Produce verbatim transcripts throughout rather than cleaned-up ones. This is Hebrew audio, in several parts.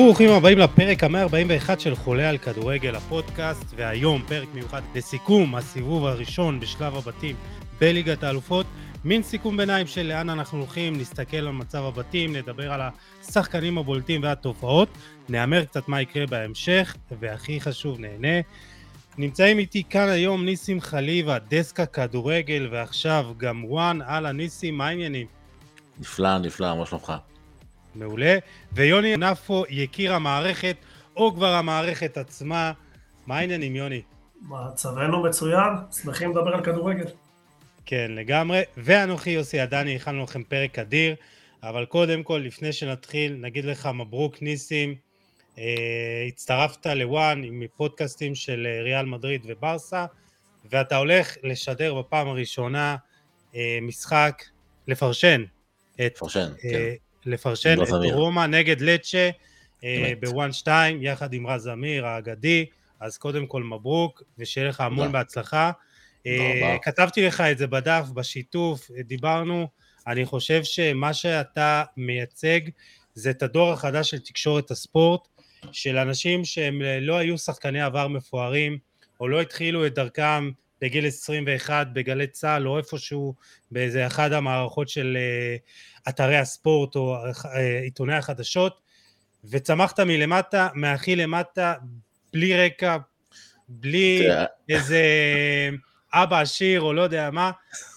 ברוכים הבאים לפרק ה-מאה ארבעים ואחת של חולה על כדורגל הפודקאסט, והיום פרק מיוחד לסיכום הסיבוב הראשון בשלב הבתים בליגת האלופות, מין סיכום ביניים של לאן אנחנו הולכים, נסתכל על מצב הבתים, נדבר על השחקנים הבולטים והתופעות, נאמר קצת מה יקרה בהמשך, והכי חשוב נהנה. נמצאים איתי כאן היום ניסים חליבה, דסק הכדורגל, ועכשיו גם וואן. הלאה ניסים, מה העניינים? נפלא, נפלא, מה שלומך? מעולה. ויוני נפו, יקיר המערכת, או כבר המערכת עצמה. מה העניינים, יוני? מצבנו מצוין, שמחים לדבר על כדורגל. כן, לגמרי. ואנוכי יוסי עדני, הכנו לכם פרק אדיר, אבל קודם כל, לפני שנתחיל, נגיד לך מברוק ניסים, אה, הצטרפת לוואן עם פודקאסטים של ריאל מדריד וברסה, ואתה הולך לשדר בפעם הראשונה אה, משחק, לפרשן. את, פרשן, אה, כן. לפרשן את רומא נגד לצ'ה אה, בוואן שתיים, יחד עם רז אמיר האגדי. אז קודם כל מברוק, ושיהיה לך המון בהצלחה. אה, כתבתי לך את זה בדף, בשיתוף, דיברנו. אני חושב שמה שאתה מייצג זה את הדור החדש של תקשורת הספורט, של אנשים שהם לא היו שחקני עבר מפוארים, או לא התחילו את דרכם בגיל עשרים ואחת בגלי צהל, או איפשהו באיזה אחד המערכות של אתרי הספורט או עיתוני החדשות, וצמחת מלמטה, מהכי למטה, בלי רקע, בלי איזה אבא עשיר או לא יודע מה,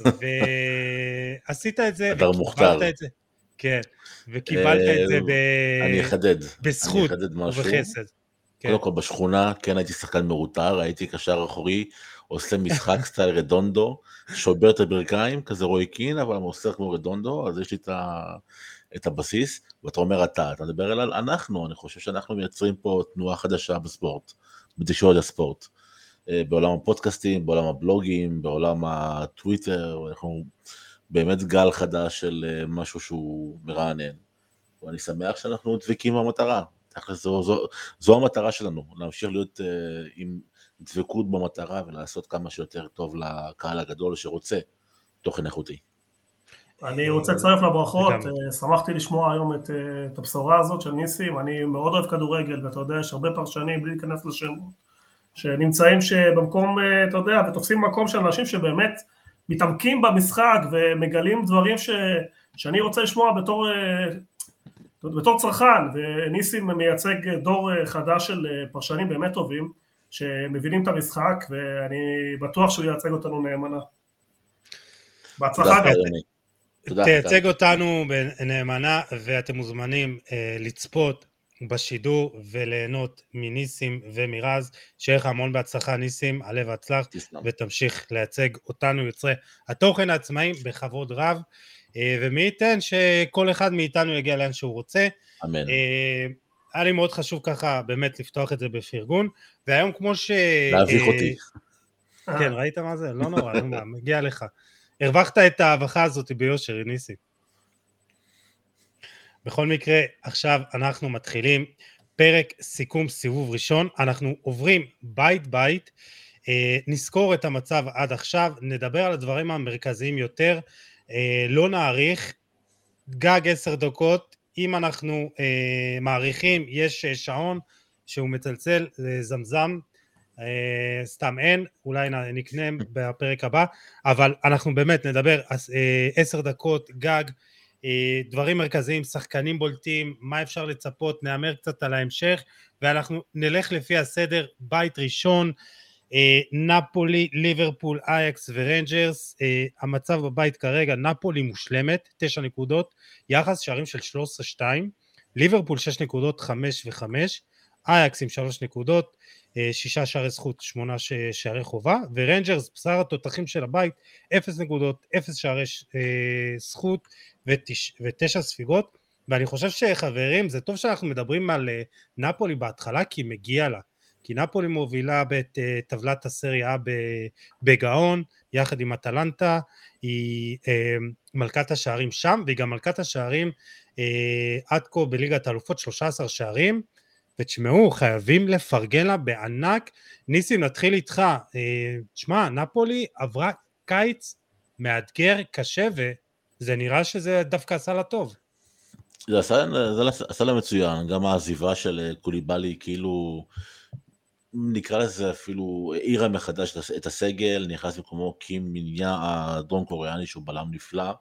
ועשית את זה, וקיבלת את זה. כן, וקיבלת את זה בזכות ובחסד. קודם כל בשכונה, כן הייתי שחקן מרוטר, הייתי קשר אחורי, עושה משחק סטייל רדונדו, שובר את הברכיים, כזה רוי קין, אבל מוסר כמו רדונדו, אז יש לי את הבסיס, ואתה אומר אתה, אתה מדבר על אנחנו, אני חושב שאנחנו מייצרים פה תנועה חדשה בספורט, בתקשורת הספורט, בעולם הפודקאסטים, בעולם הבלוגים, בעולם הטוויטר, אנחנו באמת גל חדש של משהו שהוא מרענן, ואני שמח שאנחנו דבקים במטרה, זו, זו, זו המטרה שלנו, להמשיך להיות uh, עם דבקות במטרה ולעשות כמה שיותר טוב לקהל הגדול שרוצה תוכן איכותי. אני רוצה לצרף לברכות, שמחתי לשמוע היום את, את הבשורה הזאת של ניסים, אני מאוד אוהב כדורגל, ואתה יודע, יש הרבה פרשנים, בלי להיכנס לשם, שנמצאים שבמקום, אתה יודע, ותופסים מקום של אנשים שבאמת מתעמקים במשחק, ומגלים דברים ש, שאני רוצה לשמוע בתור... בתור צרכן, וניסים מייצג דור חדש של פרשנים באמת טובים, שמבינים את המשחק, ואני בטוח שהוא ייצג אותנו נאמנה. בהצלחה גם. תייצג אותנו נאמנה, ואתם מוזמנים לצפות בשידור, וליהנות מניסים ומירז, שיהיה לך המון בהצלחה ניסים, עלה והצלח, ותמשיך לייצג אותנו יוצרי התוכן העצמאיים בכבוד רב, ומי ייתן שכל אחד מאיתנו יגיע לאן שהוא רוצה. אמן. היה לי מאוד חשוב ככה באמת לפתוח את זה בפרגון, והיום כמו ש... להביך אותי. כן, ראית מה זה? לא נורא, מגיע לך. הרווחת את ההבחה הזאת ביושר, ניסי. בכל מקרה, עכשיו אנחנו מתחילים פרק סיכום סיבוב ראשון, אנחנו עוברים בית בית, נזכור את המצב עד עכשיו, נדבר על הדברים המרכזיים יותר, לא נעריך, גג עשר דקות, אם אנחנו אה, מעריכים, יש שעון שהוא מצלצל, זמזם, אה, סתם אין, אולי נקנה בפרק הבא, אבל אנחנו באמת נדבר אה, עשר דקות גג, אה, דברים מרכזיים, שחקנים בולטים, מה אפשר לצפות, נאמר קצת על ההמשך, ואנחנו נלך לפי הסדר, בית ראשון, נפולי, ליברפול, אייקס ורנג'רס. המצב בבית כרגע, נפולי מושלמת, תשע נקודות, יחס שערים של שלוש עשרה שתיים, ליברפול שש נקודות, חמש וחמש, אייקס עם שלוש נקודות, שישה שערי זכות, שמונה שערי חובה, ורנג'רס, בשר התותחים של הבית, אפס נקודות, אפס שערי זכות ותשע ספיגות. ואני חושב שחברים, זה טוב שאנחנו מדברים על נפולי בהתחלה, כי מגיע לה, כי נפולי מובילה בטבלת הסריה בגאון, יחד עם אטלנטה, היא מלכת השערים שם, והיא גם מלכת השערים עד כה בליגת האלופות, שלושה עשר שערים, ותשמעו, חייבים לפרגן לה בענק. ניסים, נתחיל איתך, תשמע, נפולי עברה קיץ מאתגר קשה, וזה נראה שזה דווקא עשה לה טוב. זה עשה, זה עשה לה מצוין, גם העזיבה של קוליבאלי, כאילו, נקרא לזה אפילו, העירה מחדש את הסגל, נכנס במקומו קים מיניה הדרום קוריאני, שהוא בלם נפלא,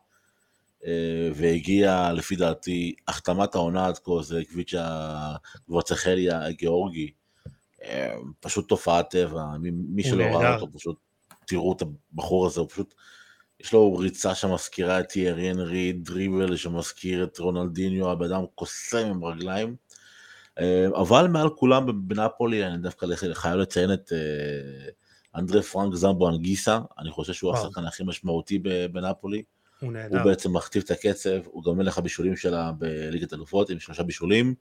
והגיע, לפי דעתי, החתמת העונה עד כה, זה קוויצ'ה גבורצחליה הגיאורגי, פשוט תופעת טבע, מי שלא ראה אותו, פשוט תראו את הבחור הזה, הוא פשוט, יש לו ריצה שמזכירה את תיארי אנרי, דריבל שמזכיר את רונלדיניו, הבן אדם קוסם עם רגליים, אבל מעל כולם בנאפולי, אני דווקא חייב לציין את אנדרי פרנק זמבו אנגיסה, אני חושב שהוא השחקן הכי משמעותי בנאפולי, הוא, הוא בעצם מכתיב את הקצב, הוא גם מלך הבישולים שלה בליגת אלופות, עם שלושה בישולים,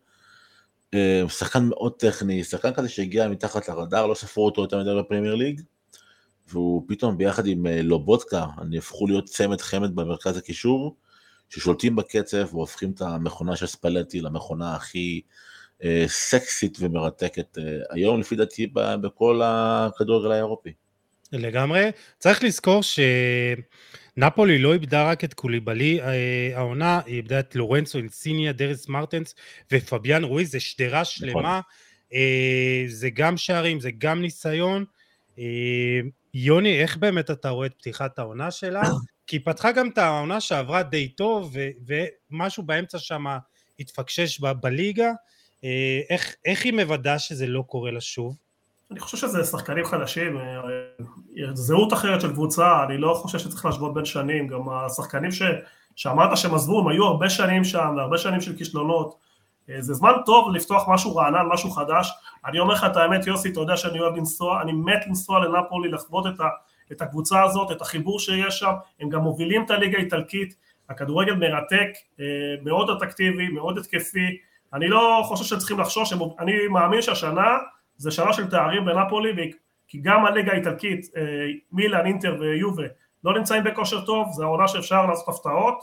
שחקן מאוד טכני, שחקן כזה שהגיע מתחת לרדאר, לא ספרו אותו יותר מדי בפרמייר ליג, והוא פתאום ביחד עם לובוטקה, אני הפכו להיות צמד חמד במרכז הקישור, ששולטים בקצב והופכים את המכונה של ספלטי למכונה הכי אה, סקסית ומרתקת אה, היום, לפי דעתי, בכל הכדורגל האירופי. לגמרי. צריך לזכור שנפולי לא איבדה רק את קוליבאלי, העונה, היא איבדה את לורנצו אינסיניה, דריס מרטנס ופביאן רואיז, זה שדרה שלמה, זה גם שערים, זה גם ניסיון. יוני, איך באמת אתה רואה את פתיחת העונה שלה? כי היא פתחה גם את העונה שעברה די טוב, ומשהו באמצע שם התפקשש בליגה, איך, איך היא מוודא שזה לא קורה לה שוב? אני חושב שזה שחקנים חדשים, זהות אחרת של קבוצה, אני לא חושב שצריך להשוות בין שנים, גם השחקנים ש, שאמרת שהם עזבו, הם היו הרבה שנים שם, והרבה שנים של כישלונות, זה זמן טוב לפתוח משהו רענן, משהו חדש, אני אומר לך את האמת יוסי, אתה יודע שאני אוהב לנסוע, אני מת לנסוע לנפולי, לחוות את, ה, את הקבוצה הזאת, את החיבור שיש שם, הם גם מובילים את הליגה האיטלקית, הכדורגל מרתק, מאוד אטרקטיבי, מאוד התקפי, אני לא חושב שצריכים לחשוש, אני מאמין שהשנה, זה שנה של תארים בנפולי, כי גם הליגה האיטלקית, מילאן, אינטר ויובה, לא נמצאים בכושר טוב, זה העונה שאפשר לעשות הפתעות.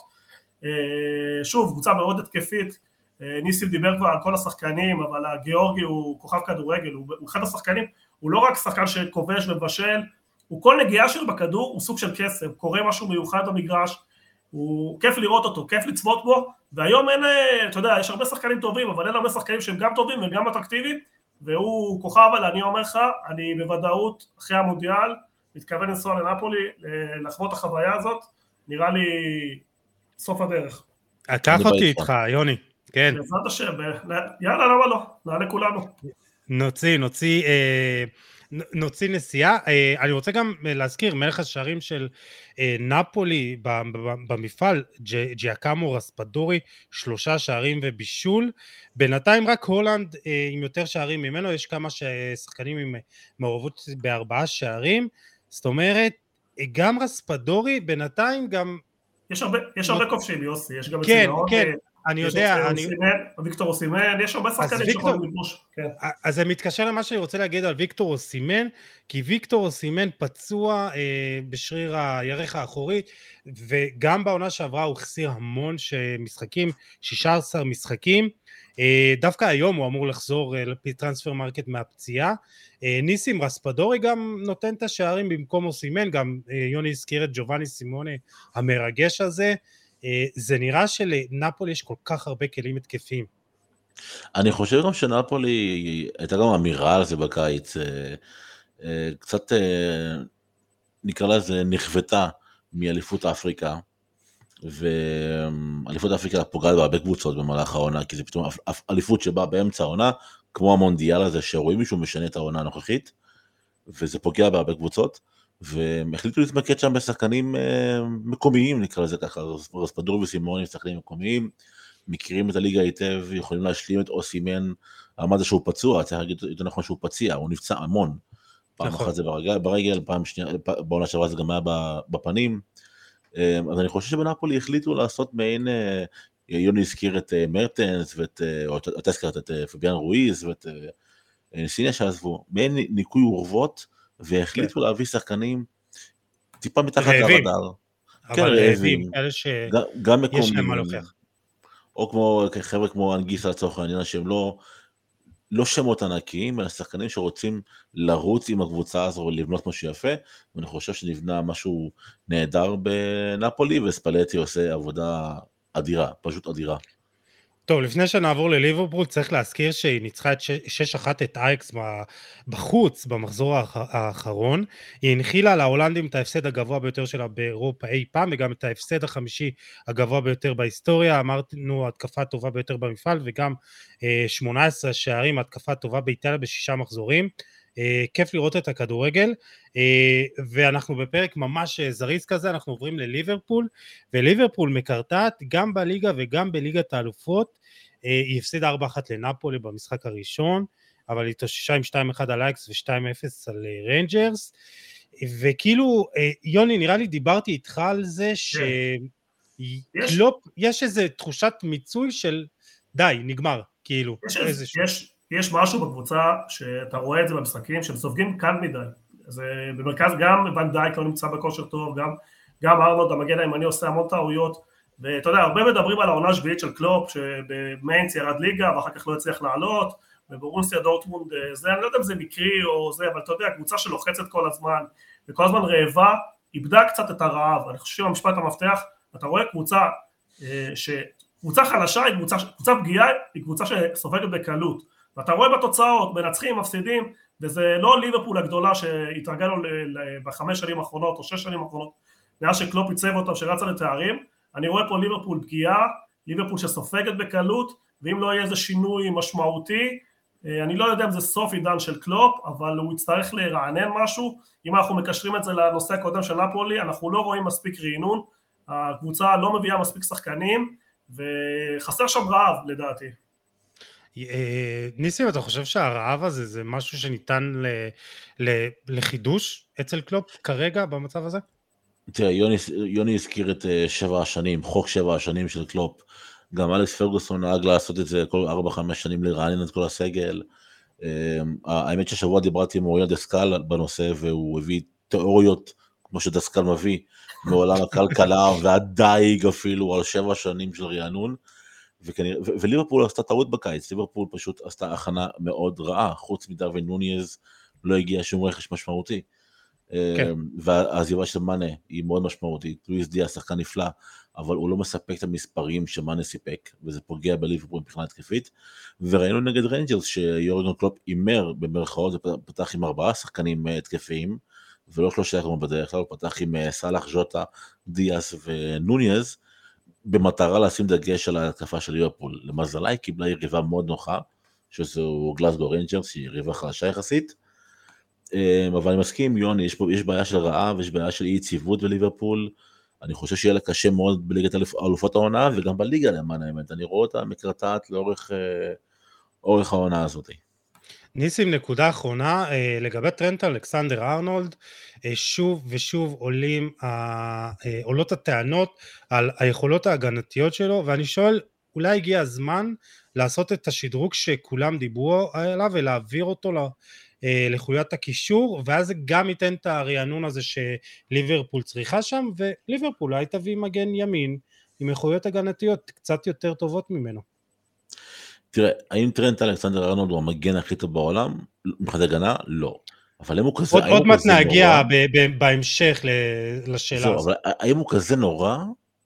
שוב, קבוצה מאוד התקפית, ניסים דיבר כבר על כל השחקנים, אבל הגיאורגי הוא כוכב כדורגל, הוא אחד השחקנים, הוא לא רק שחקן שכובש ובשל, הוא כל נגיעה שלו בכדור, הוא סוג של קסם, קורה משהו מיוחד במגרש, הוא כיף לראות אותו, כיף לצפות בו, והיום אין, אתה יודע, יש הרבה שחקנים טובים, אבל אין הרבה שחקנים שהם גם טובים וגם אטרקטיביים, והוא כוכב, אבל אני אומר לך, אני בוודאות אחרי המונדיאל, מתכוון לנסוע לנפולי, לחוות החוויה הזאת, נראה לי סוף הדרך. לקח אותי איתך, יוני, כן. בעזרת השם, יאללה, למה לא? נעלה כולנו. נוציא, נוציא, נוציא נסיעה. אני רוצה גם להזכיר, מלך השערים של נפולי במפעל, ג'יאקמו רספדורי, שלושה שערים ובישול. בינתיים רק הולנד עם יותר שערים ממנו, יש כמה שחקנים עם מעורבות בארבעה שערים. זאת אומרת, גם רספדורי, בינתיים גם... יש הרבה, יש הרבה כובשים, יוסי, יש גם... כן, כן. אני יודע, אני... ויקטור אוסימן, יש הרבה שחקנים שיכולים לגלוש. אז זה מתקשר למה שאני רוצה להגיד על ויקטור אוסימן, כי ויקטור אוסימן פצוע בשריר הירך האחורי, וגם בעונה שעברה הוא החסיר המון משחקים, שישה עשר משחקים, דווקא היום הוא אמור לחזור לפי טרנספר מרקט מהפציעה, ניסים רספדורי גם נותן את השערים במקום אוסימן, גם יוני הזכיר את ג'ובאני סימונה המרגש הזה, זה נראה שלנפולי יש כל כך הרבה כלים התקפיים. אני חושב גם שנפולי, הייתה גם אמירה על זה בקיץ, קצת נקרא לזה נכוותה מאליפות אפריקה, ואליפות אפריקה פוגעת בהרבה קבוצות במהלך העונה, כי זה פתאום אליפות שבאה באמצע העונה, כמו המונדיאל הזה, שרואים מישהו משנה את העונה הנוכחית, וזה פוגע בהרבה קבוצות, והם החליטו להתמקד שם בשחקנים מקומיים, נקרא לזה ככה, רספדורי וסימוני שחקנים מקומיים, מכירים את הליגה היטב, יכולים להשלים את אוסימן, אמרת שהוא פצוע, צריך להגיד יותר נכון שהוא פציע, הוא נפצע המון, פעם אחת זה ברגל, ברגל פעם שנייה, בעונה שעברה זה גם היה בפנים, אז אני חושב שבנפולי החליטו לעשות מעין, יוני הזכיר את מרטנס, או אתה הזכרת את פביאן רואיז, ואת נסיניה שעזבו, מעין ניקוי אורוות, והחליטו להביא שחקנים טיפה מתחת לרדאר. אבל רעבים, אלה שיש להם מה לוקח. או כמו חבר'ה כמו אנגיסה לצורך העניין, שהם לא, לא שמות ענקיים, אלא שחקנים שרוצים לרוץ עם הקבוצה הזו ולבנות משהו יפה, ואני חושב שנבנה משהו נהדר בנפולי, וספלטי עושה עבודה אדירה, פשוט אדירה. טוב, לפני שנעבור לליברפול, צריך להזכיר שהיא ניצחה את שש אחת את אייקס בחוץ במחזור האחרון. היא הנחילה להולנדים את ההפסד הגבוה ביותר שלה באירופה אי פעם, וגם את ההפסד החמישי הגבוה ביותר בהיסטוריה. אמרנו, התקפה הטובה ביותר במפעל, וגם שמונה עשרה שערים, התקפה הטובה באיטליה בשישה מחזורים. כיף לראות את הכדורגל, ואנחנו בפרק ממש זריז כזה, אנחנו עוברים לליברפול, וליברפול מקרטעת גם בליגה וגם בליגת האלופות. היא הפסידה ארבע אחת לנאפולי במשחק הראשון, אבל היא התאוששה עם שתיים אחת על אייקס ו-שתיים אפס על ריינג'רס, וכאילו, יוני, נראה לי דיברתי איתך על זה, שקלופ, יש איזו תחושת מיצוי של די, נגמר, כאילו. יש, יש, יש משהו בקבוצה שאתה רואה את זה במשחקים, שהם סופגים קל מדי. זה במרכז גם ון דייק לא נמצא בכושר טוב, גם, גם ארנולד המגן הימני עושה המון טעויות, ואתה יודע, הרבה מדברים על העונה השביעית של קלופ, שבמיינץ ירד ליגה, ואחר כך לא הצליח לעלות, ובורוסיה דורטמונד זה, אני לא יודע אם זה מקרי או זה, אבל אתה יודע, קבוצה שלוחצת כל הזמן, וכל הזמן רעבה, איבדה קצת את הרעב. אני חושב שהמשפט המפתח, אתה רואה קבוצה, ש... קבוצה חלשה היא קבוצה, קבוצה פגיעה, היא קבוצה שסופגת בקלות, ואתה רואה בתוצאות, מנצחים, מפסידים, וזה לא ליברפול הגדולה שהתרגלנו בחמש שנים האחרונות, או שש שנים האחרונות, מאז שקלופ ייצב אותם שרצה לתארים. אני רואה פה ליברפול פגיעה, ליברפול שסופגת בקלות, ואם לא יהיה איזה שינוי משמעותי, אני לא יודע אם זה סוף עידן של קלופ, אבל הוא יצטרך לרענן משהו. אם אנחנו מקשרים את זה לנושא הקודם של נאפולי, אנחנו לא רואים מספיק רענון, הקבוצה לא מביאה מספיק שחקנים, וחסר שם רעב לדעתי. ניסים, אתה חושב שהרעב הזה זה משהו שניתן לחידוש אצל קלופ כרגע במצב הזה? תראה, יוני, יוני הזכיר את שבע השנים, חוק שבע השנים של קלופ. גם אלכס פרגוסון נהג לעשות את זה כל ארבע חמש שנים לרענן את כל הסגל. האמת ששבוע דיברתי עם אוריה דסקל בנושא, והוא הביא תיאוריות כמו שדסקל מביא מעולם הכלכלה והדייג אפילו על שבע שנים של רענון. וליברפול עשתה טעות בקיץ, ליברפול פשוט עשתה הכנה מאוד רעה, חוץ מדרווין נוניז לא הגיע שום רכש משמעותי. והעזיבה של מאנה היא מאוד משמעותית. לואיס דיאס שחקן נפלא, אבל הוא לא מספק את המספרים שמאנה סיפק, וזה פוגע בליברפול מבחינה התקפית. וראינו נגד ריינג'רס שיורגן קלופ אימר במרכאות, ופתח עם ארבעה שחקנים התקפיים, ולא שלושה כמו בדרך כלל, הוא פתח עם סלאח, ז'וטה, דיאס ונוניז, במטרה לשים דגש על ההתקפה של ליברפול. למזלה היא קיבלה יריבה מאוד נוחה, שזו גלאסגו ריינג'רס, שהיא יריבה חלשה יחסית, אבל אני מסכים, יוני, יש, יש בעיה של רעב, יש בעיה של אי יציבות בליברפול. אני חושב שיהיה לה קשה מאוד בליגת אלופות העונה, וגם בליגה למען האמת, אני רואה אותה מקרטעת לאורך אורך העונה הזאת. ניסים, נקודה אחרונה, לגבי טרנט אלכסנדר ארנולד, שוב ושוב עולים, עולות הטענות על היכולות ההגנתיות שלו, ואני שואל, אולי הגיע הזמן לעשות את השדרוג שכולם דיברו עליו, ולהעביר אותו ל... לחוליית הקישור, ואז זה גם ייתן את הרענון הזה שליברפול צריכה שם, וליברפול אולי תביא מגן ימין עם איכויות הגנתיות קצת יותר טובות ממנו. תראה, האם טרנט אלכסנדר ארנולד הוא המגן הכי טוב בעולם? מבחינת הגנה? לא. אבל האם הוא כזה... עוד, עוד מעט נגיע בהמשך לשאלה הזאת. אבל האם הוא כזה נורא?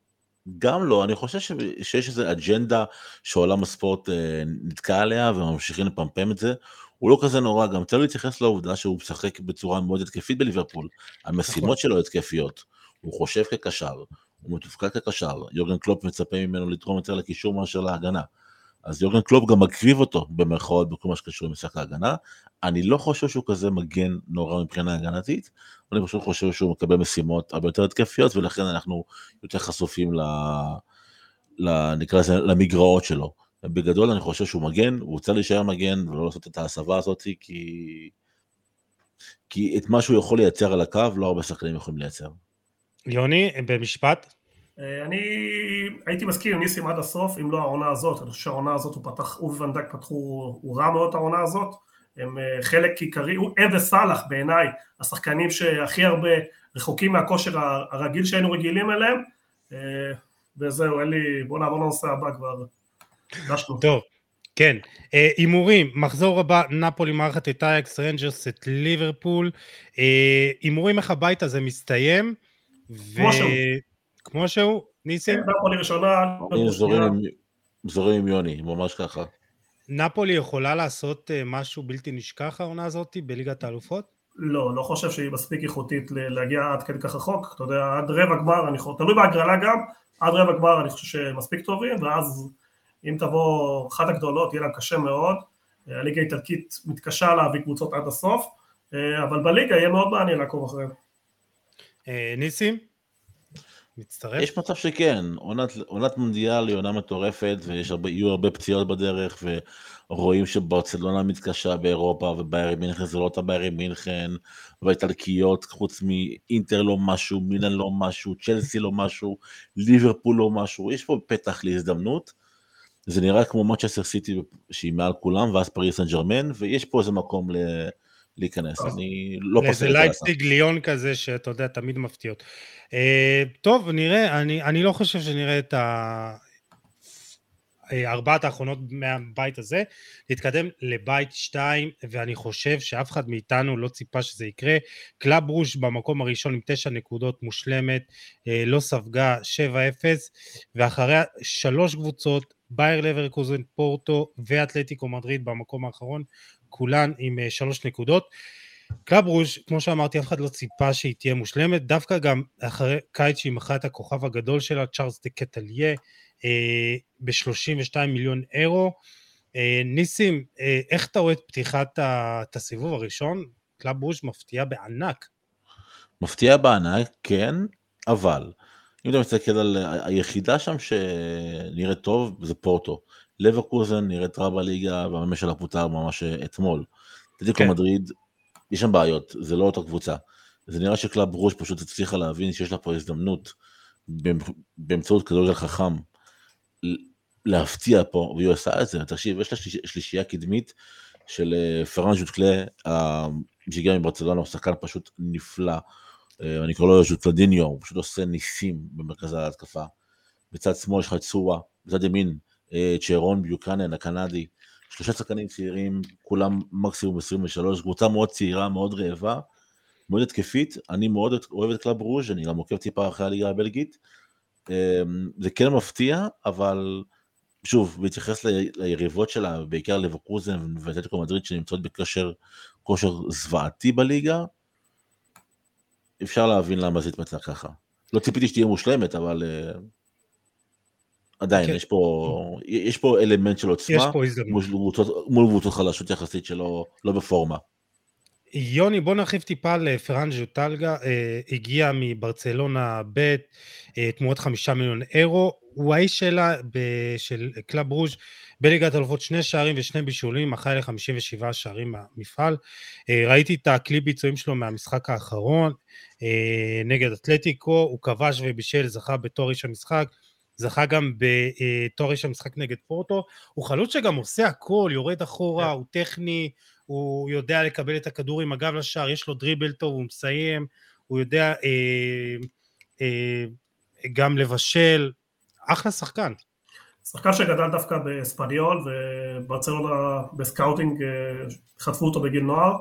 גם לא. אני חושב ש... שיש איזו אג'נדה שעולם הספורט נתקע עליה, וממשיכים לפמפם את זה. הוא לא כזה נורא, גם צריך להתייחס לעובדה שהוא משחק בצורה מאוד התקפית בליברפול, המשימות שלו התקפיות, הוא חושב כקשר, הוא מתופקד כקשר, יורגן קלופ מצפה ממנו לתרום יותר לקישור מאשר להגנה, אז יורגן קלופ גם מקריב אותו במרכאות בכל מה שקשור למשחק ההגנה. אני לא חושב שהוא כזה מגן נורא מבחינה הגנתית, אני פשוט חושב שהוא מקבל משימות הרבה יותר התקפיות, ולכן אנחנו יותר חשופים ל... ל... נקרא לזה, למגרעות שלו. בגדול אני חושב שהוא מגן, הוא רוצה להישאר מגן, ולא לעשות את ההסבה הזאת, כי... כי את מה שהוא יכול לייצר על הקו, לא הרבה שחקנים יכולים לייצר. יוני, במשפט? אני הייתי מסכים עם ניסים עד הסוף, אם לא העונה הזאת. אני חושב שהעונה הזאת הוא פתח, הוא וונדק פתחו, הוא רע מאוד העונה הזאת, הם חלק עיקרי, הם וסלאח בעיניי, השחקנים שהכי הרבה רחוקים מהכושר הרגיל שהיינו רגילים אליהם, וזהו, אין לי, בוא נעבור לנושא הבא כבר. טוב, כן, אימורים, מחזור הבא, נאפולי מארחת את אייקס, ריינג'רס את ליברפול, אימורים איך הבית הזה מסתיים, כמו שהוא, כמו שהוא, ניסים? נאפולי ראשונה, זורם עם יוני, ממש ככה. נפולי יכולה לעשות משהו בלתי נשכח העונה הזאת בליגת האלופות? לא, לא חושב שהיא מספיק איכותית להגיע עד כדי כך רחוק, אתה יודע, עד רבע גמר, אני חושב, תלוי בהגרלה גם, עד רבע גמר אני חושב שמספיק טובים, ואז אם תבוא אחת הגדולות, יהיה להם קשה מאוד, הליגה האיטלקית מתקשה להביא קבוצות עד הסוף, אבל בליגה יהיה מאוד מעניין לעקוב אחריהם. ניסים? מצטרף? יש מצב שכן, עונת, עונת מונדיאל היא עונה מטורפת, ויהיו הרבה פציעות בדרך, ורואים שברצלונה מתקשה באירופה, וביירי מינכן זה לא אותה ביירי מינכן, והאיטלקיות, חוץ מאינטר לא משהו, מילאן לא משהו, צ'לסי לא משהו, ליברפול לא משהו, יש פה פתח להזדמנות, זה נראה כמו מנצ'סטר סיטי שהיא מעל כולם, ואז פריס סן ז'רמן, ויש פה איזה מקום ל... להיכנס, אני לא פוסק את זה. זה לייפציג ליון כזה שאתה יודע, תמיד מפתיעות. טוב, נראה, אני, אני לא חושב שנראה את הארבעת האחרונות מהבית הזה, להתקדם לבית שתיים, ואני חושב שאף אחד מאיתנו לא ציפה שזה יקרה. קלאב רוש במקום הראשון עם תשע נקודות מושלמת, לא ספגה שבע אפס, ואחריה שלוש קבוצות, בייר לברקוזן, פורטו ואתלטיקו מדריד במקום האחרון, כולן עם שלוש נקודות. קלאב רוש, כמו שאמרתי, אף אחד לא ציפה שהיא תהיה מושלמת, דווקא גם אחרי קיץ שהיא מכרה את הכוכב הגדול שלה, צ'ארלס דה קטליה, אה, ב-שלושים ושתיים מיליון אירו. אה, ניסים, אה, איך אתה רואה את פתיחת את הסיבוב הראשון? קלאב רוש מפתיע בענק. מפתיע בענק, כן, אבל אם אתה מסתכל על היחידה שם שנראית טוב, זה פורטו. לברקוזן נראית רע בליגה, והממש שלה פוטר ממש אתמול. אתלטיקו מדריד, יש שם בעיות, זה לא אותה קבוצה. זה נראה שקלאב רוש פשוט הצליחה להבין שיש לה פה הזדמנות, באמצעות כדורגל חכם, להפתיע פה, והיא עושה את זה. תקשיב, יש לה שלישייה קדמית של פרן ז'וטקלה, שהגיע מברצלונה, הוא שחקן פשוט נפלא, אני קורא לו ז'וטלדיניו, הוא פשוט עושה ניסים במרכז ההתקפה. בצד שמאל יש לך את סואה, בצד ימין, צ'רון ביוקנן, הקנדי, שלושה שחקנים צעירים, כולם מקסימום עשרים ושלוש, קבוצה מאוד צעירה, מאוד רעבה, מאוד התקפית, אני מאוד אוהב את קלאב רוז', אני גם עוקב טיפה אחרי הליגה הבלגית, זה כן מפתיע, אבל שוב, בהתייחס ליריבות שלה, בעיקר לברקוזן ואתלטיקו מדריד, שנמצאות בכושר כושר זוועתי בליגה, אפשר להבין למה זה יתמצא ככה. לא ציפיתי שתהיה מושלמת, אבל עדיין, יש פה, יש פה אלמנט של עוצמה, מול קבוצות חלשות יחסית שלא לא בפורמה. יוני, בוא נרחיב טיפה לפרן ז'וטלגה, הגיע מברצלונה ב' תמורת חמישה מיליון אירו, הוא האיש שלה של קלאב רוז' בליגת האלופות, שני שערים ושני בישולים, אחראי ל-חמישים ושבעה שערים מהמפעל. ראיתי את הקליפ ביצועים שלו מהמשחק האחרון, נגד אתלטיקו, הוא כבש ובישל, זכה בתור איש המשחק, זכה גם בתור איש המשחק נגד פורטו, הוא חלוץ שגם עושה הכל, יורד אחורה, הוא טכני, הוא יודע לקבל את הכדור עם הגב לשער, יש לו דריבל טוב, הוא מסיים, הוא יודע אה, אה, גם לבשל, אחלה שחקן. שחקן שגדל דווקא בספניול, וברצלונה בסקאוטינג חטפו אותו בגיל נוער,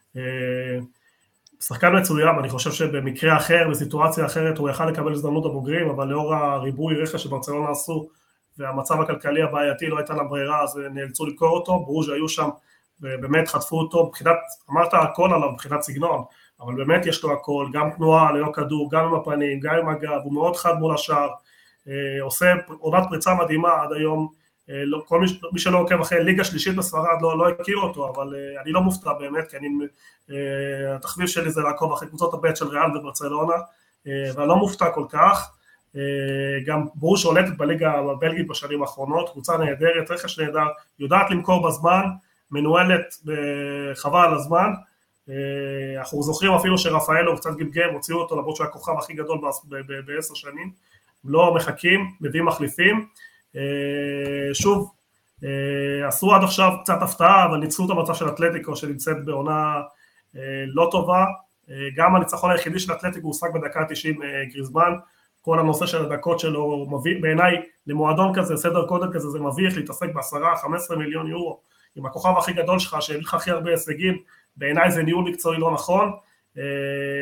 שחקן מצוין, אני חושב שבמקרה אחר, בסיטואציה אחרת, הוא יכל לקבל הזדמנות הבוגרים, אבל לאור הריבוי רכש שברצלונה עשו, והמצב הכלכלי הבעייתי לא הייתה לה ברירה, אז נאלצו לקור אותו, ברוז' היו שם, ובאמת חטפו אותו, בחינת, אמרת הכל עליו, בחינת סגנון, אבל באמת יש לו הכל, גם תנועה ללא כדור, גם עם הפנים, גם עם הגב, הוא מאוד חד מול השאר, עושה עונת פריצה מדהימה עד היום, לא, כל מי, מי שלא עוקב אחרי ליגה שלישית בספרד לא, לא הכיר אותו, אבל אני לא מופתע באמת, כי אני, התחביב שלי זה לעקוב אחרי קבוצות הבית של ריאל וברצלונה, ואני לא מופתע כל כך, גם ברור שולטת בליגה הבלגית בשנים האחרונות, קבוצה נהדרת, רכש נהדר, יודעת למכור בזמן, מנוהלת בחבל על הזמן, אנחנו זוכרים אפילו שרפאלו קצת גמגם, הוציאו אותו למרות שהוא הכוכב הכי גדול בעשר שנים, לא מחכים, מביאים מחליפים, שוב, עשו עד עכשיו קצת הפתעה, אבל ניצחו את המצב של אתלטיקו שנמצאת בעונה לא טובה, גם הניצחון היחידי של אתלטיקו הושג בדקה תשעים גריזמן, כל הנושא של הדקות שלו מביא, בעיניי למועדון כזה, סדר קודם כזה, זה מביך להתעסק בעשרה, חמישה עשר מיליון יורו, עם הכוכב הכי גדול שלך, שהביא לך הכי הרבה הישגים, בעיניי זה ניהול מקצועי לא נכון,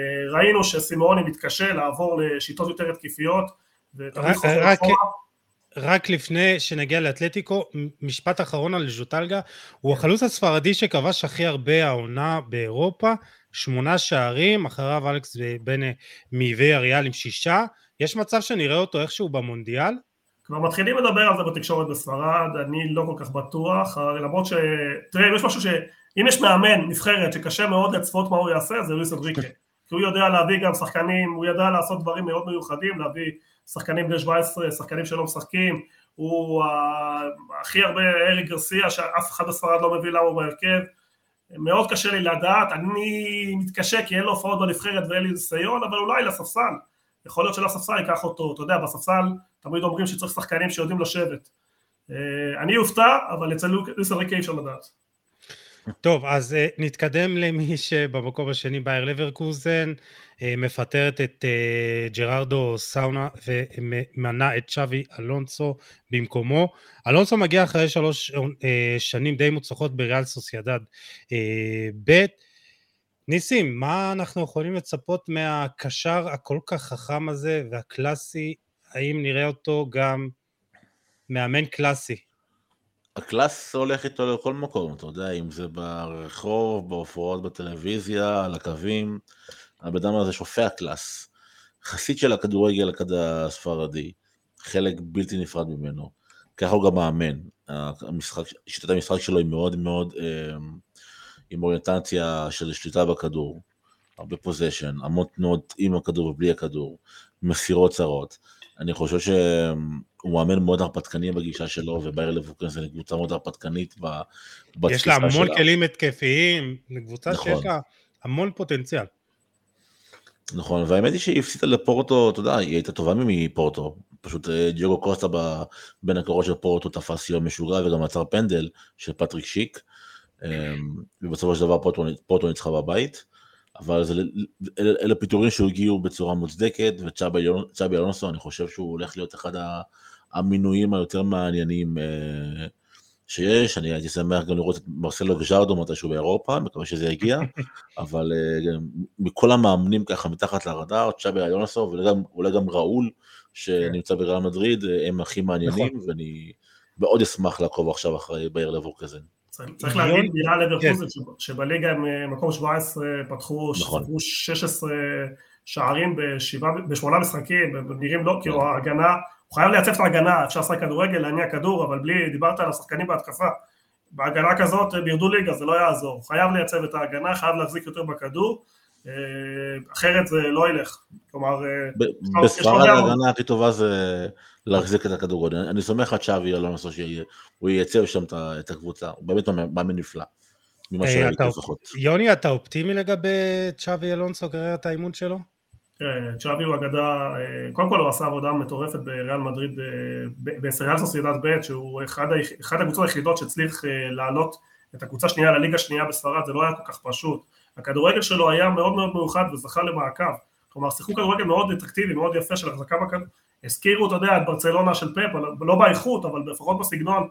ראינו שסימאוני מתקשה לעבור לשיטות יותר התקיפיות, רק, רק לפני שנגיע לאתלטיקו, משפט אחרון על ז'וטלגה, הוא החלוץ הספרדי שכבש הכי הרבה העונה באירופה, שמונה שערים, אחריו אלכס בנה מווי אריאל עם שישה, יש מצב שנראה אותו איכשהו במונדיאל? כבר מתחילים לדבר על זה בתקשורת בספרד, אני לא כל כך בטוח, למרות ש... תראה, יש משהו ש... אם יש מאמן נבחרת שקשה מאוד לצפות מה הוא יעשה, זה לואיס אנריקה, כי הוא יודע להביא גם שחקנים, הוא ידע לעשות דברים מאוד מיוחדים, להביא שחקנים בני שבע עשרה, שחקנים שלא משחקים, הוא הכי הרבה אריק גרסיה, שאף אחד בספרד לא מביא למה הוא בהרכב, מאוד קשה לי לדעת, אני מתקשה כי אין לו הופעות בנבחרת ואין לי ניסיון, אבל אולי לספסל, יכול להיות שלספסל ייקח אותו, אתה יודע, בספסל תמיד אומרים שצריך שחקנים שיודעים לשבת, אני אופתע, אבל אצל לואיס אנריקה אי אפשר לדעת. טוב, אז uh, נתקדם למי שבמקום השני באייר לברקוזן, uh, מפטרת את uh, ג'רארדו סאונה ומנה את צ'אבי אלונסו במקומו. אלונסו מגיע אחרי שלוש uh, שנים די מוצלחות בריאל סוסיידד uh, ב'. ניסים, מה אנחנו יכולים לצפות מהקשר הכל כך חכם הזה והקלאסי? האם נראה אותו גם מאמן קלאסי? הקלאס הולך איתו לכל מקום, אתה יודע, אם זה ברחוב, בהופעות בטלוויזיה, על הקווים, הבן הזה שופע קלאס, חסיד של הכדורגל הכד הספרדי, חלק בלתי נפרד ממנו, ככה הוא גם מאמן, המשחק, שיטת המשחק שלו היא מאוד מאוד, עם אוריינטציה של שליטה בכדור, הרבה פוזיישן, המון תנועות עם הכדור ובלי הכדור, מסירות צרות, אני חושב שהוא מאמן מאוד הרפתקני בגישה שלו, ובאייר לברקוזן זה קבוצה מאוד הרפתקנית בתפיסה יש לה המון שלה. כלים התקפיים, לקבוצה נכון. שיש לה המון פוטנציאל. נכון, והאמת היא שהיא הפסידה לפורטו, אתה יודע, היא הייתה טובה מפורטו, פשוט דיוגו קוסטה בין הקורות של פורטו תפס יום משוגע, וגם עצר פנדל של פטריק שיק, ובסופו של דבר פורטו, פורטו ניצחה בבית, אבל זה, אלה, אלה פיתורים שהגיעו בצורה מוצדקת, וצ'אבי אלונסו, אני חושב שהוא הולך להיות אחד המינויים היותר מעניינים שיש, אני הייתי שמח גם לראות את מרסלו גז'רדו מתישהו באירופה, מקווה שזה יגיע, אבל מכל המאמנים ככה מתחת לרדאר, צ'אבי אלונסו, ואולי גם ראול, שנמצא בריאל מדריד, הם הכי מעניינים, ואני מאוד אשמח לעקוב עכשיו אחרי באייר לברקוזן. צריך להגיד מילה לברקוזן שבליגה הם מקום שבע עשרה פתחו שש עשרה שערים בשמונה משחקים, נראים לא, כאילו ההגנה, הוא חייב לייצב את ההגנה, אפשר לשחק כדורגל, להניע כדור, אבל בלי, דיברת על השחקנים בהתקפה, בהגנה כזאת בירדו ליגה, זה לא יעזור, הוא חייב לייצב את ההגנה, חייב להחזיק יותר בכדור, אחרת זה לא ילך, כלומר... בספרד ההגנה הכי טובה זה להחזיק את הכדור, אני סומך על צ'אבי אלונסו שהוא ייצב שם את הקבוצה, הוא באמת מאמן נפלא, ממה שראיתי לפחות. יוני, אתה אופטימי לגבי צ'אבי אלונסו, קריירת האימון שלו? צ'אבי הוא אגדה, קודם כל הוא עשה עבודה מטורפת בריאל מדריד, בריאל סוסיידד ב' שהוא אחד הקבוצות היחידות שהצליח לעלות את הקבוצה שנייה לליגה שנייה בספרד, זה לא היה כל כך פשוט, הכדורגל שלו היה מאוד מאוד מיוחד וזכה למעקב, כלומר שיחקו כדורגל מאוד אטרקטיבי, מאוד יפה של החזקה בכדור, הזכירו, אתה יודע, את ברצלונה של פפ, לא באיכות, אבל לפחות בסגנון,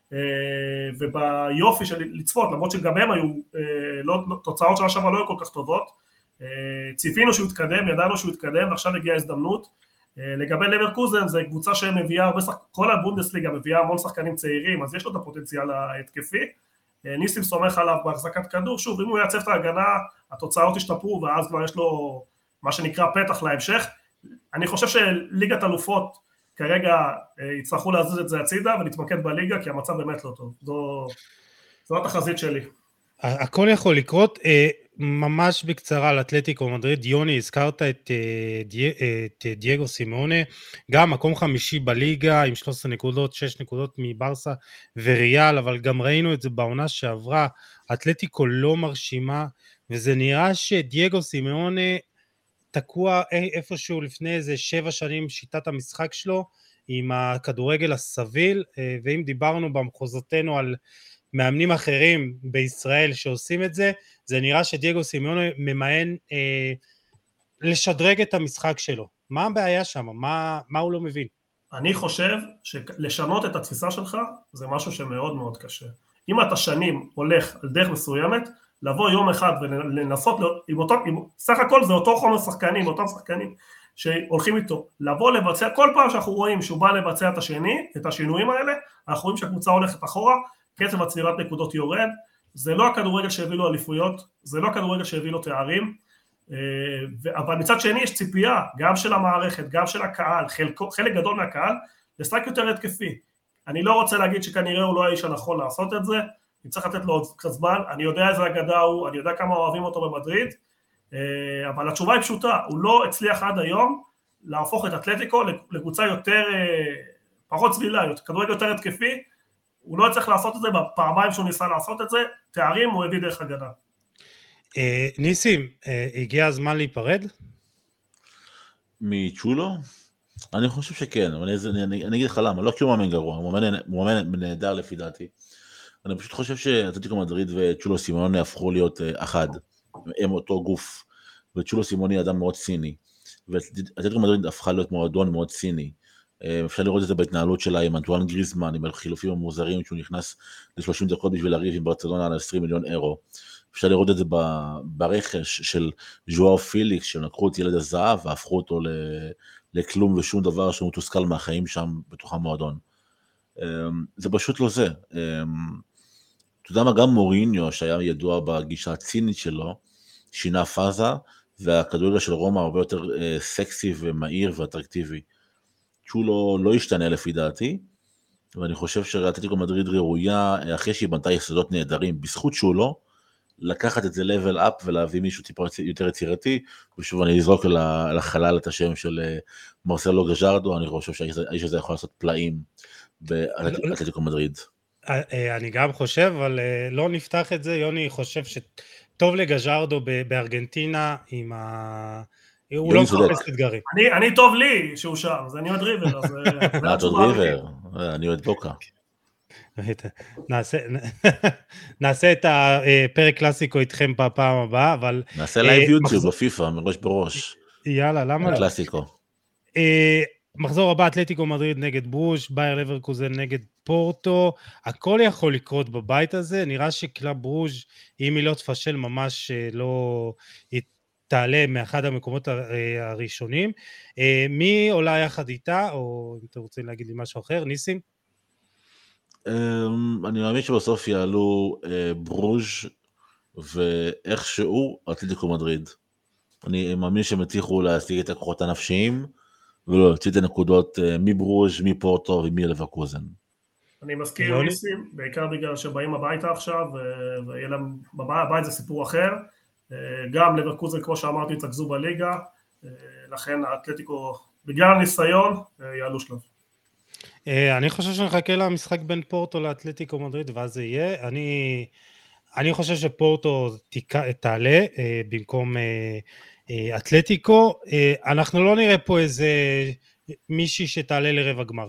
וביופי של לצפות, למרות שגם הם היו, תוצאות של השבוע לא היו כל כך טובות, ציפינו שהוא יתקדם, ידענו שהוא יתקדם, ועכשיו הגיעה הזדמנות. לגבי לברקוזן, זו קבוצה שמביאה, כל הבונדסליגה מביאה המון שחקנים צעירים, אז יש לו את הפוטנציאל ההתקפי, ניסים סומך עליו בהחזקת כדור, שוב, אם הוא יעצב את ההגנה, התוצאות ישתפרו, ואז כבר יש לו מה שנקרא פתח להמשך. אני חושב שליגת אלופות כרגע יצטרכו להזיז את זה הצידה, ולהתמקד בליגה, כי המצב באמת לא טוב. זו, זו התחזית שלי. הכל יכול לקרות, ממש בקצרה על אתלטיקו מדריד. יוני, הזכרת את, את דייגו סימאונה, גם מקום חמישי בליגה עם שלוש עשרה נקודות, שש נקודות מברסה וריאל, אבל גם ראינו את זה בעונה שעברה, אתלטיקו לא מרשימה, וזה נראה שדייגו סימאונה תקוע איפשהו לפני איזה שבע שנים שיטת המשחק שלו, עם הכדורגל הסביל, ואם דיברנו במחוזותינו על מאמנים אחרים בישראל שעושים את זה, זה נראה שדייגו סימאונה ממאן אה, לשדרג את המשחק שלו. מה הבעיה שם? מה, מה הוא לא מבין? אני חושב שלשנות את התפיסה שלך זה משהו שמאוד מאוד קשה. אם אתה שנים הולך על דרך מסוימת, לבוא יום אחד ולנסות, עם אותו, עם, סך הכל זה אותו חומר שחקנים, אותם שחקנים, שהולכים איתו, לבוא לבצע, כל פעם שאנחנו רואים שהוא בא לבצע את השני, את השינויים האלה, אנחנו רואים שהקבוצה הולכת אחורה, קצב הצבירת נקודות יורד, זה לא הכדורגל שהביא לו אליפויות, זה לא הכדורגל שהביא לו תארים, אבל מצד שני יש ציפייה, גם של המערכת, גם של הקהל, חלק, חלק גדול מהקהל, לשחק יותר התקפי. אני לא רוצה להגיד שכנראה הוא לא האיש הנכון לעשות את זה, אני צריך לתת לו עוד קצת זמן, אני יודע איזה אגדה הוא, אני יודע כמה אוהבים אותו במדריד, אבל התשובה היא פשוטה, הוא לא הצליח עד היום להפוך את אתלטיקו לקבוצה יותר, פחות צלילה, כדורגל יותר התקפי, הוא לא צריך לעשות את זה, בפעמיים שהוא ניסה לעשות את זה, תארים הוא הביא דרך הגנה. ניסים, הגיע הזמן להיפרד? מצ'ולו? אני חושב שכן, אבל אני, אני, אני אגיד לך למה, לא כי הוא מאמן גרוע, הוא מאמן נהדר לפי דעתי. אני פשוט חושב שאתלטיקו מדריד וצ'ולו סימוני הפכו להיות אחד, הם אותו גוף, וצ'ולו סימוני אדם מאוד ציני, ואתלטיקו מדריד הפכה להיות מועדון מאוד ציני. אפשר לראות את זה בהתנהלות שלה עם אנטואן גריזמן, עם החילופים המוזרים, שהוא נכנס ל-שלושים דקות בשביל לריב עם ברצלונה על עשרים מיליון אירו. אפשר לראות את זה ברכש של ז'ואאו פיליקס, שלקחו את ילד הזהב והפכו אותו לכלום ושום דבר שהוא מתוסכל מהחיים שם בתוך המועדון. זה פשוט לא זה. אתה יודע מה, גם מוריניו, שהיה ידוע בגישה הצינית שלו, שינה פאזה, והכדורגל של רומא הרבה יותר סקסי ומהיר ואטרקטיבי. צ'ולו לא ישתנה לפי דעתי, ואני חושב שאתלטיקו מדריד ראויה, אחרי שהיא בנתה יסודות נהדרים, בזכות צ'ולו, לקחת את זה level up ולהביא מישהו טיפה יותר יצירתי, ושוב אני אזרוק לחלל את השם של מרסלו גז'רדו, אני חושב שהאיש הזה יכול לעשות פלאים באתלטיקו מדריד. אני גם חושב, אבל לא נפתח את זה, יוני חושב שטוב לגז'רדו בארגנטינה עם ה... הוא לא מחפש אתגרים. אני טוב לי שהוא שם, אז אני עוד ריבר. את עוד ריבר, אני עוד בוקה. נעשה את הפרק קלאסיקו איתכם בפעם הבאה, אבל... נעשה לייב יוטיוב בפיפה, מראש בראש. יאללה, למה? קלאסיקו. מחזור הבא, אתלטיקו מדריד נגד ברוז', בייר לברקוזן נגד פורטו, הכל יכול לקרות בבית הזה, נראה שקלאב ברוז' אם היא לא תפשל ממש לא... תעלה מאחד המקומות הראשונים. מי עולה יחד איתה, או אם אתם רוצים להגיד לי משהו אחר, ניסים? אני מאמין שבסוף יעלו ברוז' ואיכשהו אתלטיקו מדריד. אני מאמין שהם הצליחו להשיג את הכוחות הנפשיים, ולא יוציא את הנקודות מברוז', מפורטו ומי לברקוזן. אני מסכים עם ניסים, בעיקר בגלל שבאים הביתה עכשיו, ויהיה להם בבית זה סיפור אחר, גם לברקוזן כמו שאמרתי תקזו בליגה, לכן האתלטיקו בגלל הניסיון יעלו שלב. אני חושב שנחכה למשחק בין פורטו לאתלטיקו מדריד ואז זה יהיה, אני, אני חושב שפורטו תעלה במקום אתלטיקו, אנחנו לא נראה פה איזה מישהי שתעלה לרבע גמר.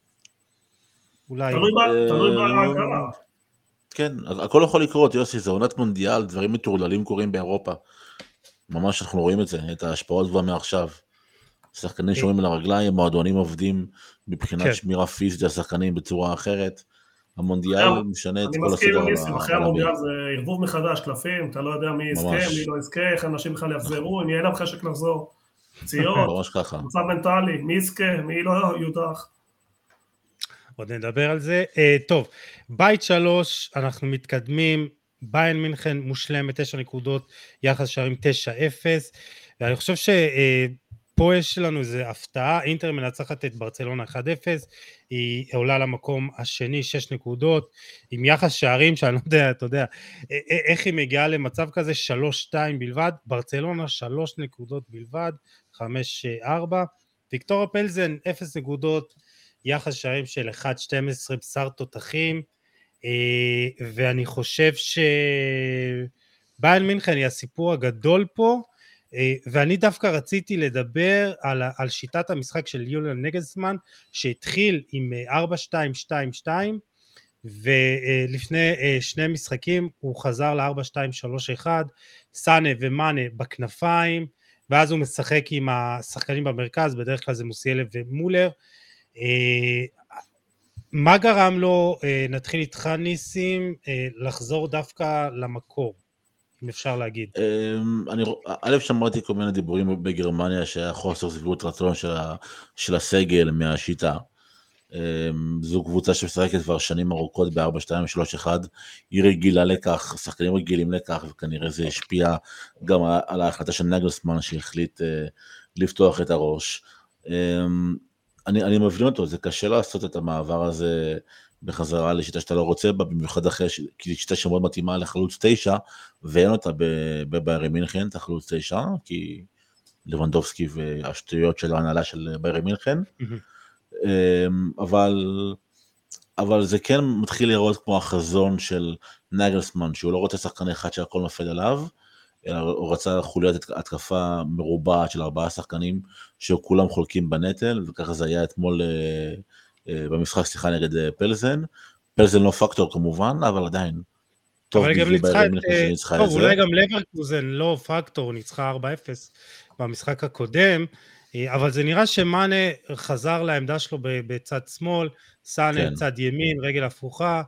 אולי... תלוי בהגרלה. כן, הכל יכול לקרות, יוסי, זה עונת מונדיאל, דברים מטורללים קורים באירופה. ממש אנחנו רואים את זה, את ההשפעות כבר מעכשיו. שחקנים שומעים על הרגליים, מועדונים עובדים מבחינת שמירה פיזית לשחקנים בצורה אחרת. המונדיאל משנה את כל הסדר. אני מסכים, אחרי המונדיאל זה ערבוב מחדש, קלפים, אתה לא יודע מי יזכה, מי לא יזכה, איך אנשים בכלל יחזרו, אם יהיה להם חשק לחזור. פציעות, מצב מנטלי, מי יזכה, מי לא יודח. עוד נדבר על זה. Uh, טוב, בית שלוש, אנחנו מתקדמים, ביירן מינכן מושלמת, תשע נקודות, יחס שערים תשע אפס, ואני חושב שפה uh, יש לנו איזו הפתעה, אינטר מנצחת את ברצלונה אחד אפס, היא עולה למקום השני, שש נקודות, עם יחס שערים שאני לא יודע, אתה יודע, איך היא מגיעה למצב כזה, שלוש שתיים בלבד, ברצלונה שלוש נקודות בלבד, חמש ארבע, ויקטוריה פלזן אפס נקודות, יחס שערים של אחד שתים עשרה בשר תותחים, ואני חושב שביירן מינכן היא הסיפור הגדול פה, ואני דווקא רציתי לדבר על, על שיטת המשחק של יוליאן נגלסמן, שהתחיל עם ארבע שתיים שתיים שתיים, ולפני שני משחקים הוא חזר ל-ארבע שתיים שלוש אחת, סאנה ומאנה בכנפיים, ואז הוא משחק עם השחקנים במרכז, בדרך כלל זה מוסיאלה ומולר, מה גרם לו, נתחיל איתך ניסים, לחזור דווקא למקור? אם אפשר להגיד. אני, א', שמעתי כל מיני דיבורים בגרמניה, שהיה חוסר סביבות רצון של, של הסגל מהשיטה. זו קבוצה שמשחקת כבר שנים ארוכות ב-ארבע שתיים שלוש אחת, היא רגילה לכך, שחקנים רגילים לכך, וכנראה זה השפיע גם על ההחלטה של נגלסמן, שהחליט לפתוח את הראש. אני, אני מבין אותו, זה קשה לעשות את המעבר הזה בחזרה לשיטה שאתה לא רוצה בה, במיוחד אחרי, כי שיטה שמאוד מתאימה לחלוץ תשע, ואין אותה בביירן מינכן, את החלוץ תשע, כי לבנדובסקי והשטויות של ההנהלה של ביירן מינכן, אבל, אבל זה כן מתחיל לראות כמו החזון של נגלסמן, שהוא לא רוצה שחקן אחד שהכל נופל עליו, אלא הוא רצה חוליית התקפה מרובעת של ארבעה שחקנים, שכולם חולקים בנטל, וככה זה היה אתמול במשחק שיחה נגד פלזן, פלזן לא פקטור כמובן, אבל עדיין, טוב, אבל גם ניצחה את, טוב, אולי גם לברקוזן לא פקטור, ניצחה ארבע אפס במשחק הקודם, אבל זה נראה שמאנה חזר לעמדה שלו בצד שמאל, סאנה בצד ימין, רגל הפוכה,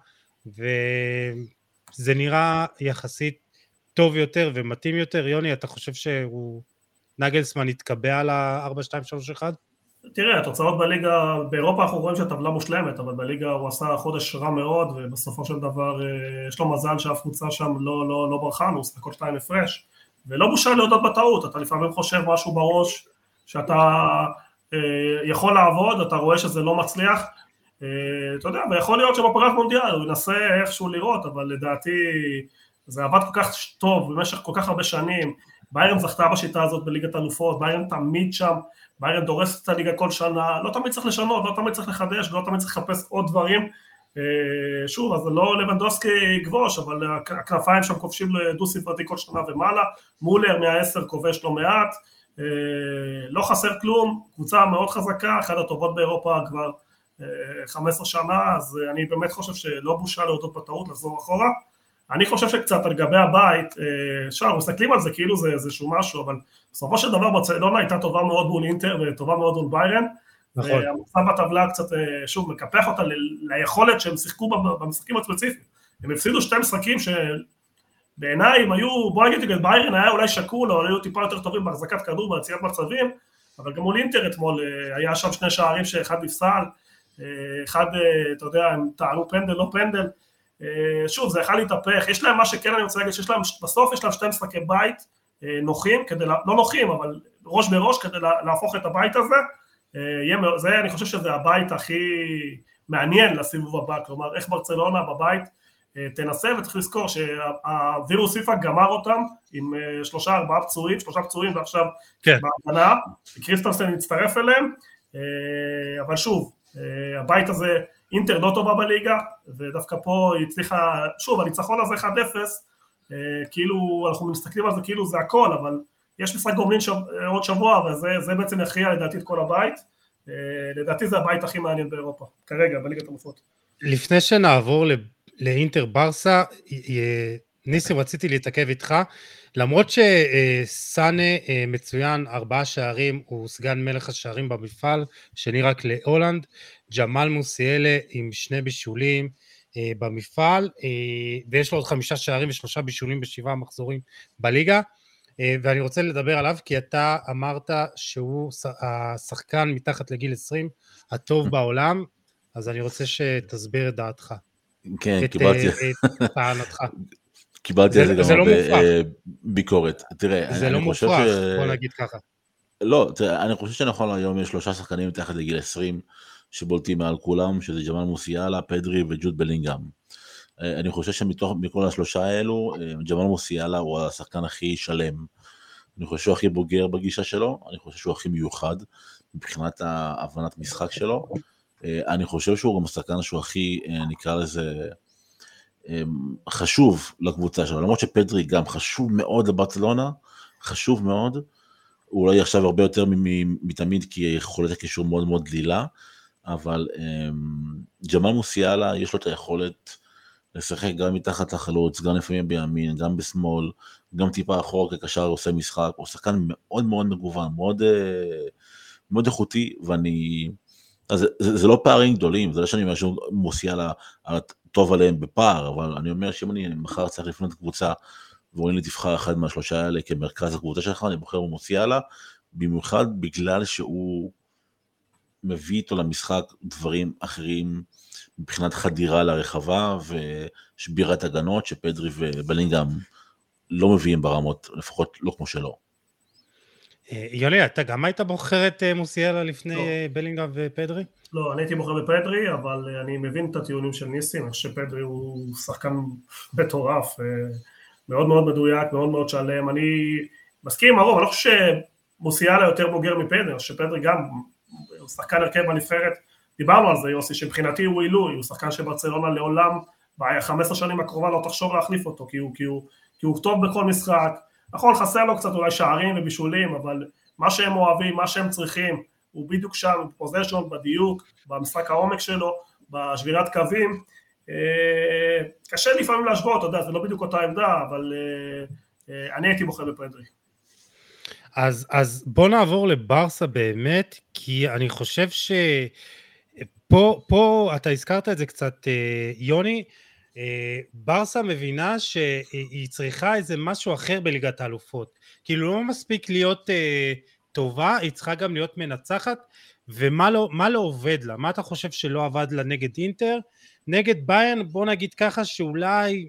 וזה נראה יחסית טוב יותר ומתאים יותר. יוני, אתה חושב שהוא נגלסמן יתקבע על ה-ארבע שתיים שלוש אחת? תראה, התוצאות בליגה, באירופה אנחנו רואים שהטבלה מושלמת, אבל בליגה הוא עשה חודש רע מאוד, ובסופו של דבר יש לו מזל שאף קבוצה שם לא, לא, לא ברחה, הוא עושה כל שתיים הפרש, ולא בושה להודות בטעות, אתה לפעמים חושב משהו בראש, שאתה אה, יכול לעבוד, אתה רואה שזה לא מצליח, אה, אתה יודע, ויכול להיות שבפגרת מונדיאל הוא ינסה איכשהו לראות, אבל לדעתי זה עבד כל כך טוב במשך כל כך הרבה שנים, ביירן זכתה בשיטה הזאת בליגת אלופות, ביירן תמיד שם, ביירן דורסת את הליגה כל שנה, לא תמיד צריך לשנות, לא תמיד צריך לחדש, לא תמיד צריך לחפש עוד דברים, אה, שוב, אז לא לבנדובסקי יגבוש, אבל הכנפיים שם כובשים לדו ספרתי כל שנה ומעלה, מולר מהעשר כובש לא מעט, לא חסר כלום, קבוצה מאוד חזקה, אחת הטובות באירופה כבר חמש עשרה שנה, אז אני באמת חושב שלא בושה להודות בטעות, לחזור אחורה. אני חושב שקצת על גבי הבית, שאנחנו מסתכלים על זה כאילו זה איזשהו משהו, אבל בסופו של דבר ברצלונה הייתה טובה מאוד מול אינטר וטובה מאוד מול ביירן, נכון. המצב בטבלה קצת שוב מקפח אותה ליכולת שהם שיחקו במשחקים הספציפיים, הם הפסידו שתי משחקים של בעיניי הם היו, בוא נגיד, ביירן היה אולי שקול, או היו טיפה יותר טובים בהחזקת כדור, בהציאת מצבים, אבל גם מול אינטר אתמול, היה שם שני שערים שאחד נפסל, אחד, אתה יודע, הם טענו פנדל, לא פנדל, שוב, זה יכול להתהפך, יש להם מה שכן אני רוצה להגיד, שיש להם, בסוף יש להם שתי משחקי בית נוחים, כדי, לא נוחים, אבל ראש בראש, כדי להפוך את הבית הזה, זה, אני חושב שזה הבית הכי מעניין לסיבוב הבא, כלומר, איך ברצלונה בבית, תנסה, וצריך לזכור שהווירוס פיפא גמר אותם עם שלושה ארבעה פצועים, שלושה פצועים ועכשיו כן. בהגנה, קריסטנסן יצטרף אליהם, אבל שוב, הבית הזה אינטר לא טובה בליגה, ודווקא פה היא הצליחה, שוב, הניצחון הזה אחד אפס, כאילו אנחנו מסתכלים על זה כאילו זה הכל, אבל יש משחק גומלין שב, עוד שבוע, וזה בעצם יכריע לדעתי את כל הבית, לדעתי זה הבית הכי מעניין באירופה, כרגע, בליגת אלופות. לפני שנעבור לב... לאינטר ברסה, ניסים רציתי להתעכב איתך, למרות שסאנה מצוין ארבעה שערים, הוא סגן מלך השערים במפעל, שני רק להולנד, ג'מאל מוסיאלה עם שני בישולים במפעל, ויש לו עוד חמישה שערים ושלושה בישולים בשבעה מחזורים בליגה, ואני רוצה לדבר עליו, כי אתה אמרת שהוא השחקן מתחת לגיל עשרים, הטוב בעולם, אז אני רוצה שתסביר את דעתך. כן, קיבלתי קיבלתי על זה גם ביקורת. תראה, זה לא מופרך, בוא נגיד ככה. לא, תראה, אני חושב שנכון היום יש שלושה שחקנים מתחת לגיל עשרים שבולטים מעל כולם, שזה ג'מאל מוסיאלה, פדרי וג'וד בלינגהאם. אני חושב שמתוך מכל השלושה האלו, ג'מאל מוסיאלה הוא השחקן הכי שלם. אני חושב שהוא הכי בוגר בגישה שלו, אני חושב שהוא הכי מיוחד מבחינת ההבנת משחק שלו. אני חושב שהוא גם השחקן שהוא הכי, נקרא לזה, חשוב לקבוצה שלו, למרות שפדרי גם חשוב מאוד לברצלונה, חשוב מאוד, הוא אולי עכשיו הרבה יותר מתמיד, כי יכולת הקישור מאוד מאוד דלילה, אבל ג'מאל מוסיאלה יש לו את היכולת לשחק גם מתחת לחלוץ, גם לפעמים בימין, גם בשמאל, גם טיפה אחורה כקשר עושה משחק, הוא שחקן מאוד מאוד מגוון, מאוד, מאוד איכותי, ואני... אז זה, זה, זה לא פערים גדולים, זה לא שאני אומר שהוא מוסיע לה, טוב עליהם בפער, אבל אני אומר שאם אני מחר צריך לפנות קבוצה ואומרים לי תבחר אחד מהשלושה האלה כמרכז הקבוצה שלך, אני בוחר במוסיאלה, במיוחד בגלל שהוא מביא איתו למשחק דברים אחרים, מבחינת חדירה לרחבה ושבירת הגנות, שפדרי ובלינגהאם לא מביאים ברמות, לפחות לא כמו שלו. יוני, אתה גם היית בוחר את מוסיאלה לפני בלינגהאם ופדרי? לא, אני הייתי בוחר בפדרי, אבל אני מבין את הטיעונים של ניסים, אני חושב שפדרי הוא שחקן מטורף, מאוד מאוד מדויק, מאוד מאוד שלם, אני מסכים עם הרוב, אני לא חושב שמוסיאלה יותר בוגר מפדרי, אני חושב שפדרי גם הוא שחקן הרכב בנבחרת, דיברנו על זה יוסי, שמבחינתי הוא עילוי, הוא שחקן שברצלונה לעולם, ב-חמש עשרה שנים הקרובה לא תחשוב להחליף אותו, כי הוא, כי הוא, כי הוא טוב בכל משחק, נכון, חסר לו קצת אולי שערים ובישולים, אבל מה שהם אוהבים, מה שהם צריכים, הוא בדיוק שם, בפוזישן, בדיוק, במשחק העומק שלו, בשבירת קווים, קשה לפעמים להשוות, אתה יודע, זה לא בדיוק אותה עמדה, אבל אני הייתי בוחר בפדרי. אז, אז בוא נעבור לברסה באמת, כי אני חושב שפה, פה אתה הזכרת את זה קצת, יוני, ברסה מבינה שהיא צריכה איזה משהו אחר בליגת האלופות, כאילו לא מספיק להיות טובה, היא צריכה גם להיות מנצחת, ומה לא, מה לא עובד לה? מה אתה חושב שלא עבד לה נגד אינטר? נגד ביירן, בוא נגיד ככה שאולי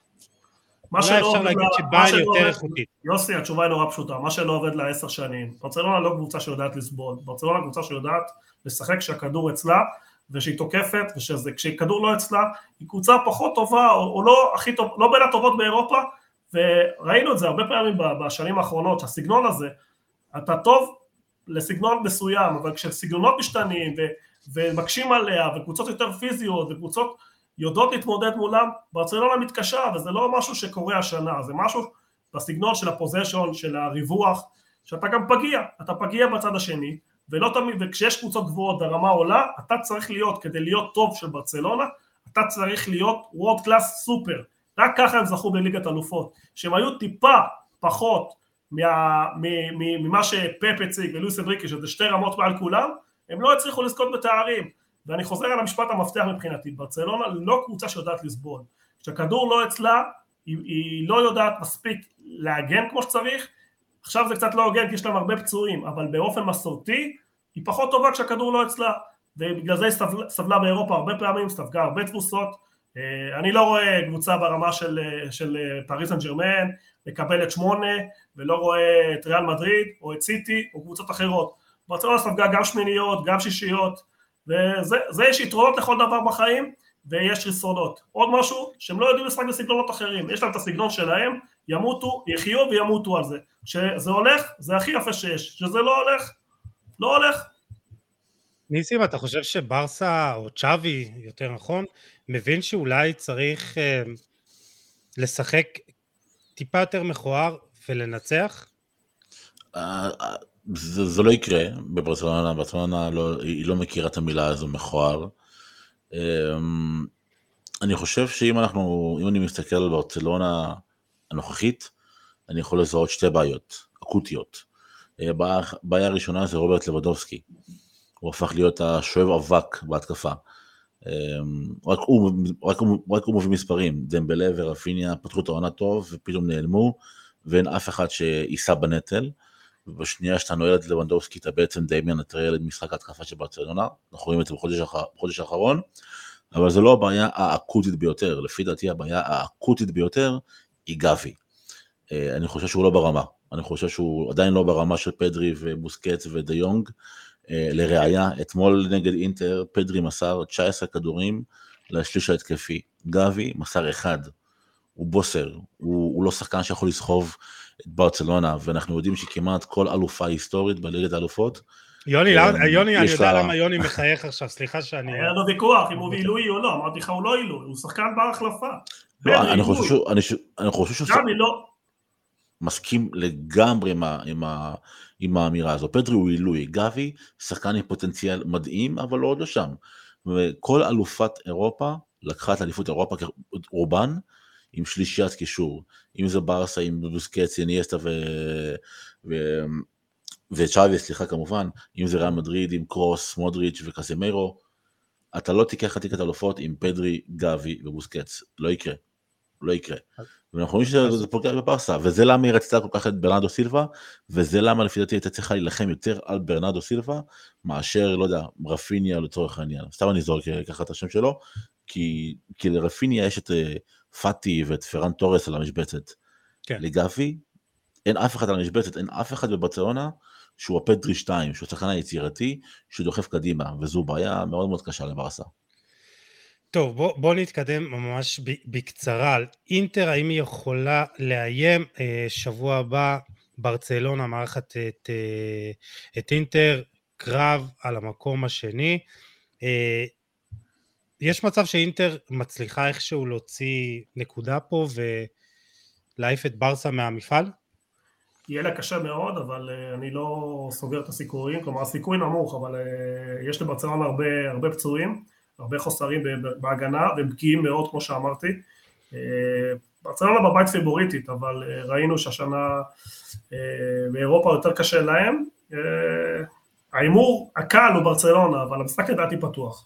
אולי אפשר להגיד שביירן יותר איכותית. יוסי, התשובה היא נורא פשוטה, מה שלא עובד לה עשר שנים, ברצלונה לא קבוצה שיודעת לסבול, ברצלונה קבוצה שיודעת לשחק כשהכדור אצלה, ושהיא תוקפת, וכשכדור לא אצלה, היא קבוצה פחות טובה, או, או לא הכי טוב, לא בין הטובות באירופה, וראינו את זה הרבה פעמים בשנים האחרונות, שהסגנון הזה, אתה טוב לסגנון מסוים, אבל כשסגנונות משתנים, ו, ומקשים עליה, וקבוצות יותר פיזיות, וקבוצות יודעות להתמודד מולם, ברצלונה מתקשה, וזה לא משהו שקורה השנה, זה משהו בסגנון של הפוזישן, של הריווח, שאתה גם פגיע, אתה פגיע בצד השני, ולא תמיד, וכשיש קבוצות גבוהות והרמה עולה, אתה צריך להיות, כדי להיות טוב של ברצלונה, אתה צריך להיות וורד קלאס סופר, רק ככה הם זכו בליגת אלופות, שהם היו טיפה פחות מה, ממה שפפ הציג ולואיס אנריקי, שזה שתי רמות מעל כולם, הם לא הצליחו לזכות בתארים, ואני חוזר על המשפט המפתח מבחינתי, ברצלונה לא קבוצה שיודעת לסבול, כשהכדור לא אצלה, היא, היא לא יודעת מספיק להגן כמו שצריך, עכשיו זה קצת לא הוגן כי יש להם הרבה פצועים, אבל באופן מסורתי היא פחות טובה כשהכדור לא אצלה, ובגלל זה היא סבלה, סבלה באירופה הרבה פעמים, ספגה הרבה תבוסות, אני לא רואה קבוצה ברמה של, של פריז סן ז'רמן, מקבלת שמונה, ולא רואה את ריאל מדריד, או את סיטי, או קבוצות אחרות, ברצלונה ספגה גם שמיניות, גם שישיות, וזה יש יתרונות לכל דבר בחיים, ויש חסרונות. עוד משהו, שהם לא יודעים לשחק בסגנונות אחרים, יש להם את הסגנון שלהם, ימותו, יחיו וימותו על זה. כשזה הולך, זה הכי יפה שיש. כשזה לא הולך, לא הולך. ניסים, אתה חושב שברסה, או צ'אבי, יותר נכון, מבין שאולי צריך אה, לשחק טיפה יותר מכוער ולנצח? זה, זה לא יקרה בברצלונה, ברצלונה לא, היא לא מכירה את המילה הזו מכוער. אני חושב שאם אנחנו, אם אני מסתכל על ברצלונה הנוכחית, אני יכול לזהות שתי בעיות, אקוטיות. הבעיה הראשונה זה רוברט לבדובסקי, הוא הפך להיות השואב אבק בהתקפה. רק הוא, רק הוא, רק הוא מביא מספרים, דמבלה ורפיניה פתחו את העונה טוב ופתאום נעלמו, ואין אף אחד שיישא בנטל, ובשנייה שאתה נועל את לבנדובסקי, אתה בעצם די מנטרל את משחק ההתקפה של ברצלונה, אנחנו רואים את זה בחודש, בחודש האחרון, אבל זה לא הבעיה האקוטית ביותר, לפי דעתי הבעיה האקוטית ביותר היא גבי. אני חושב שהוא לא ברמה, אני חושב שהוא עדיין לא ברמה של פדרי ובוסקץ ודיונג, לראיה, אתמול נגד אינטר, פדרי מסר תשע עשרה כדורים לשליש ההתקפי, גבי מסר אחד, הוא בוסר, הוא, הוא לא שחקן שיכול לסחוב את ברצלונה, ואנחנו יודעים שכמעט כל אלופה היסטורית בליגת האלופות. יוני, יוני, אני יודע למה יוני מחייך עכשיו, סליחה שאני... היה לו ויכוח אם הוא עילוי או לא, אמרתי לך הוא לא עילוי, הוא שחקן בר החלפה. לא, אני חושב שהוא... אני חושב שהוא... גבי לא. מסכים לגמרי עם, עם, עם האמירה הזו, פדרי הוא עילוי, גבי שחקן עם פוטנציאל מדהים, אבל לא עוד לא שם. וכל אלופת אירופה לקחה את אליפות אירופה רובן, עם שלישיית קישור, אם זה ברסה, עם בוסקץ, איניאסטה ו... ו... וצ'אבי, סליחה כמובן, אם זה ריאל מדריד, עם קרוס, מודריץ' וקסימירו, אתה לא תיקח את אלופות עם פדרי, גבי ובוסקץ, לא יקרה. לא יקרה. ואנחנו רואים שזה פוגע בברסה, וזה למה היא רצתה כל כך את ברנרדו סילבה, וזה למה לפי דעתי הייתה צריכה להילחם יותר על ברנרדו סילבה, מאשר, לא יודע, רפיניה לצורך העניין. סתם אני זורק ככה את השם שלו, כי, כי לרפיניה יש את פאטי ואת פרן טורס על המשבצת. כן. לגבי, אין אף אחד על המשבצת, אין אף אחד בברצלונה, שהוא הפדרי שתיים, שהוא שחקן היצירתי, שהוא דוחף קדימה, וזו בעיה מאוד מאוד קשה לברסה. טוב, בוא, בוא נתקדם ממש בקצרה על אינטר, האם היא יכולה לאיים שבוע הבא, ברצלונה מארחת את, את אינטר, קרב על המקום השני, יש מצב שאינטר מצליחה איכשהו להוציא נקודה פה, ולהעיף את ברסה מהמפעל? יהיה לה קשה מאוד, אבל אני לא סוגר את הסיכויים, כלומר הסיכוי נמוך, אבל יש לברצלונה הרבה, הרבה פצועים, הרבה חוסרים בהגנה, והם פגיעים מאוד, כמו שאמרתי. ברצלונה בבית פיבוריטית, אבל ראינו שהשנה באירופה יותר קשה להם. האימור הקל הוא ברצלונה, אבל המשחק לדעתי פתוח.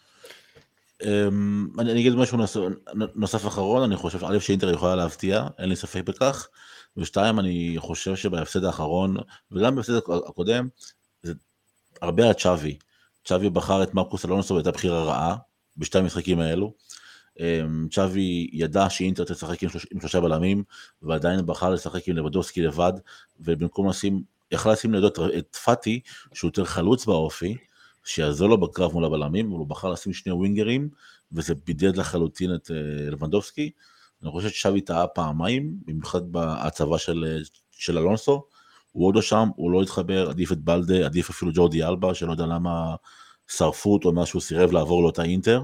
אני אגיד משהו נוסף אחרון, אני חושב שא' שאינטר יכולה להפתיע, אין לי ספק בכך, ושתיים, אני חושב שבהפסד האחרון, וגם בהפסד הקודם, זה הרבה על צ'אבי. צ'אבי בחר את מרקוס אלונסו, והייתה בחירה רעה, בשתי המשחקים האלו. צ'אבי ידע שאינטר תשחק עם שלושה בלמים, ועדיין בחר לשחק עם לבדובסקי לבד, ובמקום לשים, יכל לשים לידו את פאטי, שהוא יותר חלוץ באופי, שיעזור לו בקרב מול הבלמים, אבל הוא בחר לשים שני ווינגרים, וזה בידד לחלוטין את לבנדובסקי. אני חושב שצ'אבי טעה פעמיים, במיוחד בהצבה של, של אלונסו, הוא עוד לא שם, הוא לא התחבר, עדיף את בלדה, עדיף אפילו ג'ורדי אלבה, שלא יודע למה שרפו אותו, מה שהוא סירב לעבור לאותה אינטר,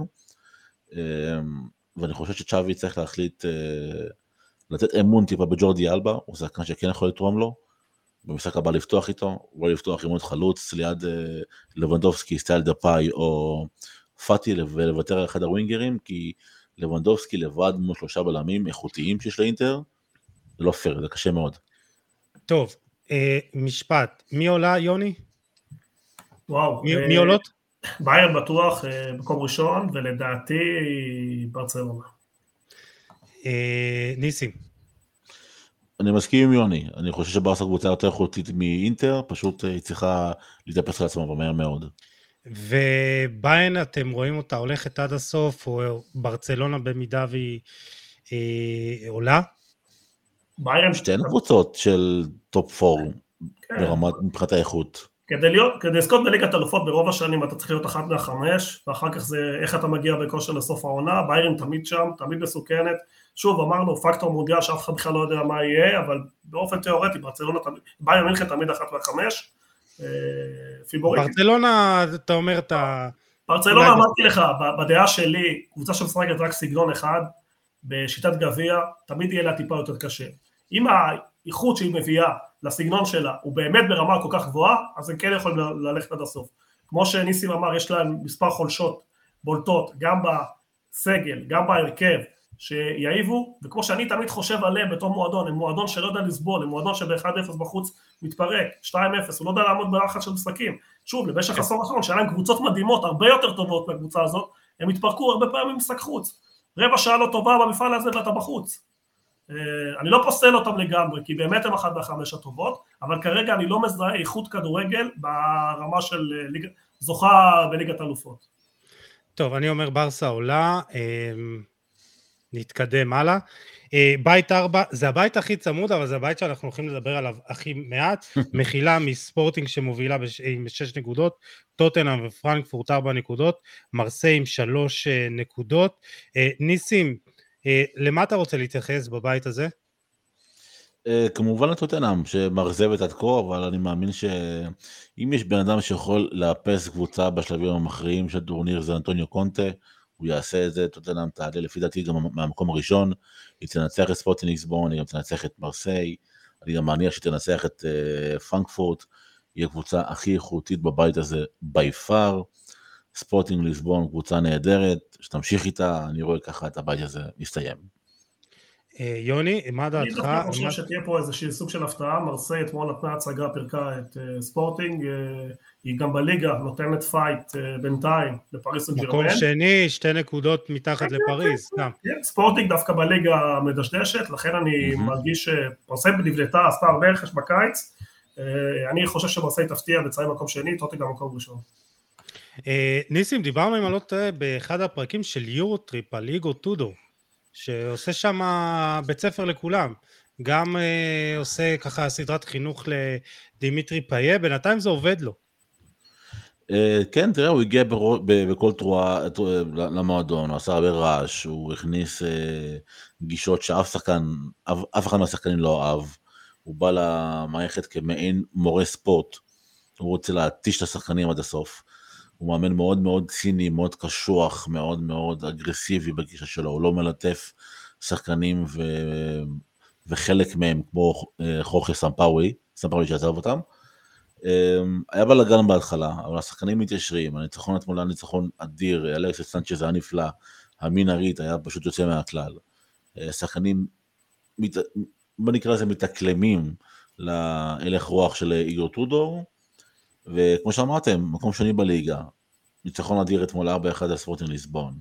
ואני חושב שצ'אבי צריך להחליט, לתת אמון טיפה בג'ורדי אלבה, הוא שחקן שכן יכול לתרום לו, במשחק הבא לפתוח איתו, הוא לא לפתוח עם עוד חלוץ, ליד לבנדובסקי, סטייל דפאי, או פאטי, ולוותר על אחד הווינגרים, כי לבנדובסקי לבד מול שלושה בלמים איכותיים שיש לאינטר, זה לא פייר, זה קשה מאוד. טוב, אה, משפט, מי עולה יוני? וואו. מי, אה, מי עולות? ביירן בטוח אה, מקום ראשון, ולדעתי ברצלונה. אה, ניסים. אני מסכים עם יוני, אני חושב שברסה קבוצה יותר איכותית מאינטר, פשוט היא צריכה להתאפס על עצמה במהר מאוד. וביירן אתם רואים אותה הולכת עד הסוף, או ברצלונה במידה והיא אה, עולה? ביירן... שתיהן קבוצות של טופ פור, כן. ברמת מבחינת האיכות. כדי להיות, כדי לזכות בליגת אלופות ברוב השנים אתה צריך להיות אחת מהחמש, ואחר כך זה איך אתה מגיע בכושר לסוף העונה, ביירן תמיד שם, תמיד מסוכנת, שוב אמרנו פקטור מונדיאל שאף אחד בכלל לא יודע מה יהיה, אבל באופן תיאורטי ברצלונה תמיד, ביירן מינכן תמיד אחת מהחמש, פיבוריטית. ברצלונה אתה אומר את ה... ברצלונה אמרתי לך, בדעה שלי, קבוצה שמשחקת רק סגנון אחד, בשיטת גביע, תמיד יהיה לה טיפה יותר קשה. אם האיכות שהיא מביאה לסגנון שלה, הוא באמת ברמה כל כך גבוהה, אז הם כן יכולים ללכת עד הסוף. כמו שניסים אמר, יש להם מספר חולשות בולטות, גם בסגל, גם בהרכב, שיעיבו, וכמו שאני תמיד חושב עליהם בתור מועדון, הם מועדון שלא יודע לסבול, הם מועדון שב-אחד אפס בחוץ מתפרק, שתיים אפס, הוא לא יודע לעמוד בלחץ של משחקים. שוב, לבמשך עשור האחרון, שהיה להם קבוצות מדהימות, הרבה יותר טובות מהקבוצה הזאת, הם התפרקו הרבה פעמים משחק חוץ. רבע שעה לא טובה במפעל הזה ואתה בחוץ. אני לא פוסל אותם לגמרי, כי באמת הם אחת מהחמש הטובות, אבל כרגע אני לא מזהה איכות כדורגל ברמה של ליג... זוכה בליגת אלופות. טוב, אני אומר ברסה עולה, נתקדם הלאה. בית ארבע, זה הבית הכי צמוד, אבל זה הבית שאנחנו הולכים לדבר עליו הכי מעט, מכילה מספורטינג שמובילה עם שש נקודות, טוטנהאם ופרנקפורט ארבע נקודות, מרסיי עם שלוש נקודות. ניסים, למה אתה רוצה להתייחס בבית הזה? כמובן לטוטנהאם שמרזבת עד כה, אבל אני מאמין שאם יש בן אדם שיכול לאפס קבוצה בשלבים המכריעים של טורניר זה אנטוניו קונטה, הוא יעשה את זה, טוטנהאם תעלה לפי דעתי גם מהמקום הראשון, היא תנצח את ספורטינג ליסבון, היא גם תנצח את מרסיי, אני גם מניח שתנצח את פרנקפורט, היא הקבוצה הכי איכותית בבית הזה by far, ספורטינג ליסבון קבוצה נהדרת, שתמשיך איתה, אני רואה ככה את הבית הזה מסתיים. יוני, מה דעתך? אני דווקא חושב שתהיה פה איזושהי סוג של הפתעה, מרסיי אתמול נתנה הצגה פרקה את ספורטינג, היא גם בליגה נותנת פייט בינתיים לפריס סן ז'רמן. מקום שני, שתי נקודות מתחת לפריז. ספורטינג דווקא בליגה מדשדשת, לכן אני מרגיש שמרסיי נבלטה, עשתה הרבה רכש בקיץ, אני חושב שמרסיי תפתיע וצריך מקום שני, טוטנהאם מקום ראשון. ניסים, דיברנו עם עלות באחד הפרקים של יורוטריפ על איגור טודור, שעושה שם בית ספר לכולם, גם uh, עושה ככה סדרת חינוך לדימיטרי פאיה, בינתיים זה עובד לו. Uh, כן, תראה, הוא הגיע בכל תרועה למועדון, הוא עשה הרבה רעש, הוא הכניס uh, גישות שאף שחקן, אף, אף אחד מהשחקנים לא אהב, הוא בא למערכת כמעין מורה ספורט, הוא רוצה להתיש את השחקנים עד הסוף, הוא מאמן מאוד מאוד ציני, מאוד קשוח, מאוד מאוד אגרסיבי בגישה שלו, הוא לא מלטף שחקנים ו... וחלק מהם, כמו חורכה סמפאווי, סמפאווי שעזב אותם, היה בלגן בהתחלה, אבל השחקנים מתיישרים, הניצחון אתמול היה ניצחון אדיר, אלכסיס סנצ'ז היה נפלא, המינרית היה פשוט יוצא מהכלל, השחקנים, מת... בוא נקרא לזה מתאקלמים להלך רוח של איגור טודור, וכמו שאמרתם, מקום שני בליגה, ניצחון אדיר אתמול ארבע אחד על ספורטינג ליסבון.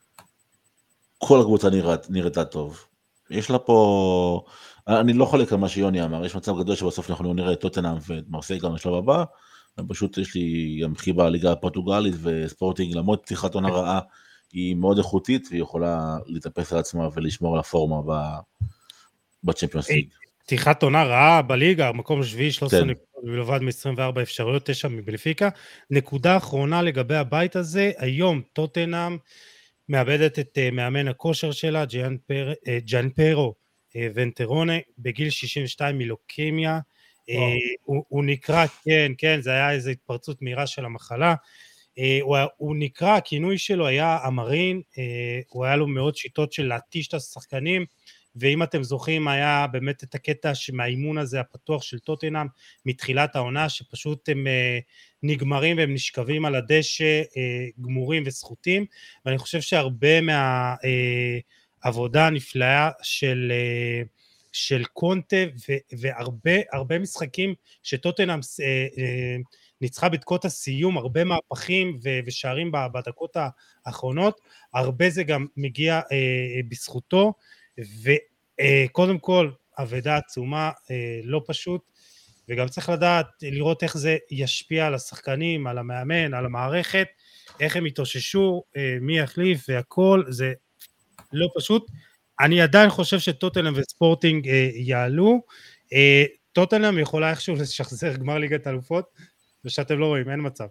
כל הקבוצה נראית, נראתה טוב. יש לה פה, אני לא חולק על מה שיוני אמר, יש מצב גדול שבסוף אנחנו נראה את טוטנהאם ואת מרסיי גם לשלב הבא, פשוט יש לי גם חיבה ליגה הפורטוגלית, וספורטינג למרות פתיחת עונה רעה, היא מאוד איכותית, והיא יכולה להתאפס על עצמה ולשמור על הפורמה בצ'מפיונס ליג. פתיחת עונה רעה בליגה, מקום שביעי, שלוש עשרה נקודות בלבד מ-עשרים וארבע אפשרויות, תשע מבנפיקה. נקודה אחרונה לגבי הבית הזה, היום טוטנהאם מאבדת את מאמן הכושר שלה, ג'אן פרו ונטרונה, בגיל שישים ושתיים מלוקמיה, הוא, הוא נקרא, כן, כן, זה היה איזו התפרצות מהירה של המחלה, הוא, הוא נקרא, הכינוי שלו היה אמרין, הוא היה לו מאוד שיטות של להתיש את השחקנים, ואם אתם זוכרים, היה באמת את הקטע מהאימון הזה הפתוח של טוטנהאם, מתחילת העונה, שפשוט הם נגמרים והם נשכבים על הדשא, גמורים וסחוטים, ואני חושב שהרבה מהעבודה הנפלאה של, של קונטה, והרבה הרבה משחקים שטוטנהאם ניצחה בדקות הסיום, הרבה מהפכים ושערים בדקות האחרונות, הרבה זה גם מגיע בזכותו, וקודם כל עבודה עצומה, לא פשוט, וגם צריך לדעת לראות איך זה ישפיע על השחקנים, על המאמן, על המערכת, איך הם יתאוששו, מי יחליף והכל, זה לא פשוט. אני עדיין חושב שטוטנהאם וספורטינג יעלו, טוטנהאם יכולה איכשהו לשחזר גמר ליגת האלופות, ושאתם לא רואים, אין מצב.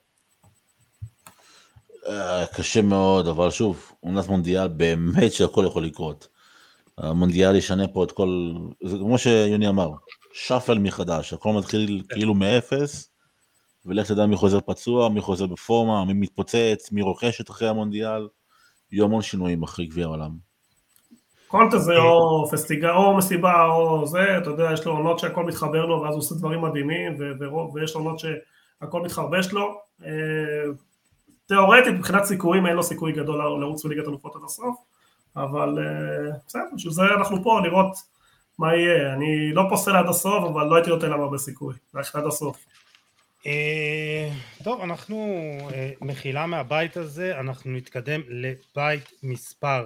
קשה מאוד, אבל שוב, עונת מונדיאל באמת שהכל יכול לקרות. המונדיאל ישנה פה את כל, זה כמו שיוני אמר, שפל מחדש, הכל מתחיל כאילו מאפס, ולך תדע מי חוזר פצוע, מי חוזר בפורמה, מי מתפוצץ, מי רוכשת אחרי המונדיאל, יהיו המון שינויים אחרי גביע העולם. קונטה זה או פסטיגה, או מסיבה, או זה, אתה יודע, יש לו עונות שהכל מתחבר לו, ואז הוא עושה דברים מדהימים, ויש לו עונות שהכל מתחרבש לו. תיאורטית, מבחינת סיכויים, אין לו סיכוי גדול לרוץ בליגת האלופות עד הסוף, אבל בסדר, בשביל זה אנחנו פה לראות מה יהיה. אני לא פוסל עד הסוף, אבל לא הייתי נותן למה בסיכוי, ללכת עד הסוף. טוב, אנחנו מחילה מהבית הזה, אנחנו נתקדם לבית מספר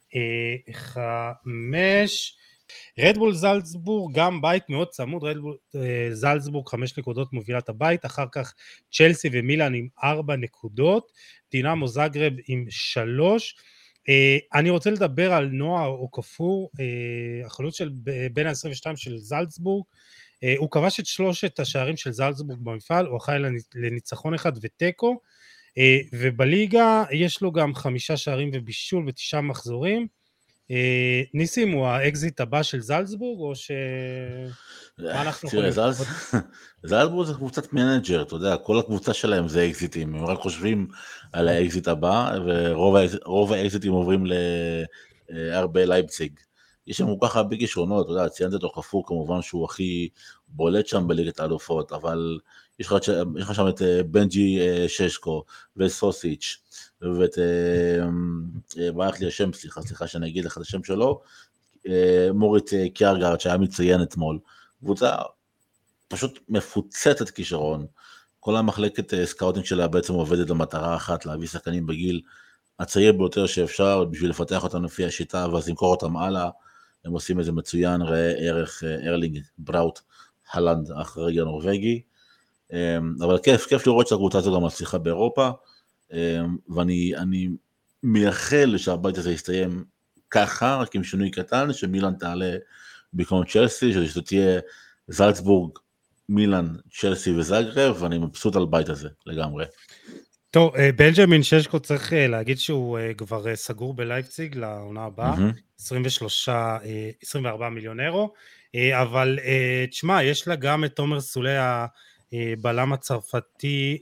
חמש, רדבול זלצבורג, גם בית מאוד צמוד, רדבול זלצבורג חמש נקודות מובילת הבית, אחר כך צ'לסי ומילאן עם ארבע נקודות, דינמו זאגרב עם שלוש. אני רוצה לדבר על נועה אוקפור, החלוץ של בין ה-עשרים ושתיים של זלצבורג, הוא כבש את שלושת השערים של זלצבורג במפעל, הוא אחראי לניצחון אחד וטקו, ובליגה יש לו גם חמישה שערים ובישול ותשעה מחזורים. ניסים, הוא האקזיט הבא של זלצבורג, או ש... מה אנחנו יכולים? זלצבורג זה קבוצת מנג'ר, אתה יודע, כל הקבוצה שלהם זה אקזיטים, הם רק חושבים על האקזיט הבא, ורוב האקזיטים עוברים ל-אר בי לייפציג. יש שם כל כך הרבה כישרונות, אתה יודע, ציינת את אוקפור כמובן שהוא הכי בולט שם בליגת האלופות, אבל יש לך שם את בנג'י ששקו וסוסיץ' ואת, ברח לי השם, סליחה, סליחה שאני אגיד לך את השם שלו, מוריט קיארגרד שהיה מציין אתמול, קבוצה פשוט מפוצצת כישרון, כל המחלקת סקאוטינג שלה בעצם עובדת למטרה אחת, להביא שחקנים בגיל הצעיר ביותר שאפשר, בשביל לפתח אותם לפי השיטה, ואז למכור אותם הלאה, הם עושים את זה מצוין, ראה ערך ארלינג בראוט הלנד אחרי רגע נורווגי, אבל כיף, כיף לראות שהקבוצה הזו גם מצליחה באירופה, ואני אני מייחל שהבית הזה יסתיים ככה, רק עם שינוי קטן, שמילאן תעלה במקום צ'לסי, שזה תהיה זלצבורג, מילאן, צ'לסי וזאגרב, ואני מבסוט על בית הזה לגמרי. טוב, בנג'מין ששקו צריך להגיד שהוא כבר סגור בלייפציג לעונה הבאה, עשרים ושלושה, עשרים וארבעה מיליון אירו, אבל תשמע, יש לה גם את תומר סולי הבלם הצרפתי,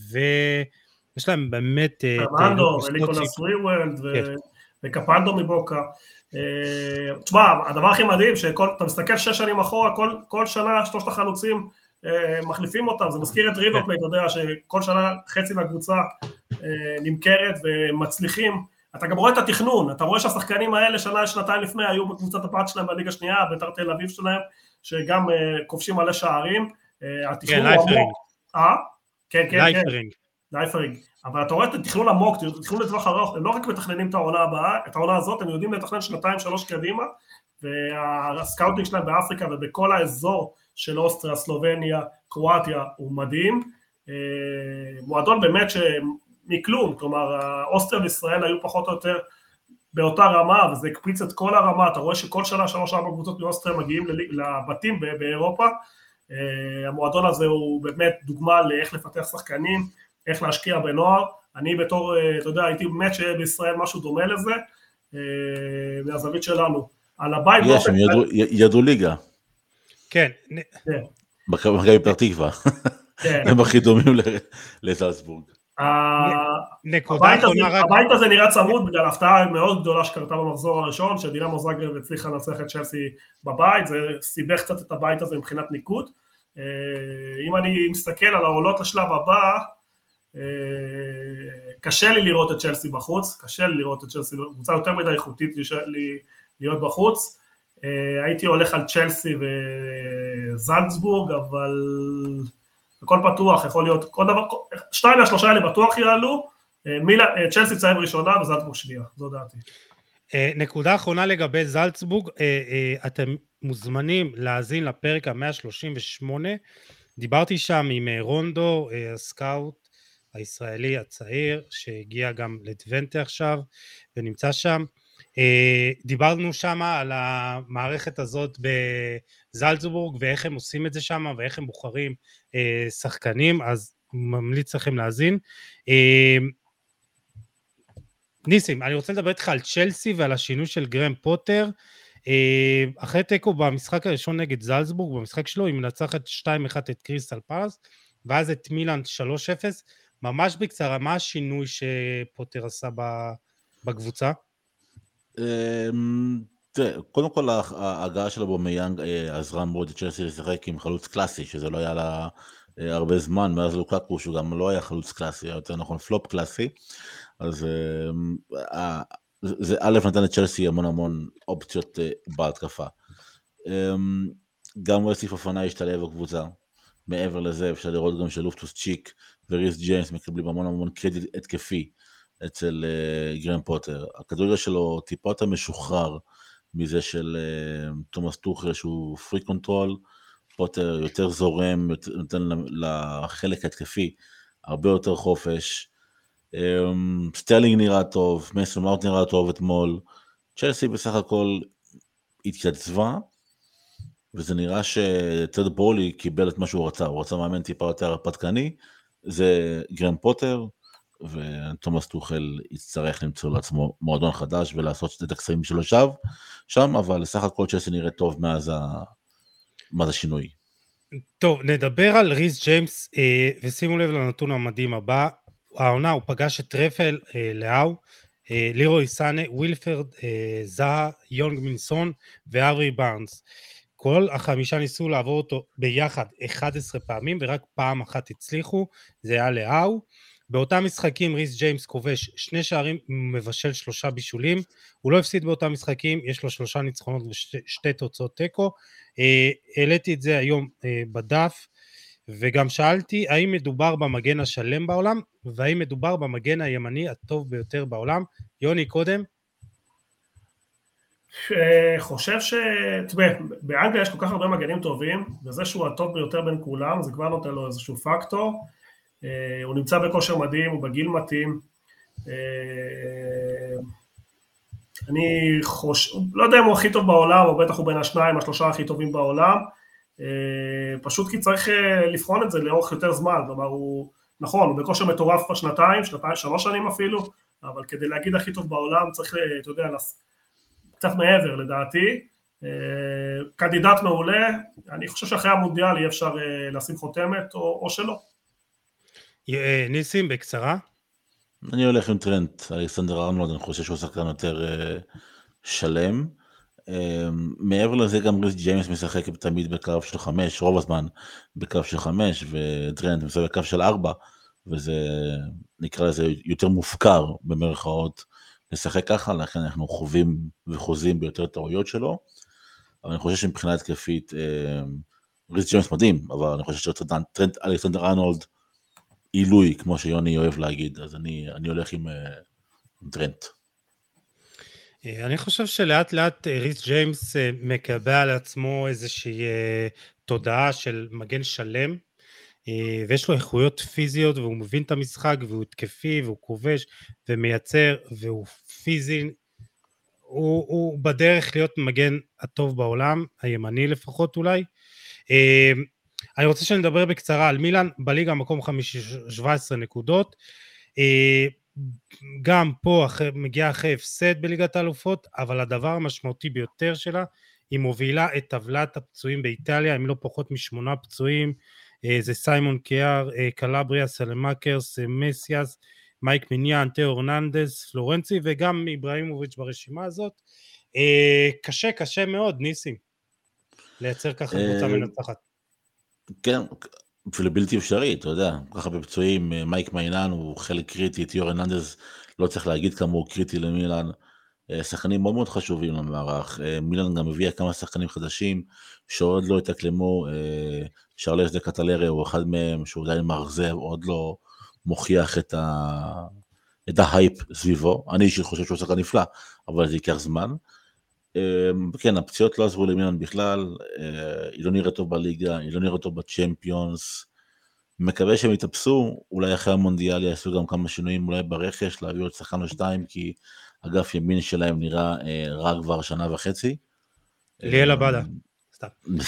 ויש להם באמת... פרננדו, וניקולס וויוולד, וקפנדו מבוקה. תשמע, הדבר הכי מדהים, שאתה מסתכל שש שנים אחורה, כל שנה שלושת החלוצים מחליפים אותם, זה מזכיר את ריבר פלייט, אתה יודע שכל שנה חצי מהקבוצה נמכרת ומצליחים, אתה גם רואה את התכנון, אתה רואה שהשחקנים האלה שנה, שנתיים לפני, היו בקבוצת הבת שלהם בליגה השנייה, בית"ר תל אביב שלהם, שגם כובשים מלא שערים, כן, לייפרינג. אה? כן, כן, לייפרינג. לייפרינג. אבל אתה רואה את התכנון עמוק, תכנון לטווח ארוך, הם לא רק מתכננים את העונה הבאה, את העונה הזאת, הם יודעים לתכנן שנתיים, שלוש קדימה, והסקאוטינג שלהם באפריקה ובכל האזור של אוסטריה, סלובניה, קרואטיה, הוא מדהים. מועדון באמת שמכלום, כלומר, אוסטריה וישראל היו פחות או יותר באותה רמה, וזה הקפיץ את כל הרמה, אתה רואה שכל שנה שלוש ארבע קבוצות מאוסטריה מגיעים לבתים באירופה, המועדון הזה הוא באמת דוגמה לאיך לפתח שחקנים, איך להשקיע בנוער, אני בתור, אתה יודע, הייתי באמת שבישראל משהו דומה לזה, מהזווית שלנו. על הבית... יש, הם ידעו ליגה. כן. מכבי פתח תקווה. הם הכי דומים לזלצבורג. הבית הזה נראה צמוד בגלל הפתעה מאוד גדולה שקרתה במחזור הראשון, שדינמו זאגרב הצליחה לנצח את צ'לסי בבית, זה סיבך קצת את הבית הזה מבחינת ניקוד. אם אני מסתכל על העולות לשלב הבא, קשה לי לראות את צ'לסי בחוץ, קשה לי לראות את צ'לסי, קבוצה יותר מדי איכותית להיות בחוץ, הייתי הולך על צ'לסי וזלצבורג, אבל הכל פתוח, יכול להיות, כל דבר, שתיים מהשלושה האלה בטוח יעלו, צ'לסי צייב ראשונה וזלצבורג שנייה, זו דעתי. נקודה אחרונה לגבי זלצבורג, אתם מוזמנים להאזין לפרק ה-מאה שלושים ושמונה, דיברתי שם עם רונדו, הסקאוט הישראלי הצעיר, שהגיע גם לדוונטה עכשיו, ונמצא שם, דיברנו שם על המערכת הזאת בזלצבורג, ואיך הם עושים את זה שם, ואיך הם בוחרים שחקנים, אז ממליץ לכם להאזין. ניסים, אני רוצה לדבר איתך על צ'לסי ועל השינוי של גרם פוטר, אחרי תיקו במשחק הראשון נגד זלצבורג, במשחק שלו היא מנצחת שתיים אחת את קריסטל פלאס, ואז את מילאן שלוש אפס, ממש בקצרה, מה השינוי שפוטר עשה בקבוצה? קודם כל ההגעה של אובמיאנג עזרה מאוד את צ'לסי לשחק עם חלוץ קלאסי, שזה לא היה לה הרבה זמן, מאז לוקאקו שהוא גם לא היה חלוץ קלאסי, היה יותר נכון פלופ קלאסי, אז זה א' נתן לצ'לסי המון המון אופציות בהתקפה. גם רסיף אופנה השתלב בקבוצה, מעבר לזה אפשר לראות גם שלופטוס צ'יק וריס ג'יימס מקבלים המון המון קרדיט התקפי אצל גרם פוטר. הכדורגל שלו טיפה יותר משוחרר מזה של תומאס טוחל שהוא פרי קונטרול, פוטר יותר זורם, נותן לחלק התקפי הרבה יותר חופש, סטרלינג נראה טוב, מייסון מאונט נראה טוב אתמול, צ'לסי בסך הכל התייצבה, וזה נראה שטד בולי קיבל את מה שהוא רצה, הוא רצה מאמן טיפה יותר פתקני, זה גרם פוטר, ותומאס טוחל יצטרך למצוא לעצמו מועדון חדש, ולעשות את הקסמים שלו שב, שם, אבל סך הכל צ'לסי נראה טוב מאז ה... מה זה שינוי. טוב, נדבר על ריס ג'יימס, ושימו לב לנתון המדהים הבא, העונה הוא פגש את רפל לאו, לירוי סאנה, ווילפרד זהה, יונג מינסון וארי בארנס. כל החמישה ניסו לעבור אותו ביחד אחת עשרה פעמים, ורק פעם אחת הצליחו, זה היה לאו, באותם משחקים ריס ג'יימס כובש שני שערים, מבשל שלושה בישולים, הוא לא הפסיד באותם משחקים, יש לו שלושה ניצחונות ושתי תוצאות תיקו, העליתי את זה היום בדף, וגם שאלתי האם מדובר במגן השלם בעולם, והאם מדובר במגן הימני הטוב ביותר בעולם. יוני קודם. חושב ש... תראה, באנגליה יש כל כך הרבה מגנים טובים, וזה שהוא הטוב ביותר בין כולם, זה כבר נותן לו איזשהו פקטור, הוא נמצא בכושר מדהים, הוא בגיל מתאים, אני חושב, לא יודע אם הוא הכי טוב בעולם, או בטח הוא בין השניים, השלושה הכי טובים בעולם, פשוט כי צריך לבחון את זה לאורך יותר זמן, כלומר הוא, נכון, הוא בכושר מטורף כבר שנתיים, שנתיים, שלוש שנים אפילו, אבל כדי להגיד הכי טוב בעולם צריך, אתה יודע, קצת מעבר לדעתי, קנדידט מעולה, אני חושב שאחרי המונדיאל יהיה אפשר לשים חותמת או, או שלא. ניסים, בקצרה. אני הולך עם טרנט, אלכסנדר ארנולד, אני חושב שהוא שחקן יותר שלם, מעבר לזה גם ריס ג'יימס משחק תמיד בקו של חמש, רוב הזמן בקו של חמש, וטרנט משחק בקו של ארבע, וזה נקרא לזה יותר מופקר במרכאות, לשחק ככה, לכן אנחנו חווים וחוזים ביותר טעויות שלו, אבל אני חושב שמבחינה התקפית, ריס ג'יימס מדהים, אבל אני חושב שטרנט אלכסנדר ארנולד, עילוי, כמו שיוני אוהב להגיד, אז אני, אני הולך עם, עם טרנט. אני חושב שלאט לאט ריס ג'יימס מקבל על עצמו איזושהי תודעה של מגן שלם, ויש לו איכויות פיזיות, והוא מבין את המשחק, והוא התקפי, והוא כובש, ומייצר, והוא פיזי, הוא, הוא בדרך להיות מגן הטוב בעולם, הימני לפחות אולי. אני רוצה שנדבר בקצרה על מילאן, בליגה מקום חמישי, שבע עשרה נקודות, גם פה מגיעה אחרי הפסד בליגת האלופות, אבל הדבר המשמעותי ביותר שלה, היא מובילה את טבלת הפצועים באיטליה, הם לא פחות משמונה פצועים, זה סיימון קיאר, קלבריה, סלמקרס, מסיאס, מייק מיניאן, תאו הרננדז, פלורנצי, וגם איברהימוביץ' ברשימה הזאת. קשה, קשה מאוד, ניסים, לייצר ככה קבוצה מנצחת. כן, אפילו בלתי אפשרי, אתה יודע, ככה בפצועים, מייק מיינן הוא חלק קריטי, תאו הרננדז, לא צריך להגיד כמה הוא קריטי למילאן, שחקנים מאוד מאוד חשובים למערך, מילאן גם הביאה כמה שחקנים חדשים, שעוד לא התאקלמו, שרלס דה קטלרי הוא אחד מהם, שהוא עדיין מרזב, עוד לא מוכיח את, ה... את ההייפ סביבו, אני אישית חושב שהוא שחקן נפלא, אבל זה ייקח זמן, כן, הפציעות לא עזבו למילאן בכלל, היא לא נראית טוב בליגה, היא לא נראית טוב בצ'מפיונס, מקווה שהם יתאפסו, אולי אחרי המונדיאל יעשו גם כמה שינויים אולי ברכש, להביא עוד שחקן או שתיים, כי אגף ימין שלהם נראה רע כבר שנה וחצי. ליאל עבדה, סתם.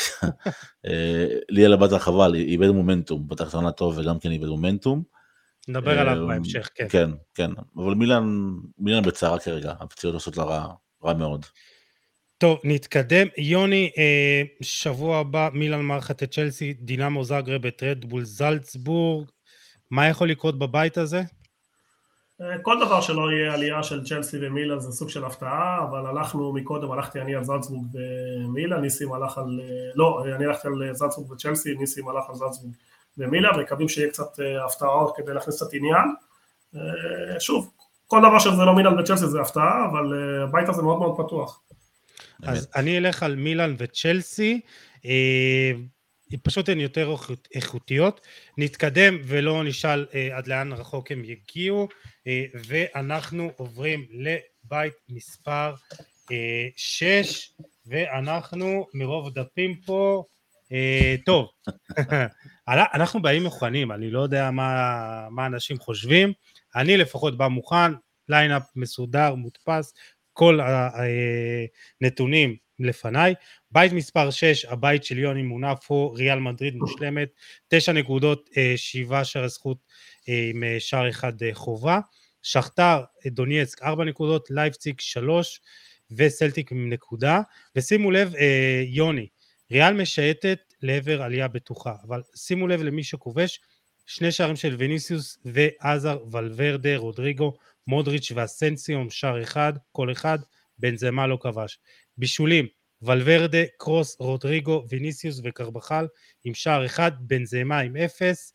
ליאל עבדה חבל, איבד מומנטום, פתח תעונה טוב וגם כן איבד מומנטום. נדבר עליו בהמשך, כן. כן, כן, אבל מילאן, מילאן בצערה כרגע, הפציעות עושות לה רע, רע מאוד. טוב, נתקדם. יוני, שבוע הבא מילאן מארחת את צ'לסי, דינמו זאגרב, את רדבול זלצבורג, מה יכול לקרות בבית הזה? כל דבר שלא יהיה עלייה של צ'לסי ומילאן זה סוג של הפתעה, אבל הלכנו מקודם, הלכתי אני על זלצבורג ומילאן, ניסים הלך על, לא, אני הלכתי על זלצבורג וצ'לסי, ניסים הלך על זלצבורג ומילאן, ומקווים שיהיה קצת הפתעות כדי להכניס קצת עניין. שוב, כל דבר שזה לא מילאן וצ'לסי זה הפתעה, אבל הבית הזה מאוד מאוד פתוח. אז אני אלך על מילאן וצ'לסי, פשוט הן יותר איכותיות, נתקדם ולא נשאל עד לאן רחוק הם יגיעו, ואנחנו עוברים לבית מספר שש, ואנחנו מרוב דפים פה, טוב, אנחנו באים מוכנים, אני לא יודע מה, מה אנשים חושבים, אני לפחות בא מוכן, ליינאפ מסודר, מודפס, כל הנתונים לפניי, בית מספר שש, הבית של יוני מונפו, ריאל מדריד מושלמת, תשע נקודות, שבעה שערי זכות עם שער אחד חובה, שכתר דונייצק ארבע נקודות, לייפציג שלוש, וסלטיק עם נקודה, ושימו לב יוני, ריאל משייטת לעבר עלייה בטוחה, אבל שימו לב למי שכובש, שני שערים של ויניסיוס ועזר, ולוורדה, רודריגו, מודריץ' ואסנסיו, שער אחד, כל אחד, בנזמה לא כבש. בישולים, ולוורדה, קרוס, רודריגו, ויניסיוס וקרבחל, עם שער אחד, בנזמה עם אפס,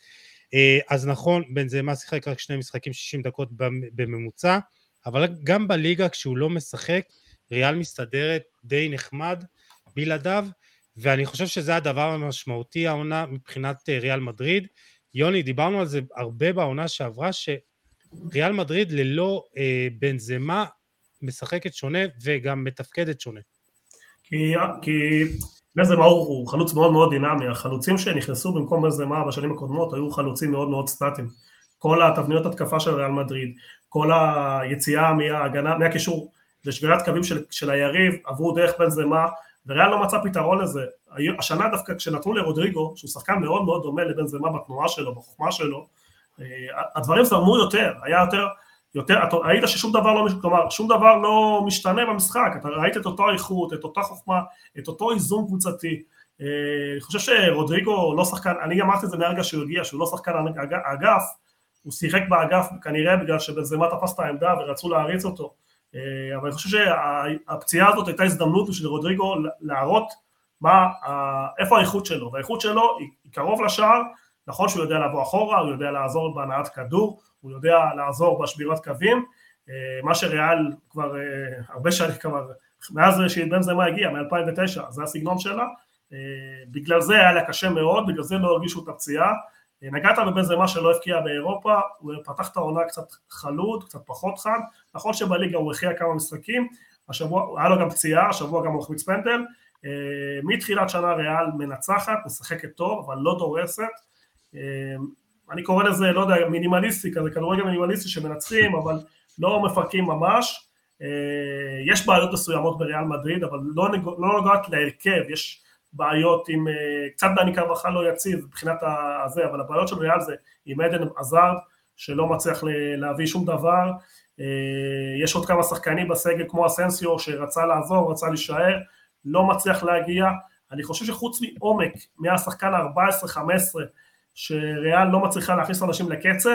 אז נכון, בנזמה שיחק רק שני משחקים שישים דקות בממוצע, אבל גם בליגה כשהוא לא משחק, ריאל מסתדרת די נחמד בלעדיו, ואני חושב שזה הדבר המשמעותי העונה מבחינת ריאל מדריד. יוני, דיברנו על זה הרבה בעונה שעברה, שריאל מדריד ללא אה, בנזמה משחקת שונה וגם מתפקדת שונה. כי, כי בנזמה הוא חלוץ מאוד מאוד דינמי, החלוצים שנכנסו במקום בנזמה בשנים הקודמות היו חלוצים מאוד מאוד סטטיים, כל התבניות התקפה של ריאל מדריד, כל היציאה מההגנה, מהקישור לשבירת קווים של, של היריב, עברו דרך בנזמה, וריאל לא מצא פתרון לזה. השנה דווקא כשנתנו לרודריגו, שהוא שחקן מאוד מאוד דומה לבנזמה בתנועה שלו, בחוכמה שלו, הדברים זרמו יותר, היה יותר, יותר, אתה ראית ששום דבר לא, כלומר, שום דבר לא משתנה במשחק, אתה ראית את אותו איכות, את אותה חוכמה, את אותו איזון קבוצתי. אני חושב שרודריגו לא שחקן, אני אמרתי את זה מהרגע שהוא הגיע, שהוא לא שחקן אגף, הוא שיחק באגף כנראה בגלל שבנזמה תפס את העמדה ורצו להריץ אותו, אבל אני חושב שהפציעה הזאת הייתה הזדמנות של רודריגו להראות מה, איפה האיכות שלו, והאיכות שלו היא קרוב לשער, נכון שהוא יודע לבוא אחורה, הוא יודע לעזור בהנעת כדור, הוא יודע לעזור בשבירת קווים, מה שריאל כבר הרבה שנים, כבר מאז שבנזמה הגיע, מ-אלפיים ותשע, זה הסגנון שלה, בגלל זה היה לה קשה מאוד, בגלל זה לא הרגישו את הפציעה, נגעת בבנזמה שלא הפקיע באירופה, הוא פתח את העונה קצת חלוד, קצת פחות חד, נכון שבליגה הוא הכריע כמה משחקים, השבוע, היה לו גם פציעה, השבוע גם הוא החמיץ פנדל, מתחילת שנה ריאל מנצחת, משחקת טוב, אבל לא דורסת, אני קורא לזה, לא יודע, מינימליסטי, כזה כדורגל מינימליסטי שמנצחים, אבל לא מפרקים ממש, יש בעיות מסוימות בריאל מדריד, אבל לא, לא נוגעת להרכב, יש בעיות עם, קצת דני קרבחל לא יציב מבחינת הזה, אבל הבעיות של ריאל זה עם עדן עזרד, שלא מצליח להביא שום דבר, יש עוד כמה שחקנים בסגל כמו אסנסיו, שרצה לעזור, רצה להישאר, לא מצליח להגיע, אני חושב שחוץ מעומק, מהשחקן ה-ארבע עשרה חמש עשרה, שריאל לא מצליחה להכניס אנשים לקצב,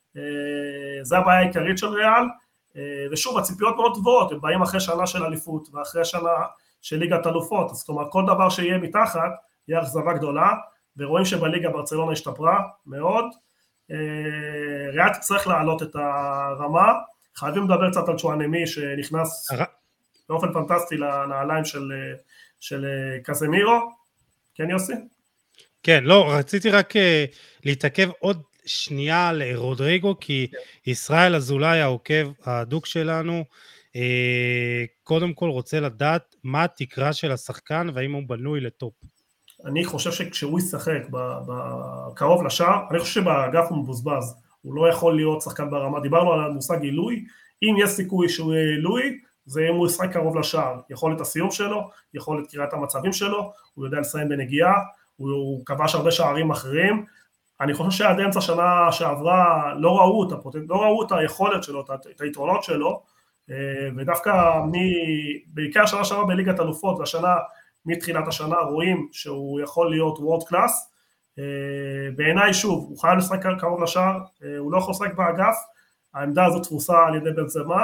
זה הבעיה העיקרית של ריאל, ושוב, הציפיות מאוד גבוהות, הם באים אחרי שנה של אליפות, ואחרי שנה של ליגת אלופות, זאת אומרת, כל דבר שיהיה מתחת, יהיה אכזבה גדולה, ורואים שבליגה ברצלונה השתפרה מאוד, ריאל צריך להעלות את הרמה, חייבים לדבר קצת על צ'ואנמי, שנכנס באופן פנטסטי לנעליים של, של קזמירו, כן יוסי? כן, לא, רציתי רק uh, להתעכב עוד שנייה לרודריגו, כי ישראל אזולאי העוקב הדוק שלנו, uh, קודם כל רוצה לדעת מה התקרה של השחקן, והאם הוא בנוי לטופ. אני חושב שכשהוא ישחק בקרוב לשער, אני חושב שבאגף הוא מבוזבז, הוא לא יכול להיות שחקן ברמה, דיברנו על המושג עילוי, אם יש סיכוי שהוא עילוי, זה אם הוא ישחק קרוב לשער, יכולת הסיום שלו, יכולת קריאת המצבים שלו, הוא יודע לסיים בנגיעה, הוא כבש הרבה שערים אחרים, אני חושב שעד אמצע שנה שעברה לא ראו את הפוטנט, לא ראו את היכולת שלו, את היתרונות שלו, ודווקא מ... בעיקר שנה שעברה בליגת אלופות, והשנה מתחילת השנה רואים שהוא יכול להיות וורד קלאס, בעיניי שוב, הוא חייב לשחק קרוב לשער, הוא לא יכול לשחק באגף, העמדה הזאת תפוסה על ידי בנזמה,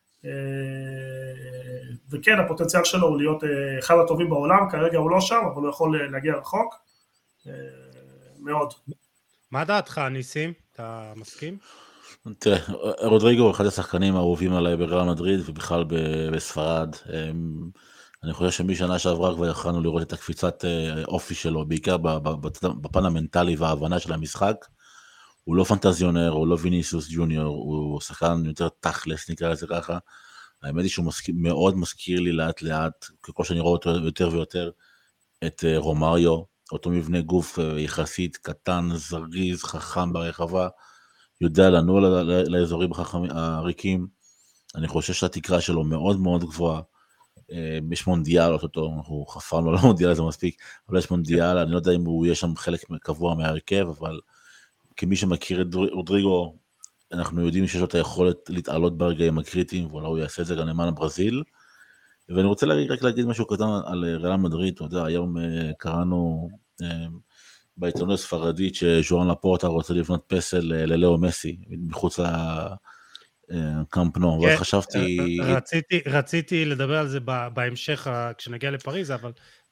וכן, הפוטנציאל שלו הוא להיות אחד הטובים בעולם, כרגע הוא לא שם, אבל הוא יכול להגיע רחוק, מאוד. מה דעתך, ניסים? אתה מסכים? תראה, רודריגו הוא אחד השחקנים האהובים עליי בריאל מדריד, ובכלל בספרד. אני חושב שמשנה שעברה כבר יכולנו לראות את הקפיצת אופי שלו, בעיקר בפן המנטלי וההבנה של המשחק. הוא לא פנטזיונר, הוא לא ויניסיוס ג'וניור, הוא שחקן יותר תכלס, נקרא לזה ככה. האמת היא שהוא מזכיר, מאוד מזכיר לי לאט לאט, ככל שאני רואה אותו יותר ויותר, את רומריו, אותו מבנה גוף יחסית קטן, זריז, חכם ברחבה, יודע לנוע לאזורים הריקים. אני חושב שהתקרה שלו מאוד מאוד גבוהה. יש מונדיאל אותו, אנחנו חפרנו על המונדיאל הזה מספיק, אבל יש מונדיאל, אני לא יודע אם הוא יהיה שם חלק קבוע מהרכב, אבל כמי שמכיר את רודריגו, אנחנו יודעים שיש לו את היכולת להתעלות ברגעים הקריטיים, ואולי הוא יעשה את זה גם למען ברזיל. ואני רוצה רק להגיד משהו קטן על ריאל מדריד. אתה יודע, היום קראנו בעיתונות הספרדית שז'ואן לפורטה רוצה לבנות פסל ללאו מסי, מחוץ לקאמפ נו, ואז חשבתי... רציתי לדבר על זה בהמשך כשנגיע לפריז, אבל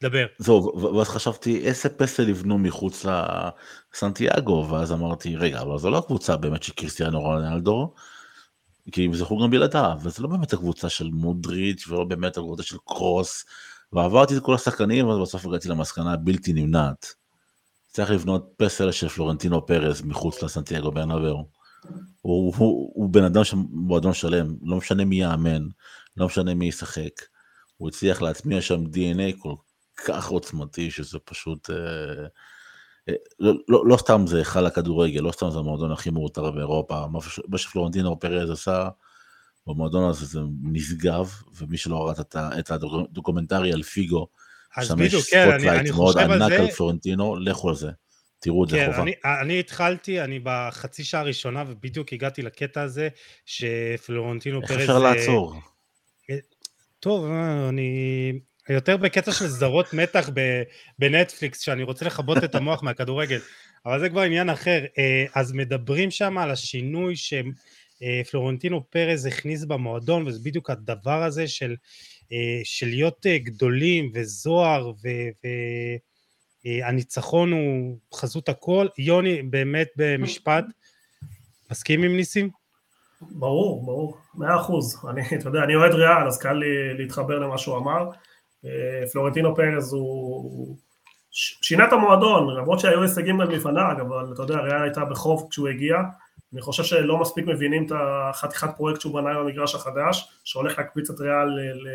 דבר. זהו, ואז חשבתי, איזה פסל לבנו מחוץ לסנטיאגו, ואז אמרתי, רגע, אבל זו לא הקבוצה באמת של קריסטיאנו רונלדו, כי הם זכו גם בלעדיו, וזה לא באמת הקבוצה של מודריץ' ולא באמת הקבוצה של קרוס, ועברתי את כל השחקנים, ובסוף הגעתי למסקנה הבלתי נמנעת. צריך לבנות פסל של פלורנטינו פרז מחוץ לסנטיאגו ברנבאו. הוא, הוא, הוא בן אדם שמועדון שלם, לא משנה מי יאמן, לא משנה מי ישחק. הוא הצליח להטמיע שם די אן איי כל כך עוצמתי, שזה פשוט... אה, אה, לא, לא, לא סתם זה חל הכדורגל, לא סתם זה המועדון הכי מאותר באירופה. מה שפלורנטינו פרז עשה, במועדון הזה זה נשגב, ומי שלא ראה את, את הדוקומנטרי על פיגו, שם יש ספוטלייט מאוד ענק על פלורנטינו, לכו על זה. תראו את זה חובה. אני, אני התחלתי, אני בחצי שעה הראשונה, ובדיוק הגעתי לקטע הזה, שפלורנטינו פרז... איך אפשר לעצור? טוב, אני יותר בקטע של סדרות מתח בנטפליקס, שאני רוצה לחבות את המוח מהכדורגל, אבל זה כבר עניין אחר. אז מדברים שם על השינוי שפלורנטינו פרז הכניס במועדון, וזה בדיוק הדבר הזה של, של להיות גדולים וזוהר ו... ו הניצחון הוא חזות הכל. יוני, באמת במשפט, מסכים עם ניסים? ברור, ברור, מאה אחוז. אני, אתה יודע, אני אוהד ריאל, אז קל לי להתחבר למה שהוא אמר. פלורנטינו פרז הוא שינה את המועדון, למרות שהיו הישגים גם לפניו, אבל אתה יודע, ריאל הייתה בחוב כשהוא הגיע. אני חושב שלא מספיק מבינים את החתיכת פרויקט שהוא בנה עם המגרש החדש, שהולך להקפיץ את ריאל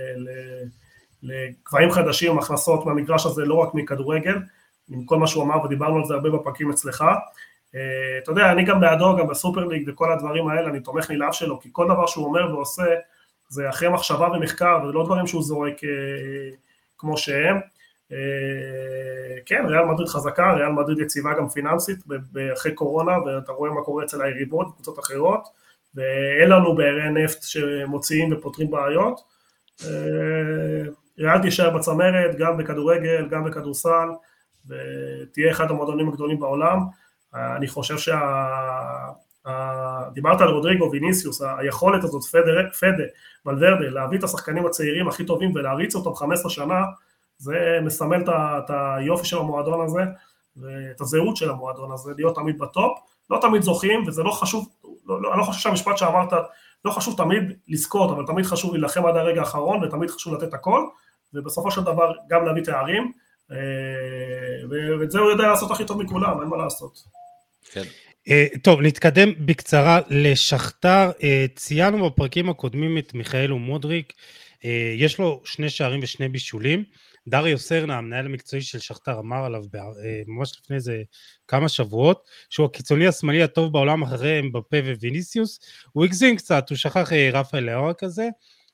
לקבעים חדשים, הכנסות מהמגרש הזה, לא רק מכדורגל, עם כל מה שהוא אמר, ודיברנו על זה הרבה בפרקים אצלך. אתה יודע, אני גם בעדו, גם בסופר ליג וכל הדברים האלה, אני תומך נלהב שלו, כי כל דבר שהוא אומר ועושה, זה אחרי מחשבה ומחקר, ולא דברים שהוא זורק כמו שהם. כן, ריאל מדריד חזקה, ריאל מדריד יציבה גם פיננסית, אחרי קורונה, ואתה רואה מה קורה אצל היריבות, קבוצות אחרות, ואין לנו בערי נפט שמוציאים ופותרים בעיות. ריאל תישאר בצמרת, גם בכדורגל, גם בכדורסל, ותהיה אחד המועדונים הגדולים בעולם. אני חושב שה... דיברת על רודריגו ויניסיוס, היכולת הזאת, פדה, פדה, ולוורדה, להביא את השחקנים הצעירים הכי טובים ולהריץ אותם חמש עשרה שנה, זה מסמל את היופי של המועדון הזה, ואת הזהות של המועדון הזה, להיות תמיד בטופ, לא תמיד זוכים, וזה לא חשוב, לא, לא, אני לא חושב שהמשפט שאמרת, לא חשוב תמיד לזכות, אבל תמיד חשוב להילחם עד הרגע האחרון, ותמיד חשוב לתת הכל, ובסופו של דבר גם להביא תארים, ואת זה הוא יודע לעשות הכי טוב מכולם, אין מה לעשות. כן. טוב, נתקדם בקצרה לשכתר. ציינו בפרקים הקודמים את מיכאל ומודריק, יש לו שני שערים ושני בישולים. דריו סרנה, המנהל המקצועי של שכתר, אמר עליו ממש לפני איזה כמה שבועות, שהוא הקיצוני השמאלי הטוב בעולם אחרי אמבפה וויניסיוס. הוא הגזים קצת, הוא שכח רפאל לאו כזה.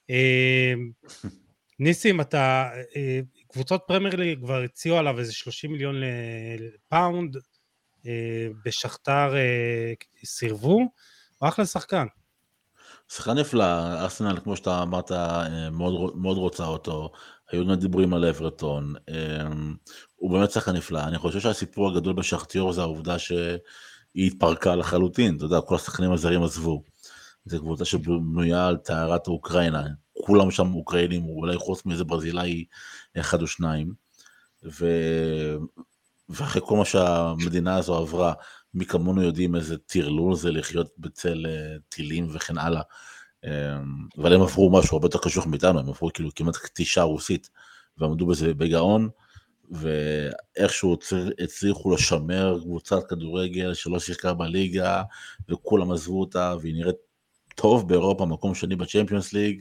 ניסים, אתה, קבוצות פרמייר ליג כבר הציעו עליו איזה שלושים מיליון פאונד, בשכתר סירבו, הוא אחלה שחקן. שחקן נפלא, ארסנל, כמו שאתה אמרת, מאוד, מאוד רוצה אותו, היו גם דיבורים על אברטון, הוא באמת שחקן נפלא. אני חושב שהסיפור הגדול בשכתר זה העובדה שהיא התפרקה לחלוטין, אתה יודע, כל השחקנים הזרים עזבו, זו קבוצה שבנויה על טהרת האוקראינה, כולם שם אוקראינים, אולי חוץ מאיזה ברזילאי אחד או שניים, ו... ואחרי כל מה שהמדינה הזו עברה, מי כמונו יודעים איזה טרלול זה לחיות בצל טילים וכן הלאה, אבל הם עברו משהו הרבה יותר קשוח מאיתנו, הם עברו כאילו כמעט כתישה רוסית, ועמדו בזה בגאון, ואיכשהו הצליחו לשמר קבוצת כדורגל שלא שיחקה בליגה, וכולם עזבו אותה, והיא נראית טוב באירופה, מקום שני בצ'מפיונס ליג.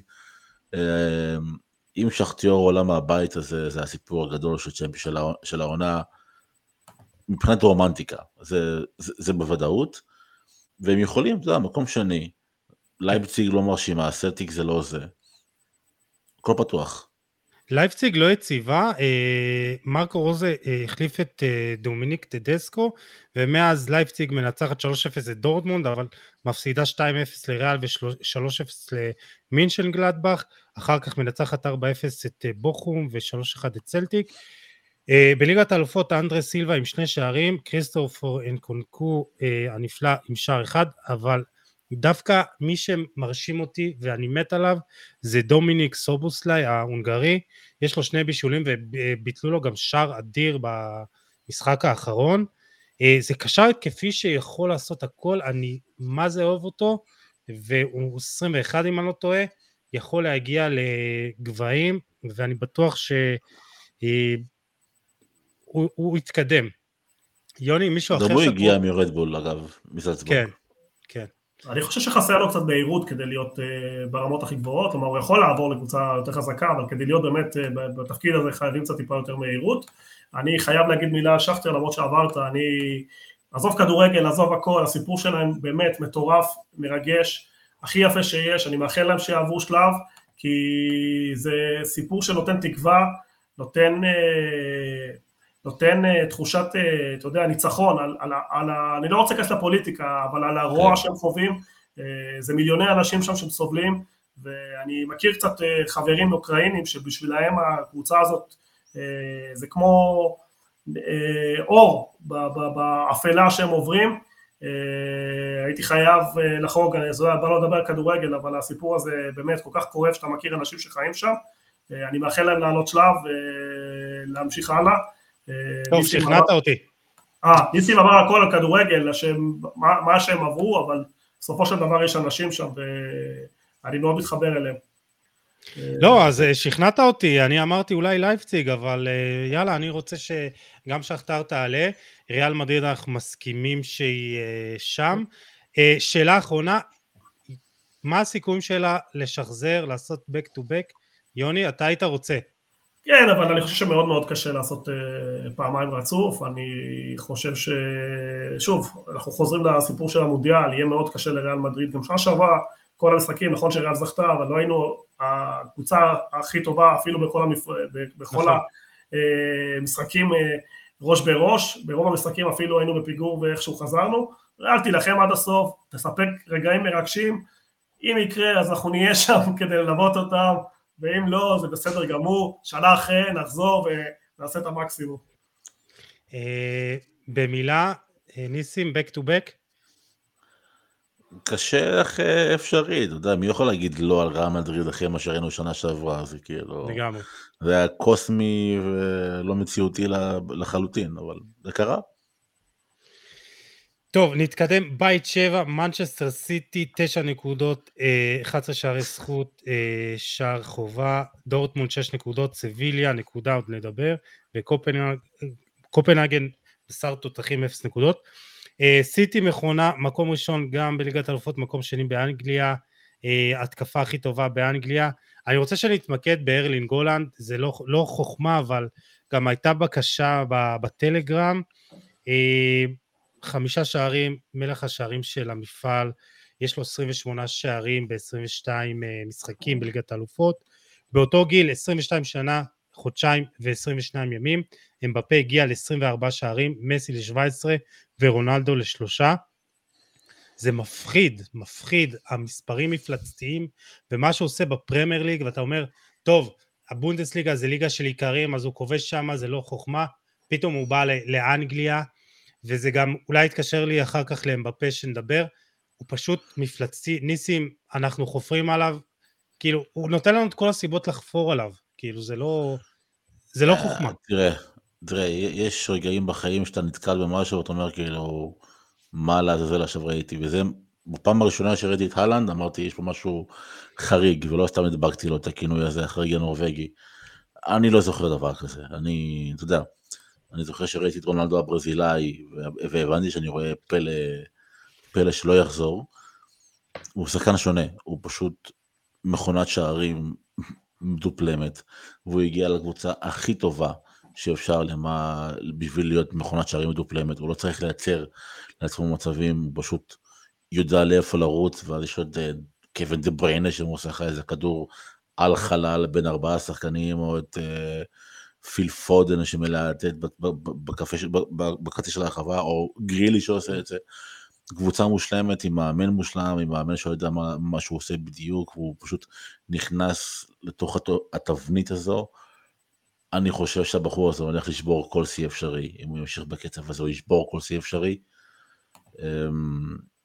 אם שכתר עולה מהבית הזה, זה הסיפור הגדול של העונה, מבחינת רומנטיקה, זה, זה, זה בוודאות, והם יכולים, זה מקום שני, לייפציג לא מרשימה, סלטיק זה לא זה, הכל פתוח. לייפציג לא יציבה, מרקו רוזה החליף את דומיניק טדסקו, ומאז לייפציג מנצחת שלוש אפס את דורטמונד, אבל מפסידה שתיים אפס לריאל ו-שלוש אפס למינשן גלדבך, אחר כך מנצחת ארבע אפס את בוכום ו-שלוש אחת את סלטיק. בליגת האלופות אנדרה סילבה עם שני שערים, כריסטופר אנקונקו הנפלא עם שער אחד, אבל דווקא מי שמרשים אותי ואני מת עליו זה דומיניק סובוסליי ההונגרי, יש לו שני בישולים וביטלו לו גם שער אדיר במשחק האחרון, זה קשר התקפי שיכול לעשות הכל, אני מה זה אוהב אותו, והוא עשרים ואחת אם אני לא טועה, יכול להגיע לגבהים, ואני בטוח שהוא יתקדם. יוני, מישהו אחר גם הוא הגיע מרדבול אגב, מסלצבורג. כן, כן. אני חושב שחסר לו קצת בהירות כדי להיות ברמות הכי גבוהות, כלומר הוא יכול לעבור לקבוצה יותר חזקה, אבל כדי להיות באמת בתפקיד הזה חייבים קצת טיפה יותר מהירות. אני חייב להגיד מילה על שכטר, למרות שעברת, אני עזוב כדורגל, עזוב הכל, הסיפור שלהם באמת מטורף, מרגש, הכי יפה שיש, אני מאחל להם שיעברו שלב, כי זה סיפור שנותן תקווה, נותן, נותן תחושת, אתה יודע, ניצחון, על, על, על, אני לא רוצה להיכנס לפוליטיקה, אבל על הרוע שהם חווים, זה מיליוני אנשים שם שסובלים, ואני מכיר קצת חברים אוקראינים, שבשבילהם הקבוצה הזאת, זה כמו אור באפלה שהם עוברים, הייתי חייב לחוג, אני בא לא לדבר כדורגל, אבל הסיפור הזה באמת כל כך כואב שאתה מכיר אנשים שחיים שם, אני מאחל להם לעלות שלב ולהמשיך הלאה. טוב, שכנעת אותי. אה, ניסים אמר הכל על כדורגל, מה שהם עברו, אבל בסופו של דבר יש אנשים שם ואני מאוד מתחבר אליהם. לא, אז שכנעת אותי, אני אמרתי אולי לייפציג, אבל יאללה, אני רוצה שגם שכתר תעלה, ריאל מדריד אנחנו מסכימים שהיא שם. שאלה אחרונה, מה הסיכויים שלה לשחזר, לעשות back to back? יוני, אתה היית רוצה? כן, אבל אני חושב שמאוד מאוד קשה לעשות פעמיים רצוף, אני חושב ש... שוב, אנחנו חוזרים לסיפור של המונדיאל, יהיה מאוד קשה לריאל מדריד, גם שנה שעברה, כל המשחקים, נכון שריאל זכתה, אבל לא היינו הקבוצה הכי טובה, אפילו בכל, המפ... בכל נכון. המשחקים ראש בראש, ברוב המשחקים אפילו היינו בפיגור ואיכשהו חזרנו, ריאל תילחם עד הסוף, תספק רגעים מרגשים, אם יקרה אז אנחנו נהיה שם כדי ללוות אותם, ואם לא זה בסדר גמור, שנה אחרי נחזור ונעשה את המקסימום. במילה, ניסים, back to back? קשה איך אפשרי, אתה יודע, מי יכול להגיד לא על ריאל מדריד אחרי מה שראינו שנה שעברה, זה כאילו, לגמרי. זה היה קוסמי ולא מציאותי לחלוטין, אבל זה קרה. טוב, נתקדם, בית שבע, מנצ'סטר סיטי, תשע נקודות, אחת עשרה שערי זכות, שער חובה, דורטמונד שש נקודות, סביליה, נקודה עוד נדבר, וקופנהגן בשר תותחים אפס נקודות, סיטי מכונה, מקום ראשון גם בליגת האלופות, מקום שני באנגליה, התקפה הכי טובה באנגליה, אני רוצה שנתמקד בארלינג הולנד, זה לא, לא חוכמה, אבל גם הייתה בקשה בטלגרם, חמישה שערים, מלך השערים של המפעל, יש לו עשרים ושמונה שערים ב-עשרים ושתיים משחקים בליגת האלופות, באותו גיל עשרים ושתיים שנה, חודשיים ו-עשרים ושניים ימים, אמבפה הגיע ל-עשרים וארבעה שערים, מסי ל-שבע עשרה ורונלדו לשלושה, זה מפחיד, מפחיד, המספרים מפלצתיים, ומה שהוא עושה בפרמייר ליג, ואתה אומר, טוב, הבונדסליגה זה ליגה של עיקרים, אז הוא כובש שם, זה לא חוכמה, פתאום הוא בא לאנגליה, וזה גם, אולי יתקשר לי אחר כך לאמבפה שנדבר, הוא פשוט מפלצתי, ניסים, אנחנו חופרים עליו, כאילו, הוא נותן לנו את כל הסיבות לחפור עליו, כאילו, זה לא, זה לא חוכמה. תראה, תראה, יש רגעים בחיים שאתה נתקל במשהו, ואתה אומר, כאילו, מה לעזאזל עכשיו ראיתי, וזה, בפעם הראשונה שראיתי את הלנד, אמרתי, יש פה משהו חריג, ולא סתם הדבקתי לו את הכינוי הזה, החריג הנורווגי. אני לא זוכר דבר כזה, אני, אתה יודע, אני זוכר שראיתי את רונלדו הברזילאי, והבנתי שאני רואה פלא, פלא שלא יחזור, הוא שחקן שונה, הוא פשוט מכונת שערים מדופלמת, והוא הגיע לקבוצה הכי טובה שאפשר למה, בשביל להיות מכונת שערים מדופלמת, הוא לא צריך לייצר לעצמו מצבים, הוא פשוט יודע לאיפה לרוץ, ואז יש עוד קווין דה בריינה שמוסר לך איזה כדור על חלל בין ארבעה שחקנים, או את פיל פודן שמלהטט בקצה של הרחבה, או גרילי שעושה את זה, קבוצה מושלמת עם מאמן מושלם, עם מאמן שיודע מה, מה שהוא עושה בדיוק, והוא פשוט נכנס לתוך התבנית הזו. אני חושב שהבחור הזה הולך לשבור כל שיא אפשרי, אם הוא ימשיך בקצב הזה, הוא ישבור כל שיא אפשרי.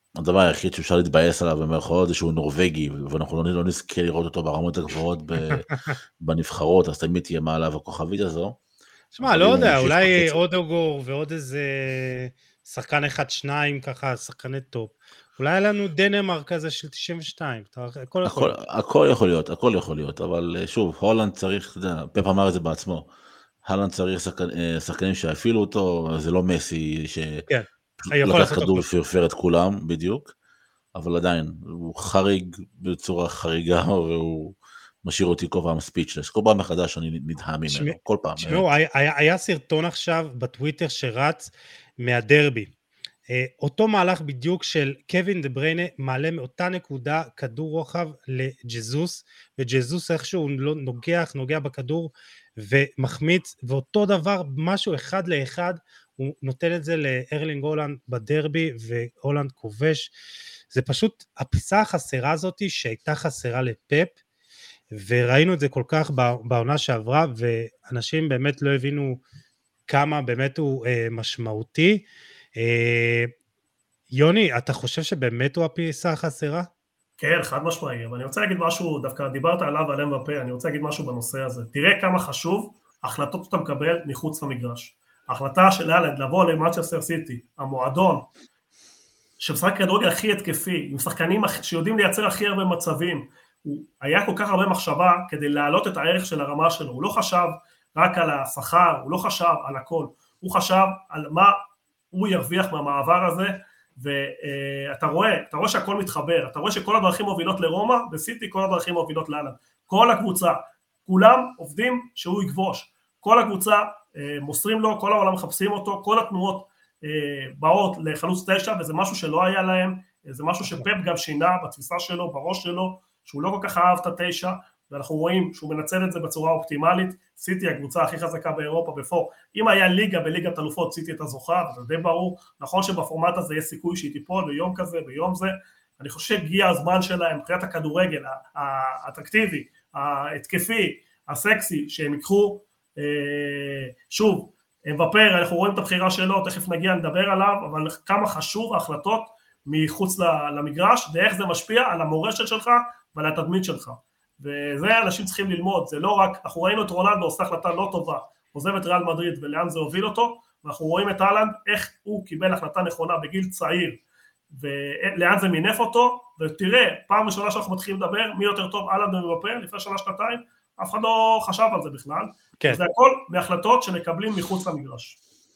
הדבר היחיד שאפשר להתבאס עליו במרכאות זה שהוא נורווגי, ואנחנו לא נזכה לראות אותו ברמות הגבוהות בנבחרות, אז תמיד תהיה מעליו הכוכבית הזו. שמע, לא יודע, אולי אודוגור ועוד איזה שחקן אחד שניים ככה, שחקני טופ. אולי היה לנו דנמרק כזה של תשעים ושתיים, הכל יכול להיות. הכל יכול להיות, הכל יכול להיות, אבל שוב, הולנד צריך, פפ אמר את זה בעצמו, הולנד צריך שחקנים שאפילו אותו, זה לא מסי שלקח כדור ופרפר את כולם, בדיוק, אבל עדיין, הוא חריג בצורה חריגה, והוא משאיר אותי כל פעם ספיצ'לס, כל פעם מחדש אני נדהם ממנו, כל פעם. תשמעו, היה סרטון עכשיו בטוויטר שרץ מהדרבי, אותו מהלך בדיוק של קווין דה בריינה מעלה מאותה נקודה כדור רוחב לג'זוס, וג'זוס איכשהו לא נוגח, נוגע בכדור ומחמיץ, ואותו דבר, משהו אחד לאחד, הוא נותן את זה לארלינג הולנד בדרבי, והולנד כובש. זה פשוט הפיסה החסרה הזאת שהייתה חסרה לפפ, וראינו את זה כל כך בעונה שעברה, ואנשים באמת לא הבינו כמה באמת הוא משמעותי. יוני, אתה חושב שבאמת הוא הפיסה החסרה? כן, חד משמעי, אבל אני רוצה להגיד משהו, דווקא דיברת עליו על אמבפה, אני רוצה להגיד משהו בנושא הזה. תראה כמה חשוב החלטות שאתה מקבל מחוץ למגרש. ההחלטה של הלנד לבוא למנצ'סטר סיטי, המועדון, שמשחק כדורגל הכי התקפי, עם שחקנים שיודעים לייצר הכי הרבה מצבים, הוא היה כל כך הרבה מחשבה כדי להעלות את הערך של הרמה שלו, הוא לא חשב רק על השכר, הוא לא חשב על הכל, הוא חשב על מה הוא ירוויח מהמעבר הזה, ואתה רואה, אתה רואה שהכל מתחבר, אתה רואה שכל הדרכים מובילות לרומא, בסיטי כל הדרכים מובילות לאלן, כל הקבוצה, כולם עובדים שהוא יגבוש, כל הקבוצה מוסרים לו, כל העולם מחפשים אותו, כל התנועות באות לחלוץ תשע, וזה משהו שלא היה להם, זה משהו שפפ גם שינה בתפיסה שלו, בראש שלו, שהוא לא כל כך אהב את התשע, ואנחנו רואים שהוא מנצל את זה בצורה אופטימלית. סיטי הקבוצה הכי חזקה באירופה בפור, אם היה ליגה בליגת אלופות סיטי את הזוכה, וזה די ברור, נכון שבפורמט הזה יש סיכוי שהיא תיפול ביום כזה, ביום זה, אני חושב שהגיע הזמן שלהם, מבחינת הכדורגל, האטרקטיבי, ההתקפי, הסקסי, שהם יקחו, שוב, אמבפה, אנחנו רואים את הבחירה שלו, תכף נגיע נדבר עליו, אבל כמה חשוב ההחלטות מחוץ למגרש, ואיך זה משפיע על המורשת שלך ועל התדמית שלך. וזה אנשים צריכים ללמוד, זה לא רק, אנחנו ראינו את רונלדו עושה החלטה לא טובה, עוזב את ריאל מדריד ולאן זה הוביל אותו, ואנחנו רואים את הלנד, איך הוא קיבל החלטה נכונה בגיל צעיר, ולאן זה מינף אותו, ותראה, פעם ראשונה שאנחנו מתחילים לדבר, מי יותר טוב, הלנד ומבפה, לפני שנה שנתיים, אף אחד לא חשב על זה בכלל, כן. זה הכל מהחלטות שמקבלים מחוץ למגרש.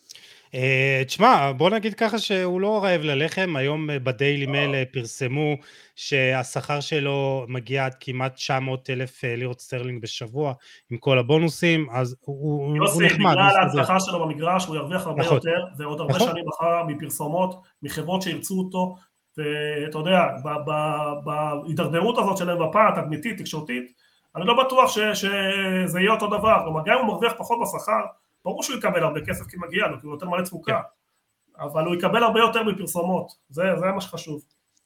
תשמע, בוא נגיד ככה שהוא לא רעב ללחם, היום בדיילי מייל פרסמו שהשכר שלו מגיע עד כמעט תשע מאות אלף לירות סטרלינג בשבוע, עם כל הבונוסים, אז הוא נחמד. יוסי, בגלל ההצלחה שלו במגרש, הוא ירוויח הרבה יותר, ועוד הרבה שנים אחר מפרסומות, מחברות שירצו אותו, ואתה יודע, בהידרדרות הזאת של אמבפה, תדמיתית, תקשורתית, אני לא בטוח שזה יהיה אותו דבר, גם הוא מרוויח פחות בשכר, ברור שהוא יקבל הרבה כסף כי מגיע לו, כי הוא נותן מלא תפוקה, אבל הוא יקבל הרבה יותר מפרסומות, זה מה שחשוב.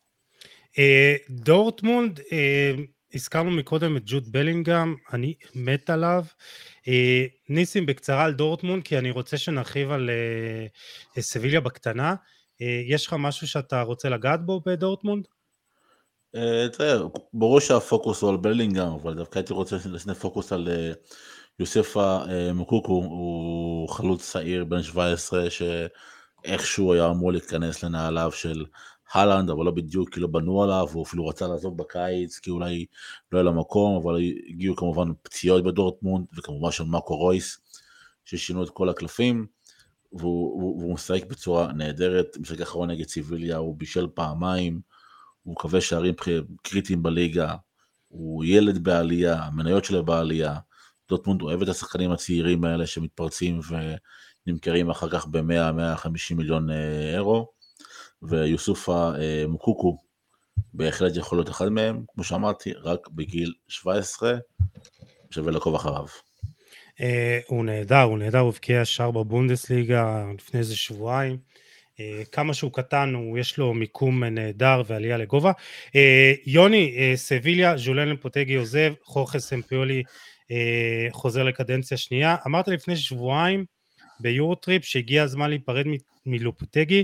דורטמונד, הזכרנו מקודם את ג'וד בלינגהם, אני מת עליו, ניסים בקצרה על דורטמונד, כי אני רוצה שנרחיב על סביליה בקטנה, יש לך משהו שאתה רוצה לגעת בו בדורטמונד? תראה, ברור שהפוקוס הוא על בלינגהם, אבל דווקא הייתי רוצה לשני פוקוס על יוספה מוקוקו, הוא חלוץ צעיר בן שבע עשרה, שאיכשהו היה אמור להתכנס לנעליו של הלנד, אבל לא בדיוק, כי לא בנו עליו, הוא אפילו רצה לעזוב בקיץ, כי אולי לא היה למקום, אבל הגיעו כמובן פציעות בדורטמונד, וכמובן של מקו רויס, ששינו את כל הקלפים, והוא, והוא משחק בצורה נהדרת, משחק האחרון נגד סיביליה, הוא בישל פעמיים, הוא קווה שערים קריטיים בליגה, הוא ילד בעלייה, המניות שלו בעלייה, דורטמונד אוהב את השחקנים הצעירים האלה שמתפרצים ונמכרים אחר כך ב-מאה עד מאה וחמישים מיליון אירו, ויוסופה מוקוקו בהחלט יכול להיות אחד מהם, כמו שאמרתי, רק בגיל שבע עשרה, שווה לעקוב אחריו. הוא נהדר, הוא נהדר, הוא הבקיע שער בבונדסליגה לפני איזה שבועיים, כמה שהוא קטן, יש לו מיקום נהדר ועלייה לגובה. יוני, סביליה, ז'ולן לפוטגי עוזב, חורכה סמפיולי חוזר לקדנציה שנייה, אמרת לפני שבועיים ביורוטריפ שהגיע הזמן להיפרד מלופוטגי,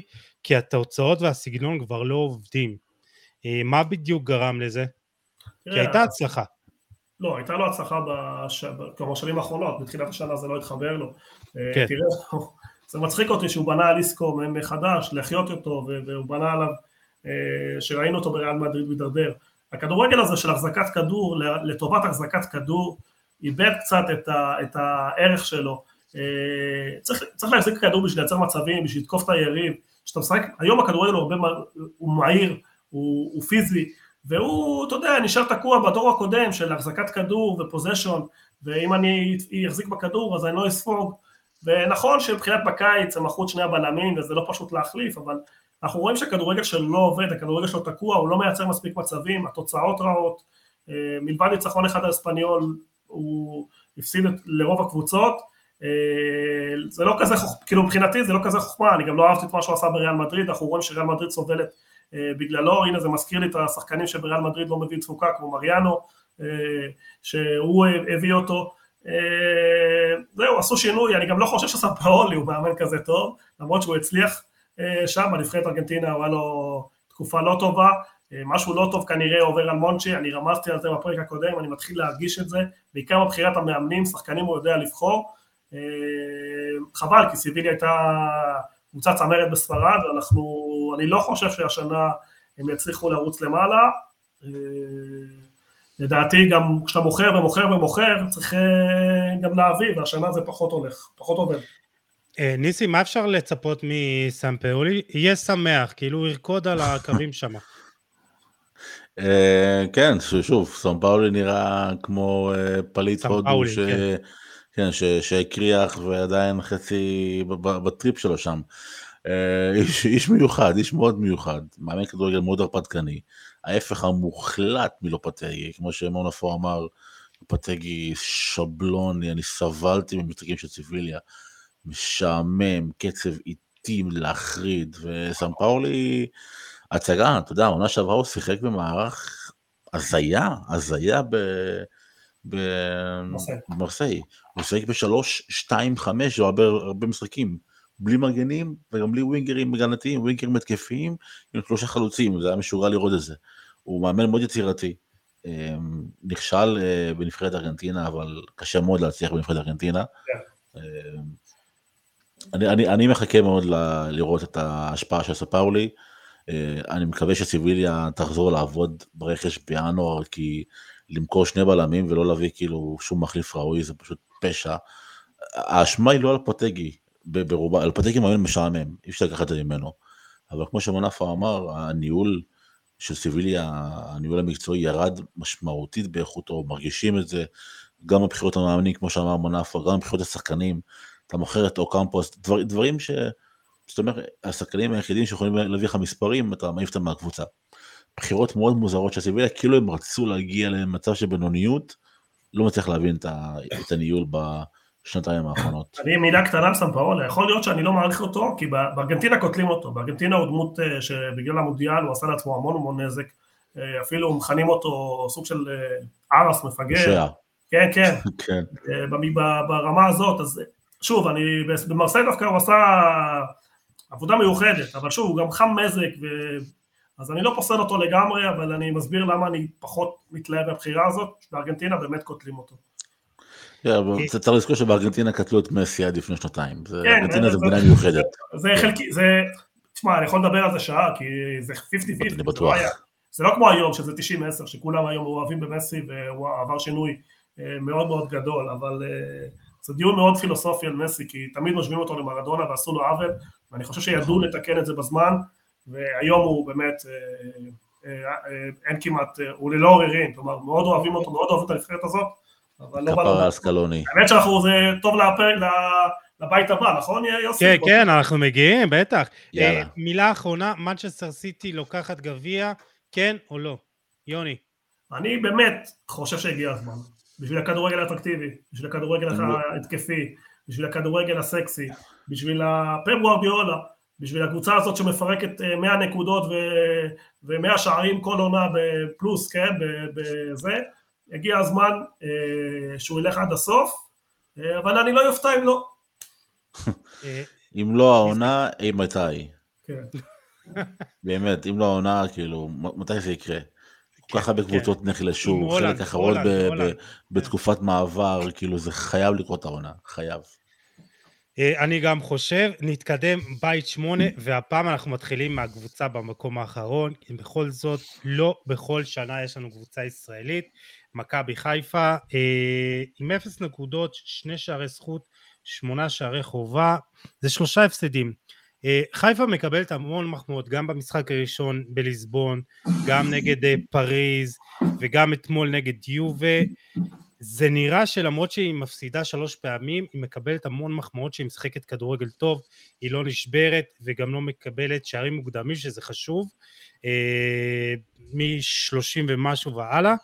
כי התוצאות והסגנון כבר לא עובדים. מה בדיוק גרם לזה? כי הייתה הצלחה. לא, הייתה לו הצלחה בכמה שנים האחרונות, בתחילת השנה זה לא התחבר לו. תראה, זה מצחיק אותי שהוא בנה על איסקו מחדש, להחיות אותו, והוא בנה עליו, שראינו אותו בריאל מדריד מדרדר. הכדורגל הזה של החזקת כדור, לטובת החזקת כדור, איבד קצת את הערך שלו. צריך להחזיק כדור בשביל לייצר מצבים, בשביל לתקוף את היריב. שאתה משחק, היום הכדורגל הוא מהיר, הוא פיזי, והוא, אתה יודע, נשאר תקוע בדור הקודם של החזקת כדור ופוזישון, ואם אני אחזיק בכדור אז אני לא אספוג, ונכון שבחינת בקיץ הם אחוז שני הבלמים, וזה לא פשוט להחליף, אבל אנחנו רואים שהכדורגל שלו לא עובד, הכדורגל שלו תקוע, הוא לא מייצר מספיק מצבים, התוצאות רעות, מלבד ניצחון אחד על אספניול, הוא הפסיד לרוב הקבוצות, זה לא כזה, כאילו מבחינתי זה לא כזה חוכמה, אני גם לא אהבתי את מה שהוא עשה בריאל מדריד, אנחנו רואים שריאל מדריד סובלת בגללו, הנה זה מזכיר לי את השחקנים שבריאל מדריד לא מביא תפוקה, כמו מריאנו, שהוא הביא אותו, זהו, עשו שינוי, אני גם לא חושב שסמפאולי הוא מאמן כזה טוב, למרות שהוא הצליח שם, בנבחרת ארגנטינה, הוא היה לו תקופה לא טובה, משהו לא טוב כנראה עובר על מונצ'י, אני רמזתי על זה בפרק הקודם, אני מתחיל להרגיש את זה, בעיקר בבחירת המאמנים, שחקנים הוא יודע לבחור, חבל, כי סיביליה הייתה קבוצה צמרת בספרד, ואנחנו, אני לא חושב שהשנה הם יצליחו לרוץ למעלה, לדעתי גם כשאתה מוכר ומוכר ומוכר, צריך גם להביא, והשנה זה פחות הולך, פחות עובד. ניסי, מה אפשר לצפות מסמפאולי? יהיה שמח, כאילו הוא ירקוד על הקווים שם. כן, שוב, סמפאולי נראה כמו פליט הודו שהקריח ועדיין חצי בטריפ שלו שם. איש מיוחד, איש מאוד מיוחד, מאמן כדורגל מאוד הרפתקני, ההפך המוחלט מלופטגי, כמו שמונפו אמר, לופטגי שבלוני, אני סבלתי ממשחקים של סיביליה, משעמם, קצב איטי להחריד, וסמפאולי הצגה, אתה יודע, העונה שעברה הוא שיחק במערך הזיה, הזיה במרסיי, הוא שיחק בשלוש, שתיים, חמש, או הרבה משחקים, בלי מגנים, וגם בלי ווינגרים מגנתיים, ווינגרים מתקפיים, עם שלושה חלוצים, זה היה משוגע לראות את זה, הוא מאמן מאוד יצירתי, נכשל בנבחרת ארגנטינה, אבל קשה מאוד להצליח בנבחרת ארגנטינה, אני, אני, אני מחכה מאוד ל, לראות את ההשפעה של ספאולי, אני מקווה שסיביליה תחזור לעבוד ברכש בינואר, כי למכור שני בלמים ולא להביא כאילו שום מחליף ראוי, זה פשוט פשע, האשמה היא לא על פוטגי, ברובה, על פוטגי מאמן משעמם, אי אפשר לקחת את זה ממנו, אבל כמו שמונפו אמר, הניהול של סיביליה, הניהול המקצועי ירד משמעותית באיכותו, מרגישים את זה, גם בבחירות המאמנים, כמו שאמר מונפו, גם בבחירות השחקנים, אתה מוכר את אוקמפוס, דבר, דברים ש... זאת אומרת, השחקנים היחידים שיכולים להביא לך מספרים, אתה מעיף אותם מהקבוצה. בחירות מאוד מוזרות של סיביליה, כאילו הם רצו להגיע למצב שבינוניות, לא מצליח להבין את, ה... את הניהול בשנתיים האחרונות. אני מילה קטנה על סמפאולי, יכול להיות שאני לא מעריך אותו, כי בארגנטינה קוטלים אותו, בארגנטינה הוא דמות שבגלל המונדיאל הוא עשה לעצמו המון המון נזק, אפילו מכנים אותו סוג של ערס מפגר. כן, כן. כן. ברמה הזאת, אז שוב, אני במרסיי דווקא הוא עשה עבודה מיוחדת, אבל שוב, הוא גם חם מזק, ו... אז אני לא פוסל אותו לגמרי, אבל אני מסביר למה אני פחות מתלהב בבחירה הזאת, בארגנטינה באמת קוטלים אותו. זה צריך לזכור שבארגנטינה קטלו את מסי עד לפני שנתיים, ארגנטינה זה מדינה מיוחדת. זה חלקי, זה, תשמע, אני יכול לדבר על זה שעה, כי זה חמישים חמישים, זה לא כמו היום, שזה תשעים עשר, שכולם היום אוהבים במסי, והוא עבר שינוי מאוד מאוד גדול, אבל זה דיון מאוד פילוסופי על מסי, כי תמיד משווים אותו למרדונה ועשו לו עוול, ואני חושב שידעו לתקן את זה בזמן, והיום הוא באמת, אין כמעט, הוא ללא עוררין, כלומר, מאוד אוהבים אותו, מאוד אוהבים את הנבחרת הזאת, אבל לא כפרה אסקלוני. האמת שאנחנו, זה טוב לבית הבא, נכון יוסי? כן, כן, אנחנו מגיעים, בטח. מילה אחרונה, מנצ'סטר סיטי לוקחת גביע, כן או לא? יוני. אני באמת חושב שהגיע הזמן. בשביל הכדורגל האטרקטיבי, בשביל הכדורגל ההתקפי, בשביל הכדורגל הסקסי, בשביל הפפ גוארדיולה, בשביל הקבוצה הזאת שמפרקת מאה נקודות ו-מאה שערים כל עונה בפלוס, כן, בזה, הגיע הזמן שהוא ילך עד הסוף, אבל אני לא יופתע אם לא. אם לא העונה, אם מתי. כן. באמת, אם לא העונה, כאילו, מתי זה יקרה? ככה בקבוצות נחלשו, חלק אחרות בתקופת מעבר, כאילו זה חייב לקרות העונה, חייב. אני גם חושב, נתקדם בית שמונה, והפעם אנחנו מתחילים מהקבוצה במקום האחרון, כי בכל זאת לא בכל שנה יש לנו קבוצה ישראלית, מכבי חיפה, עם אפס נקודות, שני שערי זכות, שמונה שערי חובה, זה שלושה הפסדים. חיפה מקבלת המון מחמאות, גם במשחק הראשון בליסבון, גם נגד פריז, וגם אתמול נגד יובה. זה נראה שלמרות שהיא מפסידה שלוש פעמים, היא מקבלת המון מחמאות שהיא משחקת כדורגל טוב, היא לא נשברת, וגם לא מקבלת שערים מוקדמים, שזה חשוב, מ-שלושים ומשהו והלאה.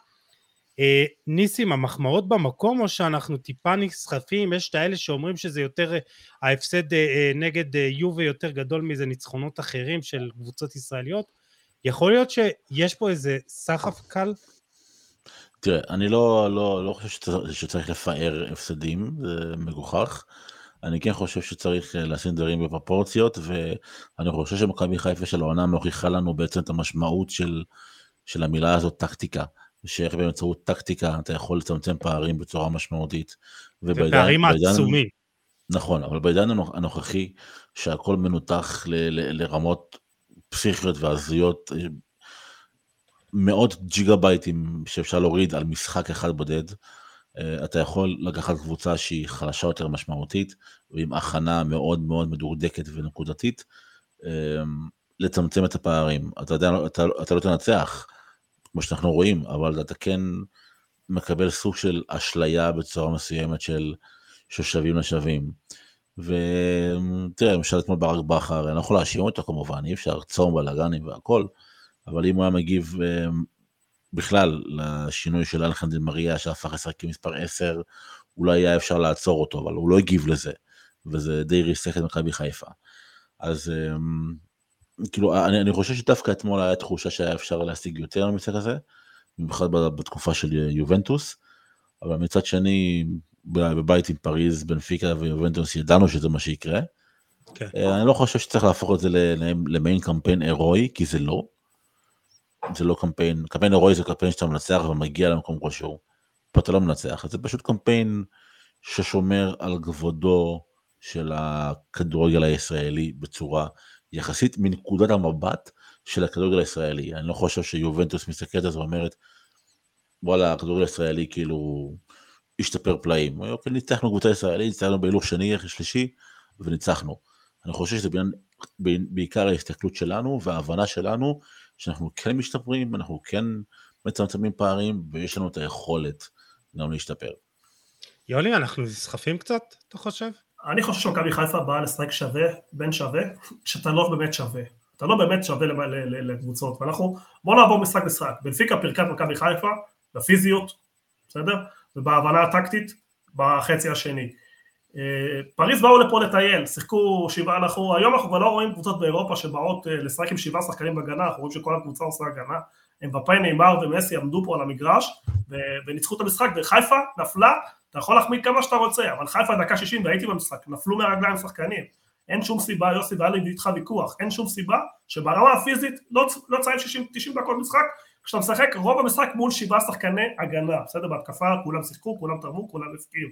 ניסים, המחמאות במקום, או שאנחנו טיפה נסחפים? יש את האלה שאומרים שזה יותר, ההפסד נגד יובה יותר גדול מזה ניצחונות אחרים של קבוצות ישראליות. יכול להיות שיש פה איזה סחף קל? תראה, אני לא, לא, לא חושב שצריך, שצריך לפאר הפסדים, זה מגוחך. אני כן חושב שצריך לשים דברים בפרופורציות, ואני חושב שמכבי חיפה של העונה מוכיחה לנו בעצם את המשמעות של, של המילה הזאת, טקטיקה. שאיך באמצעות טקטיקה אתה יכול לצמצם פערים בצורה משמעותית. ופערים עצומים. נכון, אבל בעידן הנוכחי, שהכל מנותח ל, ל, לרמות פסיכיות והזויות, מאות ג'יגה בייטים שאפשר להוריד על משחק אחד בודד, אתה יכול לקחת קבוצה שהיא חלשה יותר משמעותית, ועם הכנה מאוד מאוד מדורדקת ונקודתית, לצמצם את הפערים. אתה, אתה, אתה לא תנצח, כמו שאנחנו רואים, אבל אתה כן מקבל סוג של אשליה בצורה מסוימת של ששווים לשווים. ותראה, למשל אתמול ברק בכר, אני לא יכול להאשים אותו כמובן, אי אפשר צום בלגנים והכל, אבל אם הוא היה מגיב בכלל לשינוי של אלחנן די מריה, שהפך לשחק כמספר עשר, אולי היה אפשר לעצור אותו, אבל הוא לא הגיב לזה, וזה די ריסק את מכבי חיפה. אז כאילו, אני, אני חושב שדווקא אתמול היה תחושה שהיה אפשר להשיג יותר במשחק הזה, במיוחד בתקופה של יובנטוס, אבל מצד שני, בבית עם פריז, בנפיקה ויובנטוס, ידענו שזה מה שיקרה. Okay. אני לא חושב שצריך להפוך את זה למיין קמפיין אירואי, כי זה לא. זה לא קמפיין, קמפיין אירואי זה קמפיין שאתה מנצח ומגיע למקום כלשהו. פה אתה לא מנצח, זה פשוט קמפיין ששומר על כבודו של הכדורגל הישראלי בצורה יחסית מנקודת המבט של הכדורגל הישראלי. אני לא חושב שיובנטוס מסתכלת על זה ואומרת, וואלה, הכדורגל הישראלי כאילו השתפר פלאים. אוקיי, ניצחנו קבוצה ישראלית, ניצחנו בהילוך שני, שלישי, וניצחנו. אני חושב שזה בעיקר ההסתכלות שלנו וההבנה שלנו, שאנחנו כן משתפרים, אנחנו כן מצמצמים פערים, ויש לנו את היכולת גם להשתפר. יולי, אנחנו נסחפים קצת, אתה חושב? אני חושב שמכבי חיפה באה לשחק שווה, בין שווה, שאתה לא באמת שווה. אתה לא באמת שווה לקבוצות, ואנחנו, בואו נעבור משחק משחק. בנפיקה פירקת מכבי חיפה, בפיזיות, בסדר? ובהבנה הטקטית, בחצי השני. פריז באו לפה לטייל, שיחקו שבעה, אנחנו, היום אנחנו כבר לא רואים קבוצות באירופה שבאות לשחק עם שבעה שחקנים בהגנה, אנחנו רואים שכל הקבוצה עושה הגנה, הם בפי נאמר ומסי עמדו פה על המגרש, וניצחו את המשחק, וחיפה נפלה, אתה יכול להחמיד כמה שאתה רוצה, אבל חיפה דקה שישים והייתי במשחק, נפלו מהרגליים שחקנים, אין שום סיבה, יוסי והיה לי איתך ויכוח, אין שום סיבה שברמה הפיזית לא, לא צריך שישים תשעים דקות משחק, כשאתה משחק רוב המשחק מול שבעה שחקני הגנה, בסדר, בהתקפה כולם שיחקו, כולם תרמו, כולם הפקיעו.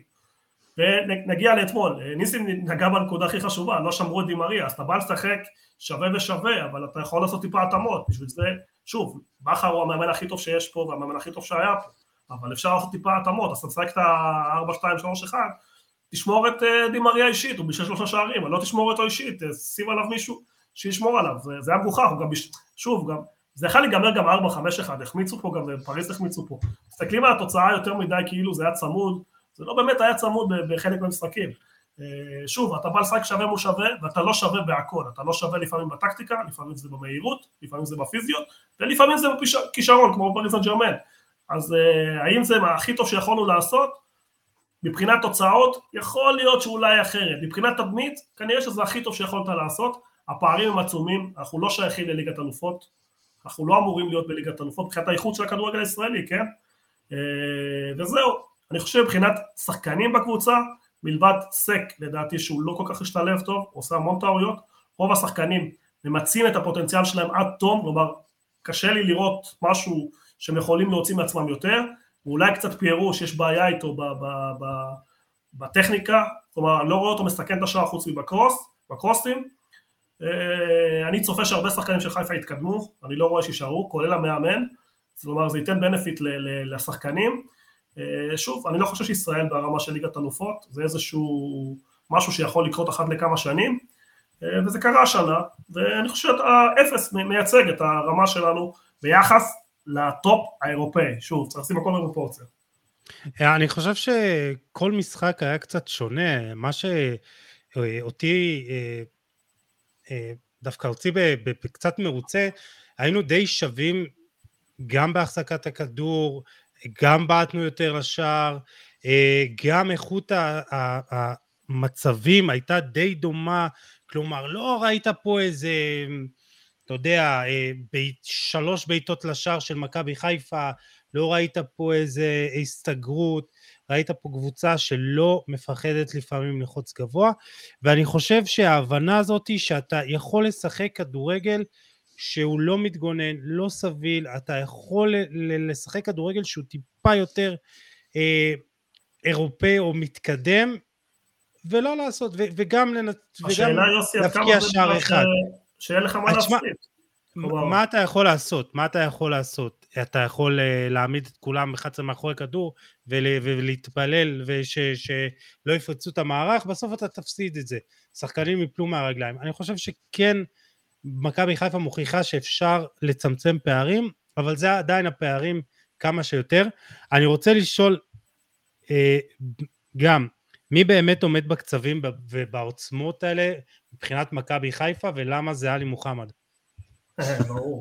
ונגיע לאתמול, ניסים נגע בנקודה הכי חשובה, לא שמרו את די מריה, אז אתה בא לשחק שווה ושווה, אבל אתה יכול לעשות טיפה התאמות, בשביל זה, שוב, בכר הוא המאמן הכי טוב שיש פה, והמאמן הכי טוב שהיה פה, אבל אפשר לעשות טיפה התאמות, אז אתה משחק את ה-ארבע שתיים שלוש אחת, תשמור את די מריה אישית, הוא בשש שלושה שערים, אבל לא תשמור אותו אישית, שים עליו מישהו שישמור עליו, זה, זה היה מגוחך, הוא גם, בש... שוב, גם, זה יכול להיגמר גם ארבע חמש אחת, החמיצו פה, גם פריז החמיצו פה, מסתכלים על התוצאה יותר מדי, כאילו זה היה צמוד, זה לא באמת היה צמוד בחלק מהמשחקים. שוב, אתה בא לשחק שווה מול שווה, ואתה לא שווה בהכל, אתה לא שווה לפעמים בטקטיקה, לפעמים זה במהירות, לפעמים זה בפיזיות, ולפעמים זה בכישרון, כמו פריז סן ז'רמן. אז האם זה הכי טוב שיכולנו לעשות? מבחינת תוצאות, יכול להיות שאולי אחרת. מבחינת תדמית, כנראה שזה הכי טוב שיכולת לעשות. הפערים הם עצומים, אנחנו לא שייכים לליגת אלופות, אנחנו לא אמורים להיות בליגת אלופות, מבחינת האיכות של הכדורגל הישראלי, כן? וזהו. אני חושב מבחינת שחקנים בקבוצה, מלבד סק, לדעתי שהוא לא כל כך השתלב טוב, עושה המון טעויות, רוב השחקנים ממצים את הפוטנציאל שלהם עד תום, כלומר, קשה לי לראות משהו שהם יכולים להוציא מעצמם יותר, ואולי קצת פיירו שיש בעיה איתו ב- ב- ב- בטכניקה, כלומר, אני לא רואה אותו מסתכן את השאר חוץ מבקרוס, בקרוסים, אני צופה שהרבה שחקנים של חיפה יתקדמו, אני לא רואה שישארו, כולל המאמן, כלומר זה ייתן בנפיט לשחקנים, שוב, אני לא חושב שישראל ברמה של ליגת אלופות, זה איזשהו משהו שיכול לקרות אחת לכמה שנים, וזה קרה השנה, ואני חושב שהאפס מייצג את הרמה שלנו ביחס לטופ האירופאי, שוב, צריך לשים הכל בפרופורציה. אני חושב שכל משחק היה קצת שונה, מה שאותי דווקא הוציא בקצת מרוצה, היינו די שווים גם בהחזקת הכדור, גם בעטנו יותר לשער, גם איכות המצבים הייתה די דומה, כלומר לא ראית פה איזה, אתה יודע, שלוש בעיטות לשער של מכבי חיפה, לא ראית פה איזה הסתגרות, ראית פה קבוצה שלא מפחדת לפעמים לחוץ גבוה, ואני חושב שההבנה הזאת היא שאתה יכול לשחק כדורגל שהוא לא מתגונן, לא סביל, אתה יכול לשחק כדורגל שהוא טיפה יותר אה, אירופאי או מתקדם, ולא לעשות, ו- וגם להפקיע שער אחד. שאין לך מה להפסיד. מה אתה יכול לעשות? מה אתה יכול לעשות? אתה יכול להעמיד את כולם אחד מאחורי כדור ולהתפלל ושלא יפרצו את המערך, בסוף אתה תפסיד את זה. שחקנים יפלו מהרגליים. אני חושב שכן מכבי חיפה מוכיחה שאפשר לצמצם פערים, אבל זה עדיין הפערים כמה שיותר. אני רוצה לשאול גם מי באמת עומד בקצבים ובעוצמות האלה מבחינת מכבי חיפה, ולמה זה עלי מוחמד? ברור.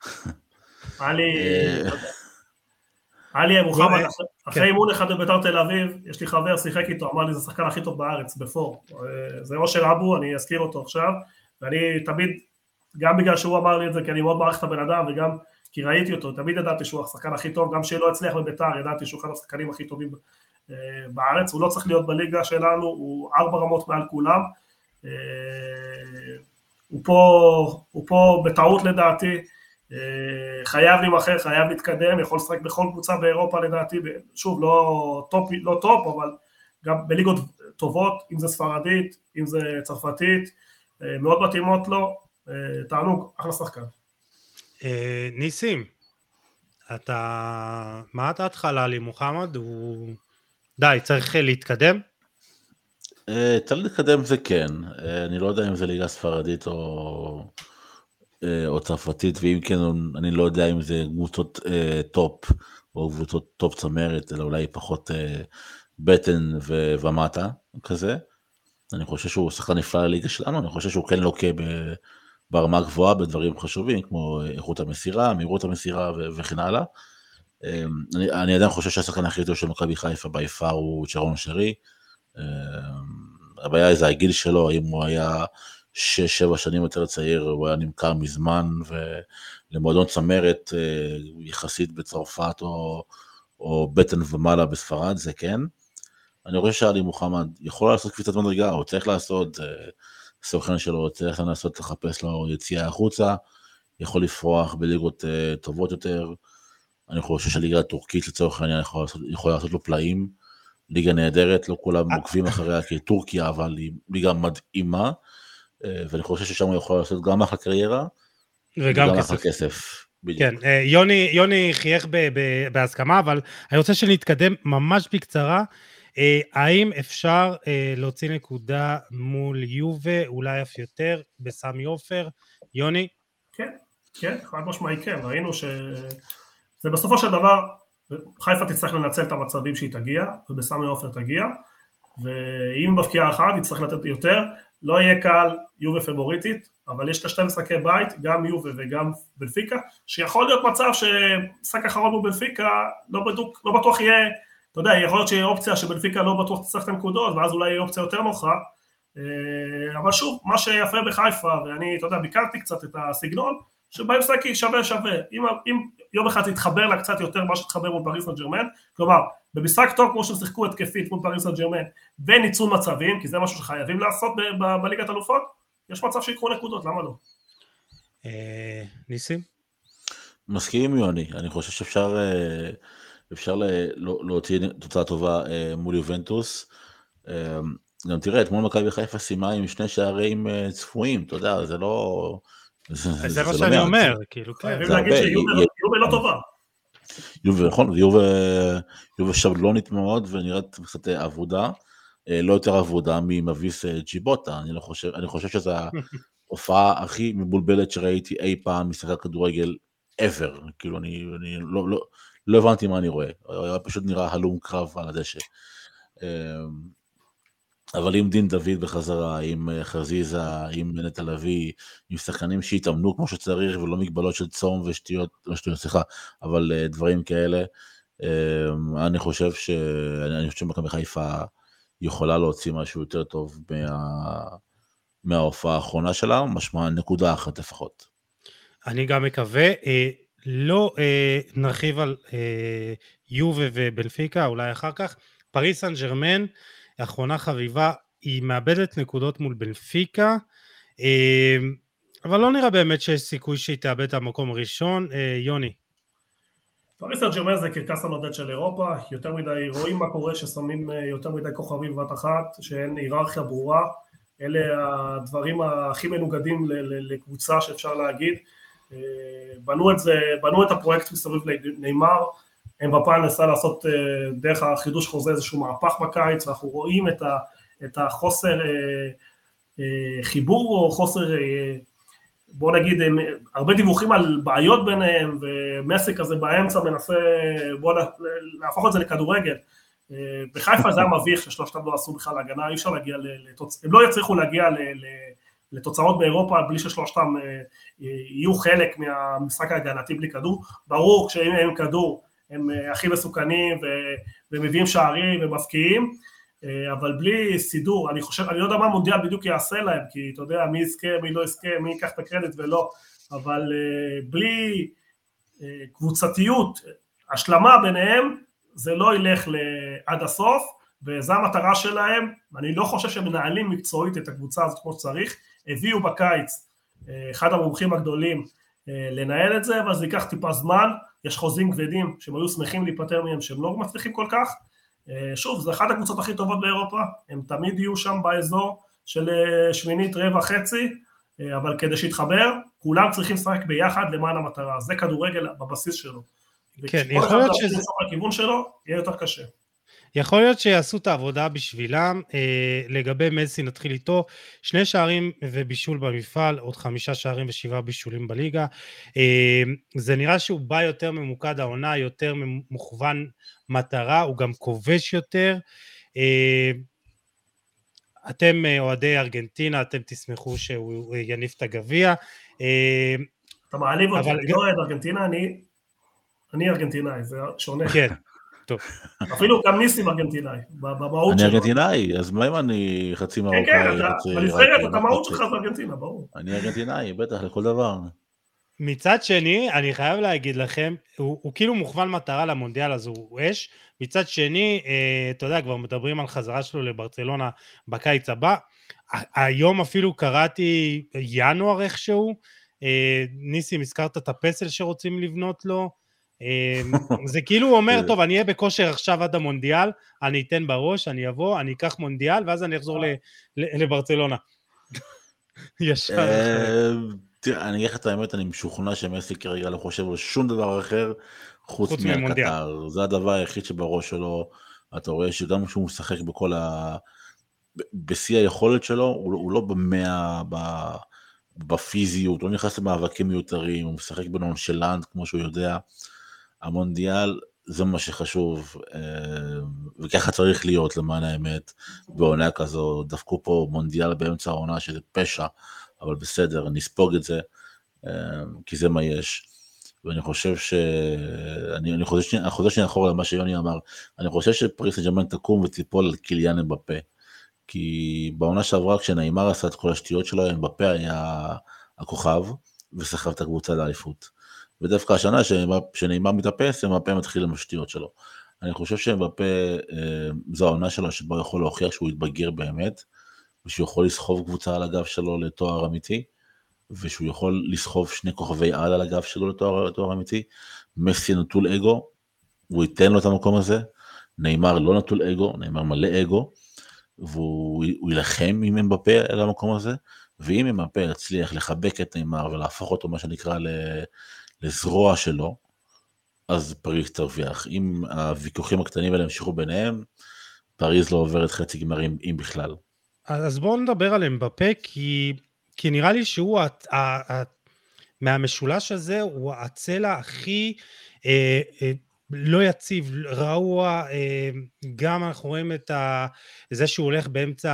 עלי מוחמד, אחרי אימון אחד בבית"ר תל אביב, יש לי חבר, שיחק איתו, אמר לי, זה השחקן הכי טוב בארץ, בפור. זה אושר אבו, אני אזכיר אותו עכשיו, ואני תמיד, גם בגלל שהוא אמר לי את זה, כי אני מאוד מעריך את הבן אדם, וגם כי ראיתי אותו, תמיד ידעתי שהוא השחקן הכי טוב, גם שלא הצליח בבית"ר, ידעתי שהוא אחד השחקנים הכי טובים בארץ, הוא לא צריך להיות בליגה שלנו, הוא ארבע רמות מעל כולם, הוא פה, הוא פה בטעות לדעתי, חייב להימחר, חייב להתקדם, יכול לשחק בכל קבוצה באירופה לדעתי, שוב, לא טופ, לא טופ, אבל גם בליגות טובות, אם זה ספרדית, אם זה צרפתית, מאוד מתאימות לו, תענוג, אחלה שחקן. ניסים, אתה, מה אתה התחלה לי מוחמד? הוא די, צריך להתקדם? צריך להתקדם זה כן, אני לא יודע אם זה ליגה ספרדית או, או צרפתית, ואם כן אני לא יודע אם זה קבוצות טופ או קבוצות טופ צמרת, אלא אולי פחות בטן ומטה כזה. אני חושב שהוא שחקן נפלא לליגה שלנו, אני חושב שהוא כן לוקה ברמה גבוהה בדברים חשובים, כמו איכות המסירה, מהירות המסירה וכן הלאה. אני, אני עדיין חושב שהשחקן הכי טוב של מכבי חיפה ביפר הוא שרון שרי, הבעיה זה הגיל שלו, האם הוא היה שש שבע שנים יותר צעיר, הוא היה נמכר מזמן, ולמועדון צמרת יחסית בצרפת או, או בטן ומעלה בספרד, זה כן. אני חושב שעלי מוחמד יכול לעשות קפיצת מדרגה, הוא צריך לעשות, סוכן שלו צריך לנסות לחפש לו יציאה החוצה, יכול לפרוח בליגות טובות יותר, אני חושב שהליגה הטורקית לצורך העניין יכול לעשות, יכול לעשות לו פלאים, ליגה נהדרת, לא כולם עוקבים אחריה כטורקיה, אבל היא ליגה מדהימה, ואני חושב ששם הוא יכול לעשות גם אחלה קריירה, וגם אחלה כסף. כן, יוני, יוני חייך בהסכמה, אבל אני רוצה שנתקדם ממש בקצרה, האם אפשר להוציא נקודה מול יובה, אולי אף יותר, בסמי עופר, יוני? כן, כן, חד משמעי כן, ראינו שזה בסופו של דבר, חיפה תצטרך לנצל את המצבים שהיא תגיע, ובסמי עופר תגיע, ואם מבקיעה אחת, יצטרך לתת יותר, לא יהיה קל יובה פבוריטית, אבל יש שתי משחקי בית, גם יובה וגם בנפיקה, שיכול להיות מצב שמשחק אחרון הוא בנפיקה, לא בטוח, לא בטוח יהיה, אתה יודע, יכול להיות שיהיה אופציה שבנפיקה לא בטוח תצטרך את הנקודות, ואז אולי יהיה אופציה יותר נוחה, אבל שוב, מה שיפה בחיפה, ואני, אתה יודע, ביקרתי קצת את הסגנון, שבהם משחקי שווה שווה, אם, אם יום אחד תתחבר לה קצת יותר מה שתחבר מול פריז סן ז'רמן, כלומר, במשחק טוב כמו ששיחקו התקפית מול פריז סן ז'רמן, וניצול מצבים, כי זה משהו שחייבים לעשות ב- ב- בליגת אלופות, יש מצב שיקחו נקודות, למה לא? ניסים? מסכים עם יוני, אני חושב שאפשר אפשר להוציא תוצאה טובה מול יובנטוס. גם תראה, אתמול מכבי חיפה סיימה עם שני שערים צפויים, אתה יודע, זה לא... זה מה שאני אומר, כאילו, חייבים להגיד שיובה לא טובה. יובה, נכון, יובה שבלונית מאוד, ונראית קצת עבודה, לא יותר עבודה ממביס ג'יבוטה, אני חושב שזו ההופעה הכי מבולבלת שראיתי אי פעם משחק כדורגל ever, כאילו אני לא הבנתי מה אני רואה, היה פשוט נראה הלום קרב על הדשא. אבל עם דין דוד בחזרה, עם חזיזה, עם נטע לביא, עם שחקנים שהתאמנו כמו שצריך, ולא מגבלות של צום ושטויות, לא שטויות, סליחה, אבל דברים כאלה, אני חושב ש... אני חושב שמכבי חיפה יכולה להוציא משהו יותר טוב מה... מההופעה האחרונה שלה, משמע נקודה אחת לפחות. אני גם מקווה, לא נרחיב על יובה ובנפיקה, אולי אחר כך, פריס סן ז'רמן, האחרונה חביבה, היא מאבדת נקודות מול בנפיקה, אבל לא נראה באמת שיש סיכוי שהיא תאבד את המקום הראשון. יוני. פריס סן ז'רמן זה קרקס הנודד של אירופה, יותר מדי, רואים מה קורה ששמים יותר מדי כוכבים בבת אחת, שאין היררכיה ברורה, אלה הדברים הכי מנוגדים לקבוצה שאפשר להגיד, בנו את זה, בנו את הפרויקט מסביב לניימר, הם בפעם נסה לעשות דרך החידוש חוזה איזשהו מהפך בקיץ, ואנחנו רואים את, ה, את החוסר חיבור או חוסר, בוא נגיד, הרבה דיווחים על בעיות ביניהם, ומסי כזה באמצע מנסה, בוא להפוך את זה לכדורגל, בחיפה זה היה מביך ששלושתם לא עשו בכלל הגנה, אי אפשר להגיע לתוצאות, הם לא יצריכו להגיע לתוצאות באירופה בלי ששלושתם יהיו חלק מהמשחק ההגנתי בלי כדור, ברור כשאם הם כדור הם הכי מסוכנים ומביאים שערים ומפקיעים, אבל בלי סידור, אני חושב, אני לא יודע מה מונדיאל בדיוק יעשה להם, כי אתה יודע מי יזכה, מי לא יזכה, מי ייקח את הקרדיט ולא, אבל בלי קבוצתיות, השלמה ביניהם, זה לא ילך עד הסוף, וזו המטרה שלהם, ואני לא חושב שמנהלים מקצועית את הקבוצה הזאת כמו שצריך, הביאו בקיץ אחד המומחים הגדולים לנהל את זה, אבל זה ייקח טיפה זמן, יש חוזים כבדים שהם היו שמחים להיפטר מהם, שהם לא מצליחים כל כך, שוב, זה אחת הקבוצות הכי טובות באירופה, הם תמיד יהיו שם באזור של שמינית רבע חצי, אבל כדי שיתחבר, כולם צריכים לשחק ביחד למען המטרה, זה כדורגל בבסיס שלו. כן, יכול להיות שזה... הכיוון שלו יהיה יותר קשה. יכול להיות שיעשו את העבודה בשבילם, אה, לגבי מסי נתחיל איתו, שני שערים ובישול במפעל, עוד חמישה שערים ושבעה בישולים בליגה, אה, זה נראה שהוא בא יותר ממוקד העונה, יותר מוכוון מטרה, הוא גם כובש יותר, אה, אתם אוהדי ארגנטינה, אתם תשמחו שהוא יניף את הגביע. אה, אתה מעליב אותי, אני לא אוהד ארגנטינה, אני, אני ארגנטינאי, זה שונה. כן. טוב. אפילו גם ניסים ארגנטינאי, במהות שלו. אני ארגנטינאי, אז מה אם אני חצי מרוקאי? כן, כן, בנבחרת, את המהות שלך זה ארגנטינה, ברור. אני ארגנטינאי, בטח, לכל דבר. מצד שני, אני חייב להגיד לכם, הוא, הוא כאילו מוכוון מטרה למונדיאל, אז הוא אש. מצד שני, אה, אתה יודע, כבר מדברים על חזרה שלו לברצלונה בקיץ הבא. היום אפילו קראתי ינואר איכשהו, אה, ניסים, הזכרת את הפסל שרוצים לבנות לו, זה כאילו הוא אומר, טוב, אני אהיה בכושר עכשיו עד המונדיאל, אני אתן בראש, אני אבוא, אני אקח מונדיאל, ואז אני אחזור לברצלונה. ישר. תראה, אני אגיד לך את האמת, אני משוכנע שמסי כרגע לא חושב על שום דבר אחר, חוץ מהקטר. זה הדבר היחיד שבראש שלו, אתה רואה שגם כשהוא משחק בכל ה... בשיא היכולת שלו, הוא לא במאה, בפיזיות, הוא לא נכנס למאבקים מיותרים, הוא משחק בנונשלנט, כמו שהוא יודע. המונדיאל זה מה שחשוב, וככה צריך להיות למען האמת, בעונה כזו, דפקו פה מונדיאל באמצע העונה שזה פשע, אבל בסדר, נספוג את זה, כי זה מה יש, ואני חושב ש... אני, אני חושב שאני, אני חושב שאני אחור למה שיוני אמר, אני חושב שפריס סן ז'רמן תקום ותיפול על קיליאן אמבפה, כי בעונה שעברה כשניימר עשה את כל השטויות שלו, אמבפה היה הכוכב, וסחב את הקבוצה לאליפות. ודווקא השנה שניימר מתאפס, אמבפה מתחיל עם השטויות שלו. אני חושב שאמבפה, זו העונה שלו שבה יכול להוכיח שהוא יתבגר באמת, ושהוא יכול לסחוב קבוצה על הגב שלו לתואר אמיתי, ושהוא יכול לסחוב שני כוכבי על על הגב שלו לתואר, לתואר אמיתי. מסי נטול אגו, הוא ייתן לו את המקום הזה, ניימר לא נטול אגו, ניימר מלא אגו, והוא ילחם עם אמבפה על המקום הזה, ואם אמבפה יצליח לחבק את ניימר ולהפוך אותו מה שנקרא לזרוע שלו, אז פריז תרוויח. אם הוויכוחים הקטנים האלה המשיכו ביניהם, פריז לא עוברת חצי גמרים, אם בכלל. אז בואו נדבר על אמבפה, כי, כי נראה לי שהוא, ה, ה, ה, מהמשולש הזה, הוא הצלע הכי אה, אה, לא יציב, רעוע, אה, גם אנחנו רואים את ה, זה שהוא הולך באמצע,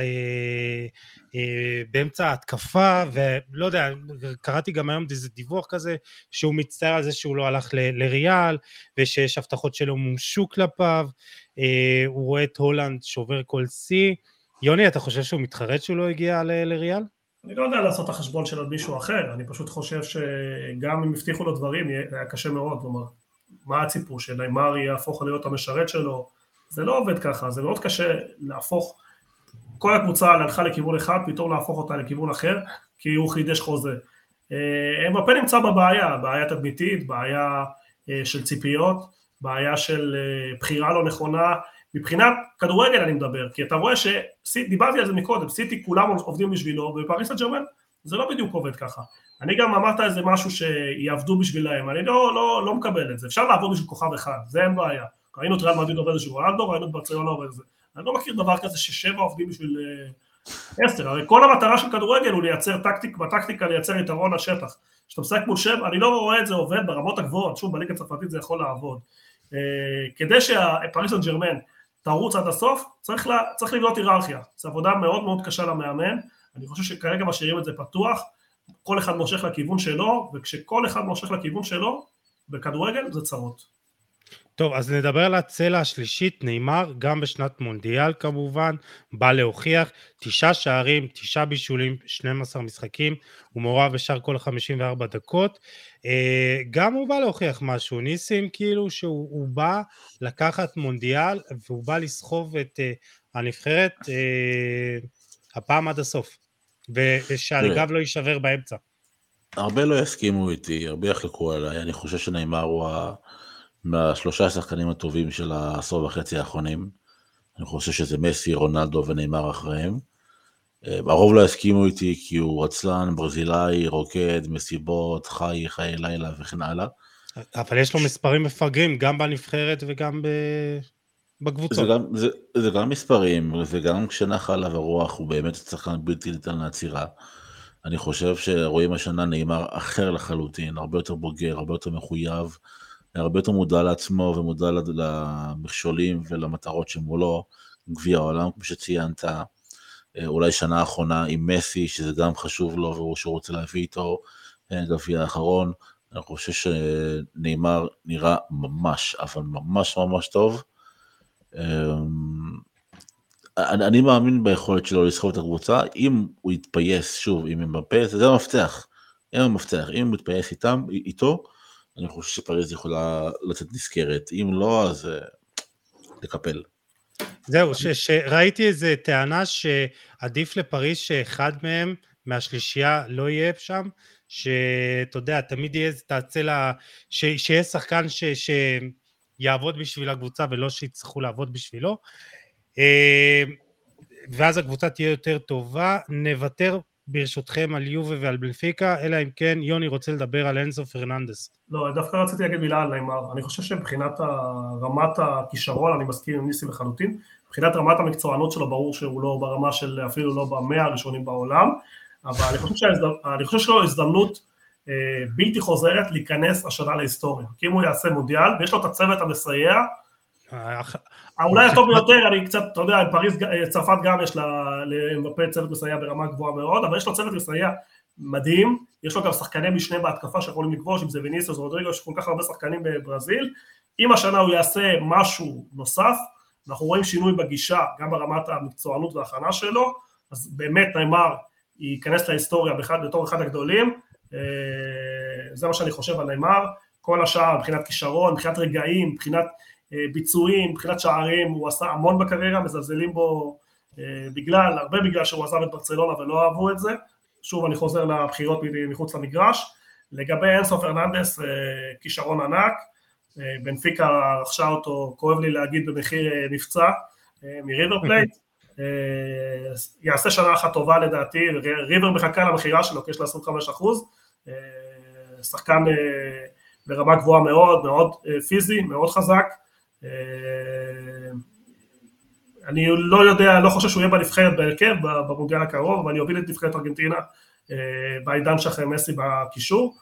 אה, אה, באמצע ההתקפה, ולא יודע, קראתי גם היום איזה דיווח כזה, שהוא מצטער על זה שהוא לא הלך ל, לריאל, ושיש הבטחות שלו מומשו כלפיו, אה, הוא רואה את הולנד שובר כל סי. יוני, אתה חושב שהוא מתחרט שהוא לא הגיע ל, לריאל? אני לא יודע לעשות את החשבון של מישהו אחר, אני פשוט חושב שגם אם הבטיחו לו דברים, היה קשה מאוד, כלומר, מה הציפור שניימר יהפוך להיות המשרת שלו, זה לא עובד ככה, זה מאוד קשה להפוך, כל הקבוצה הלכה לכיוון אחד, פתאום להפוך אותה לכיוון אחר, כי הוא חידש חוזה. אמבפה נמצא בבעיה, בעיה תדמיתית, בעיה של ציפיות, בעיה של בחירה לא נכונה, מבחינת כדורגל אני מדבר, כי אתה רואה שדיברתי על זה מקודם, סיטי כולם עובדים בשבילו, ובפריס סן ז'רמן זה לא בדיוק עובד ככה. אני גם אמרת איזה משהו שיעבדו בשבילהם, אני לא, לא, לא מקבל את זה, אפשר לעבוד בשביל כוכב אחד, זה אין בעיה. ראינו את ריאל מדריד עובד בשביל רונלדו, ראינו את ברצלונה עובד בזה. אני לא מכיר דבר כזה ששבע עובדים בשביל עשר, הרי כל המטרה של כדורגל הוא לייצר טקטיק, בטקטיקה לייצר יתרון לשטח. כשאתה משחק מול שבע, אני לא רואה את זה עובד ברמות הגבוהות, שוב בליגה הצרפתית זה יכול לעבוד. כדי שהפריס סן ז'רמן תרוץ עד הסוף, צריך, לה, צריך לבנות היררכיה, זו עבודה מאוד מאוד קשה למאמן, אני חושב שכרגע משאירים את זה פתוח, כל אחד מושך לכיוון שלו, וכשכל אחד מושך לכיוון שלו, בכדורגל זה צרות. טוב, אז נדבר על הצלע השלישית, ניימר, גם בשנת מונדיאל כמובן, בא להוכיח, תשעה שערים, תשעה בישולים, שנים עשר משחקים, הוא מעורב בשער כל חמישים וארבע דקות, גם הוא בא להוכיח משהו, ניסים כאילו שהוא בא לקחת מונדיאל, והוא בא לסחוב את הנבחרת הפעם עד הסוף, ושהגב לא יישבר באמצע. הרבה לא יסכימו איתי, הרבה יחלקו עליי, אני חושב שניימר הוא ה... מהשלושה השחקנים הטובים של העשור וחצי האחרונים, אני חושב שזה מסי, רונלדו וניימר אחריהם, הרוב לא הסכימו איתי כי הוא רצלן, ברזילאי, רוקד, מסיבות, חי, חיי לילה וכן הלאה. אבל יש לו מספרים מפגרים, גם בנבחרת וגם בקבוצות. זה גם, זה, זה גם מספרים, וגם כשנח עליו הרוח הוא באמת שחקן בלתי ניתן לעצירה. אני חושב שרואים השנה ניימר אחר לחלוטין, הרבה יותר בוגר, הרבה יותר מחויב, הרבה יותר מודע לעצמו ומודע למכשולים ולמטרות שמולו, גביע העולם, כמו שציינת, אולי שנה האחרונה עם מסי, שזה גם חשוב לו והוא שרוצה להביא איתו, גביע האחרון, אני חושב שניימר נראה ממש, אבל ממש ממש טוב. אני, אני מאמין ביכולת שלו לסחוב את הקבוצה, אם הוא יתפייס שוב עם אמבפה, זה המפתח, הם המפתח, אם הוא יתפייס איתם, איתו, אני חושב שפריז יכולה לצאת נזכרת, אם לא, אז לקפל. זהו, שראיתי איזו טענה שעדיף לפריז שאחד מהם, מהשלישייה, לא יהיה שם, שאתה יודע, תמיד יהיה את הצלע, שיהיה שחקן שיעבוד בשביל הקבוצה, ולא שיצטרכו לעבוד בשבילו, ואז הקבוצה תהיה יותר טובה, נוותר ברשותכם על יובה ועל בנפיקה, אלא אם כן יוני רוצה לדבר על אנזו פרננדס. לא, דווקא רציתי להגיד מילה על ניימר, אני חושב שמבחינת רמת הכישרון, אני מסכים עם ניסי לחלוטין, מבחינת רמת המקצוענות שלו, ברור שהוא לא ברמה של אפילו לא במאה הראשונים בעולם, אבל אני חושב, שההזדמ... אני חושב שלו הזדמנות אה, בלתי חוזרת להיכנס השנה להיסטוריה, כי אם הוא יעשה מונדיאל, ויש לו את הצוות המסייע, אולי הטוב ביותר, אני קצת, אתה יודע, פריז, צרפת גם יש למבפה צוות מסייע ברמה גבוהה מאוד, אבל יש לו צוות מסייע מדהים, יש לו גם שחקני משנה בהתקפה שיכולים לגבוש, אם זה ויניסיוס, רודריגו, יש כל כך הרבה שחקנים בברזיל, אם השנה הוא יעשה משהו נוסף, אנחנו רואים שינוי בגישה, גם ברמת המקצוענות וההכנה שלו, אז באמת ניימר ייכנס להיסטוריה בתור אחד הגדולים, זה מה שאני חושב על ניימר, כל השאר מבחינת כישרון, מבחינת רגעים, מבחינת ביצועים, מבחינת שערים, הוא עשה המון בקריירה, מזלזלים בו בגלל, הרבה בגלל שהוא עזב את ברצלונה ולא אהבו את זה, שוב אני חוזר לבחירות מחוץ למגרש, לגבי אנסו פרננדס, כישרון ענק, בנפיקה רכשה אותו, כואב לי להגיד במחיר מבצע, מריבר פלייט, יעשה שנה אחת טובה לדעתי, ריבר מחכה למחירה שלו, כי יש לה עשרים וחמישה אחוז, שחקן ברמה גבוהה מאוד, מאוד פיזי, מאוד חזק, אני לא יודע, לא חושב שהוא יהיה בנבחרת בהרכב, במונדיאל הקרוב, אבל אני אוביל את נבחרת ארגנטינה, בעידן שאחרי מסי בקישור,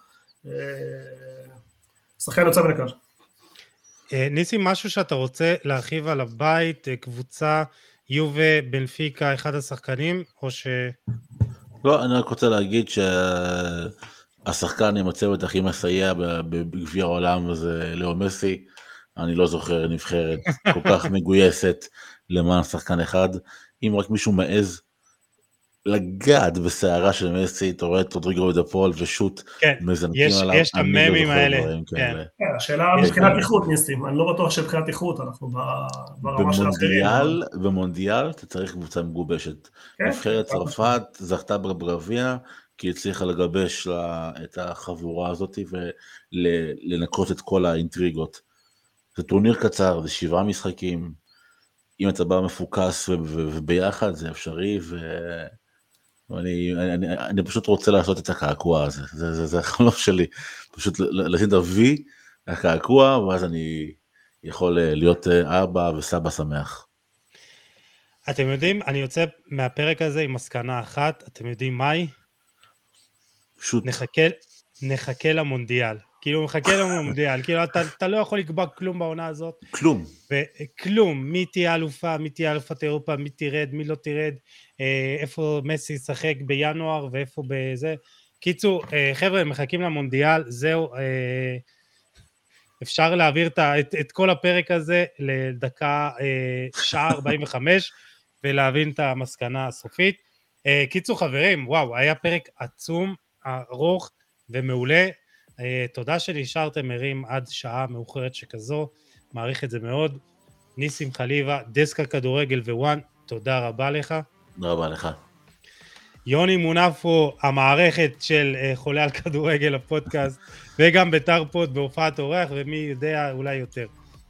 שחקן יוצא מן הכלל. ניסים, משהו שאתה רוצה להרחיב על הבית, קבוצה, יובה, בנפיקה, אחד השחקנים, או ש... לא, אני רק רוצה להגיד שהשחקן עם הצוות הכי מסייע בגביע העולם זה לאו מסי, אני לא זוכר נבחרת כל כך מגויסת למען שחקן אחד, אם רק מישהו מעז לגעת בסערה של מסי, אתה רואה את רודריגו ודפול ושוט מזנקים עליו, יש את הממים האלה. השאלה מבחינת איכות ניסים, אני לא בטוח שבחינת איכות אנחנו ברמה של אחרים. במונדיאל אתה צריך קבוצה מגובשת, נבחרת צרפת זכתה בגביע, כי הצליחה לגבש את החבורה הזאת ולנקות את כל האינטריגות. זה טורניר קצר, זה שבעה משחקים, אם אתה בא מפוקס וביחד זה אפשרי, ואני אני, אני פשוט רוצה לעשות את הקעקוע הזה, זה, זה, זה החלום שלי, פשוט לשים את ה-V, הקעקוע, ואז אני יכול להיות אבא וסבא שמח. אתם יודעים, אני יוצא מהפרק הזה עם מסקנה אחת, אתם יודעים מהי? פשוט. נחכה, נחכה למונדיאל. כאילו מחכה למונדיאל, כאילו אתה, אתה לא יכול לקבוע כלום בעונה הזאת. כלום. וכלום, מי תהיה אלופה, מי תהיה אלופת אירופה, מי תרד, מי לא תרד, איפה מסי ישחק בינואר ואיפה בזה. קיצור, חבר'ה, מחכים למונדיאל, זהו, אפשר להעביר את, את, את כל הפרק הזה לדקה, שעה ארבעים וחמש, ולהבין את המסקנה הסופית. קיצור חברים, וואו, היה פרק עצום, ארוך ומעולה, Uh, תודה שנשארתם ערים עד שעה מאוחרת שכזו, מעריך את זה מאוד. ניסים חליבה, דסק הכדורגל ווואן, תודה רבה לך. תודה רבה לך. יוני מונפו, המערכת של uh, חולה על כדורגל הפודקאסט, וגם בית"ר פוד בהופעת אורח, ומי יודע אולי יותר.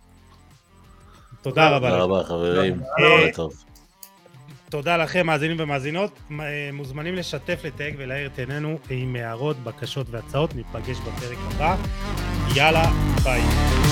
תודה רבה. תודה רבה חברים, תודה טוב. תודה לכם מאזינים ומאזינות, מוזמנים לשתף, לתייג ולהאיר את עינינו עם הערות, בקשות והצעות, ניפגש בפרק הבא, יאללה, ביי.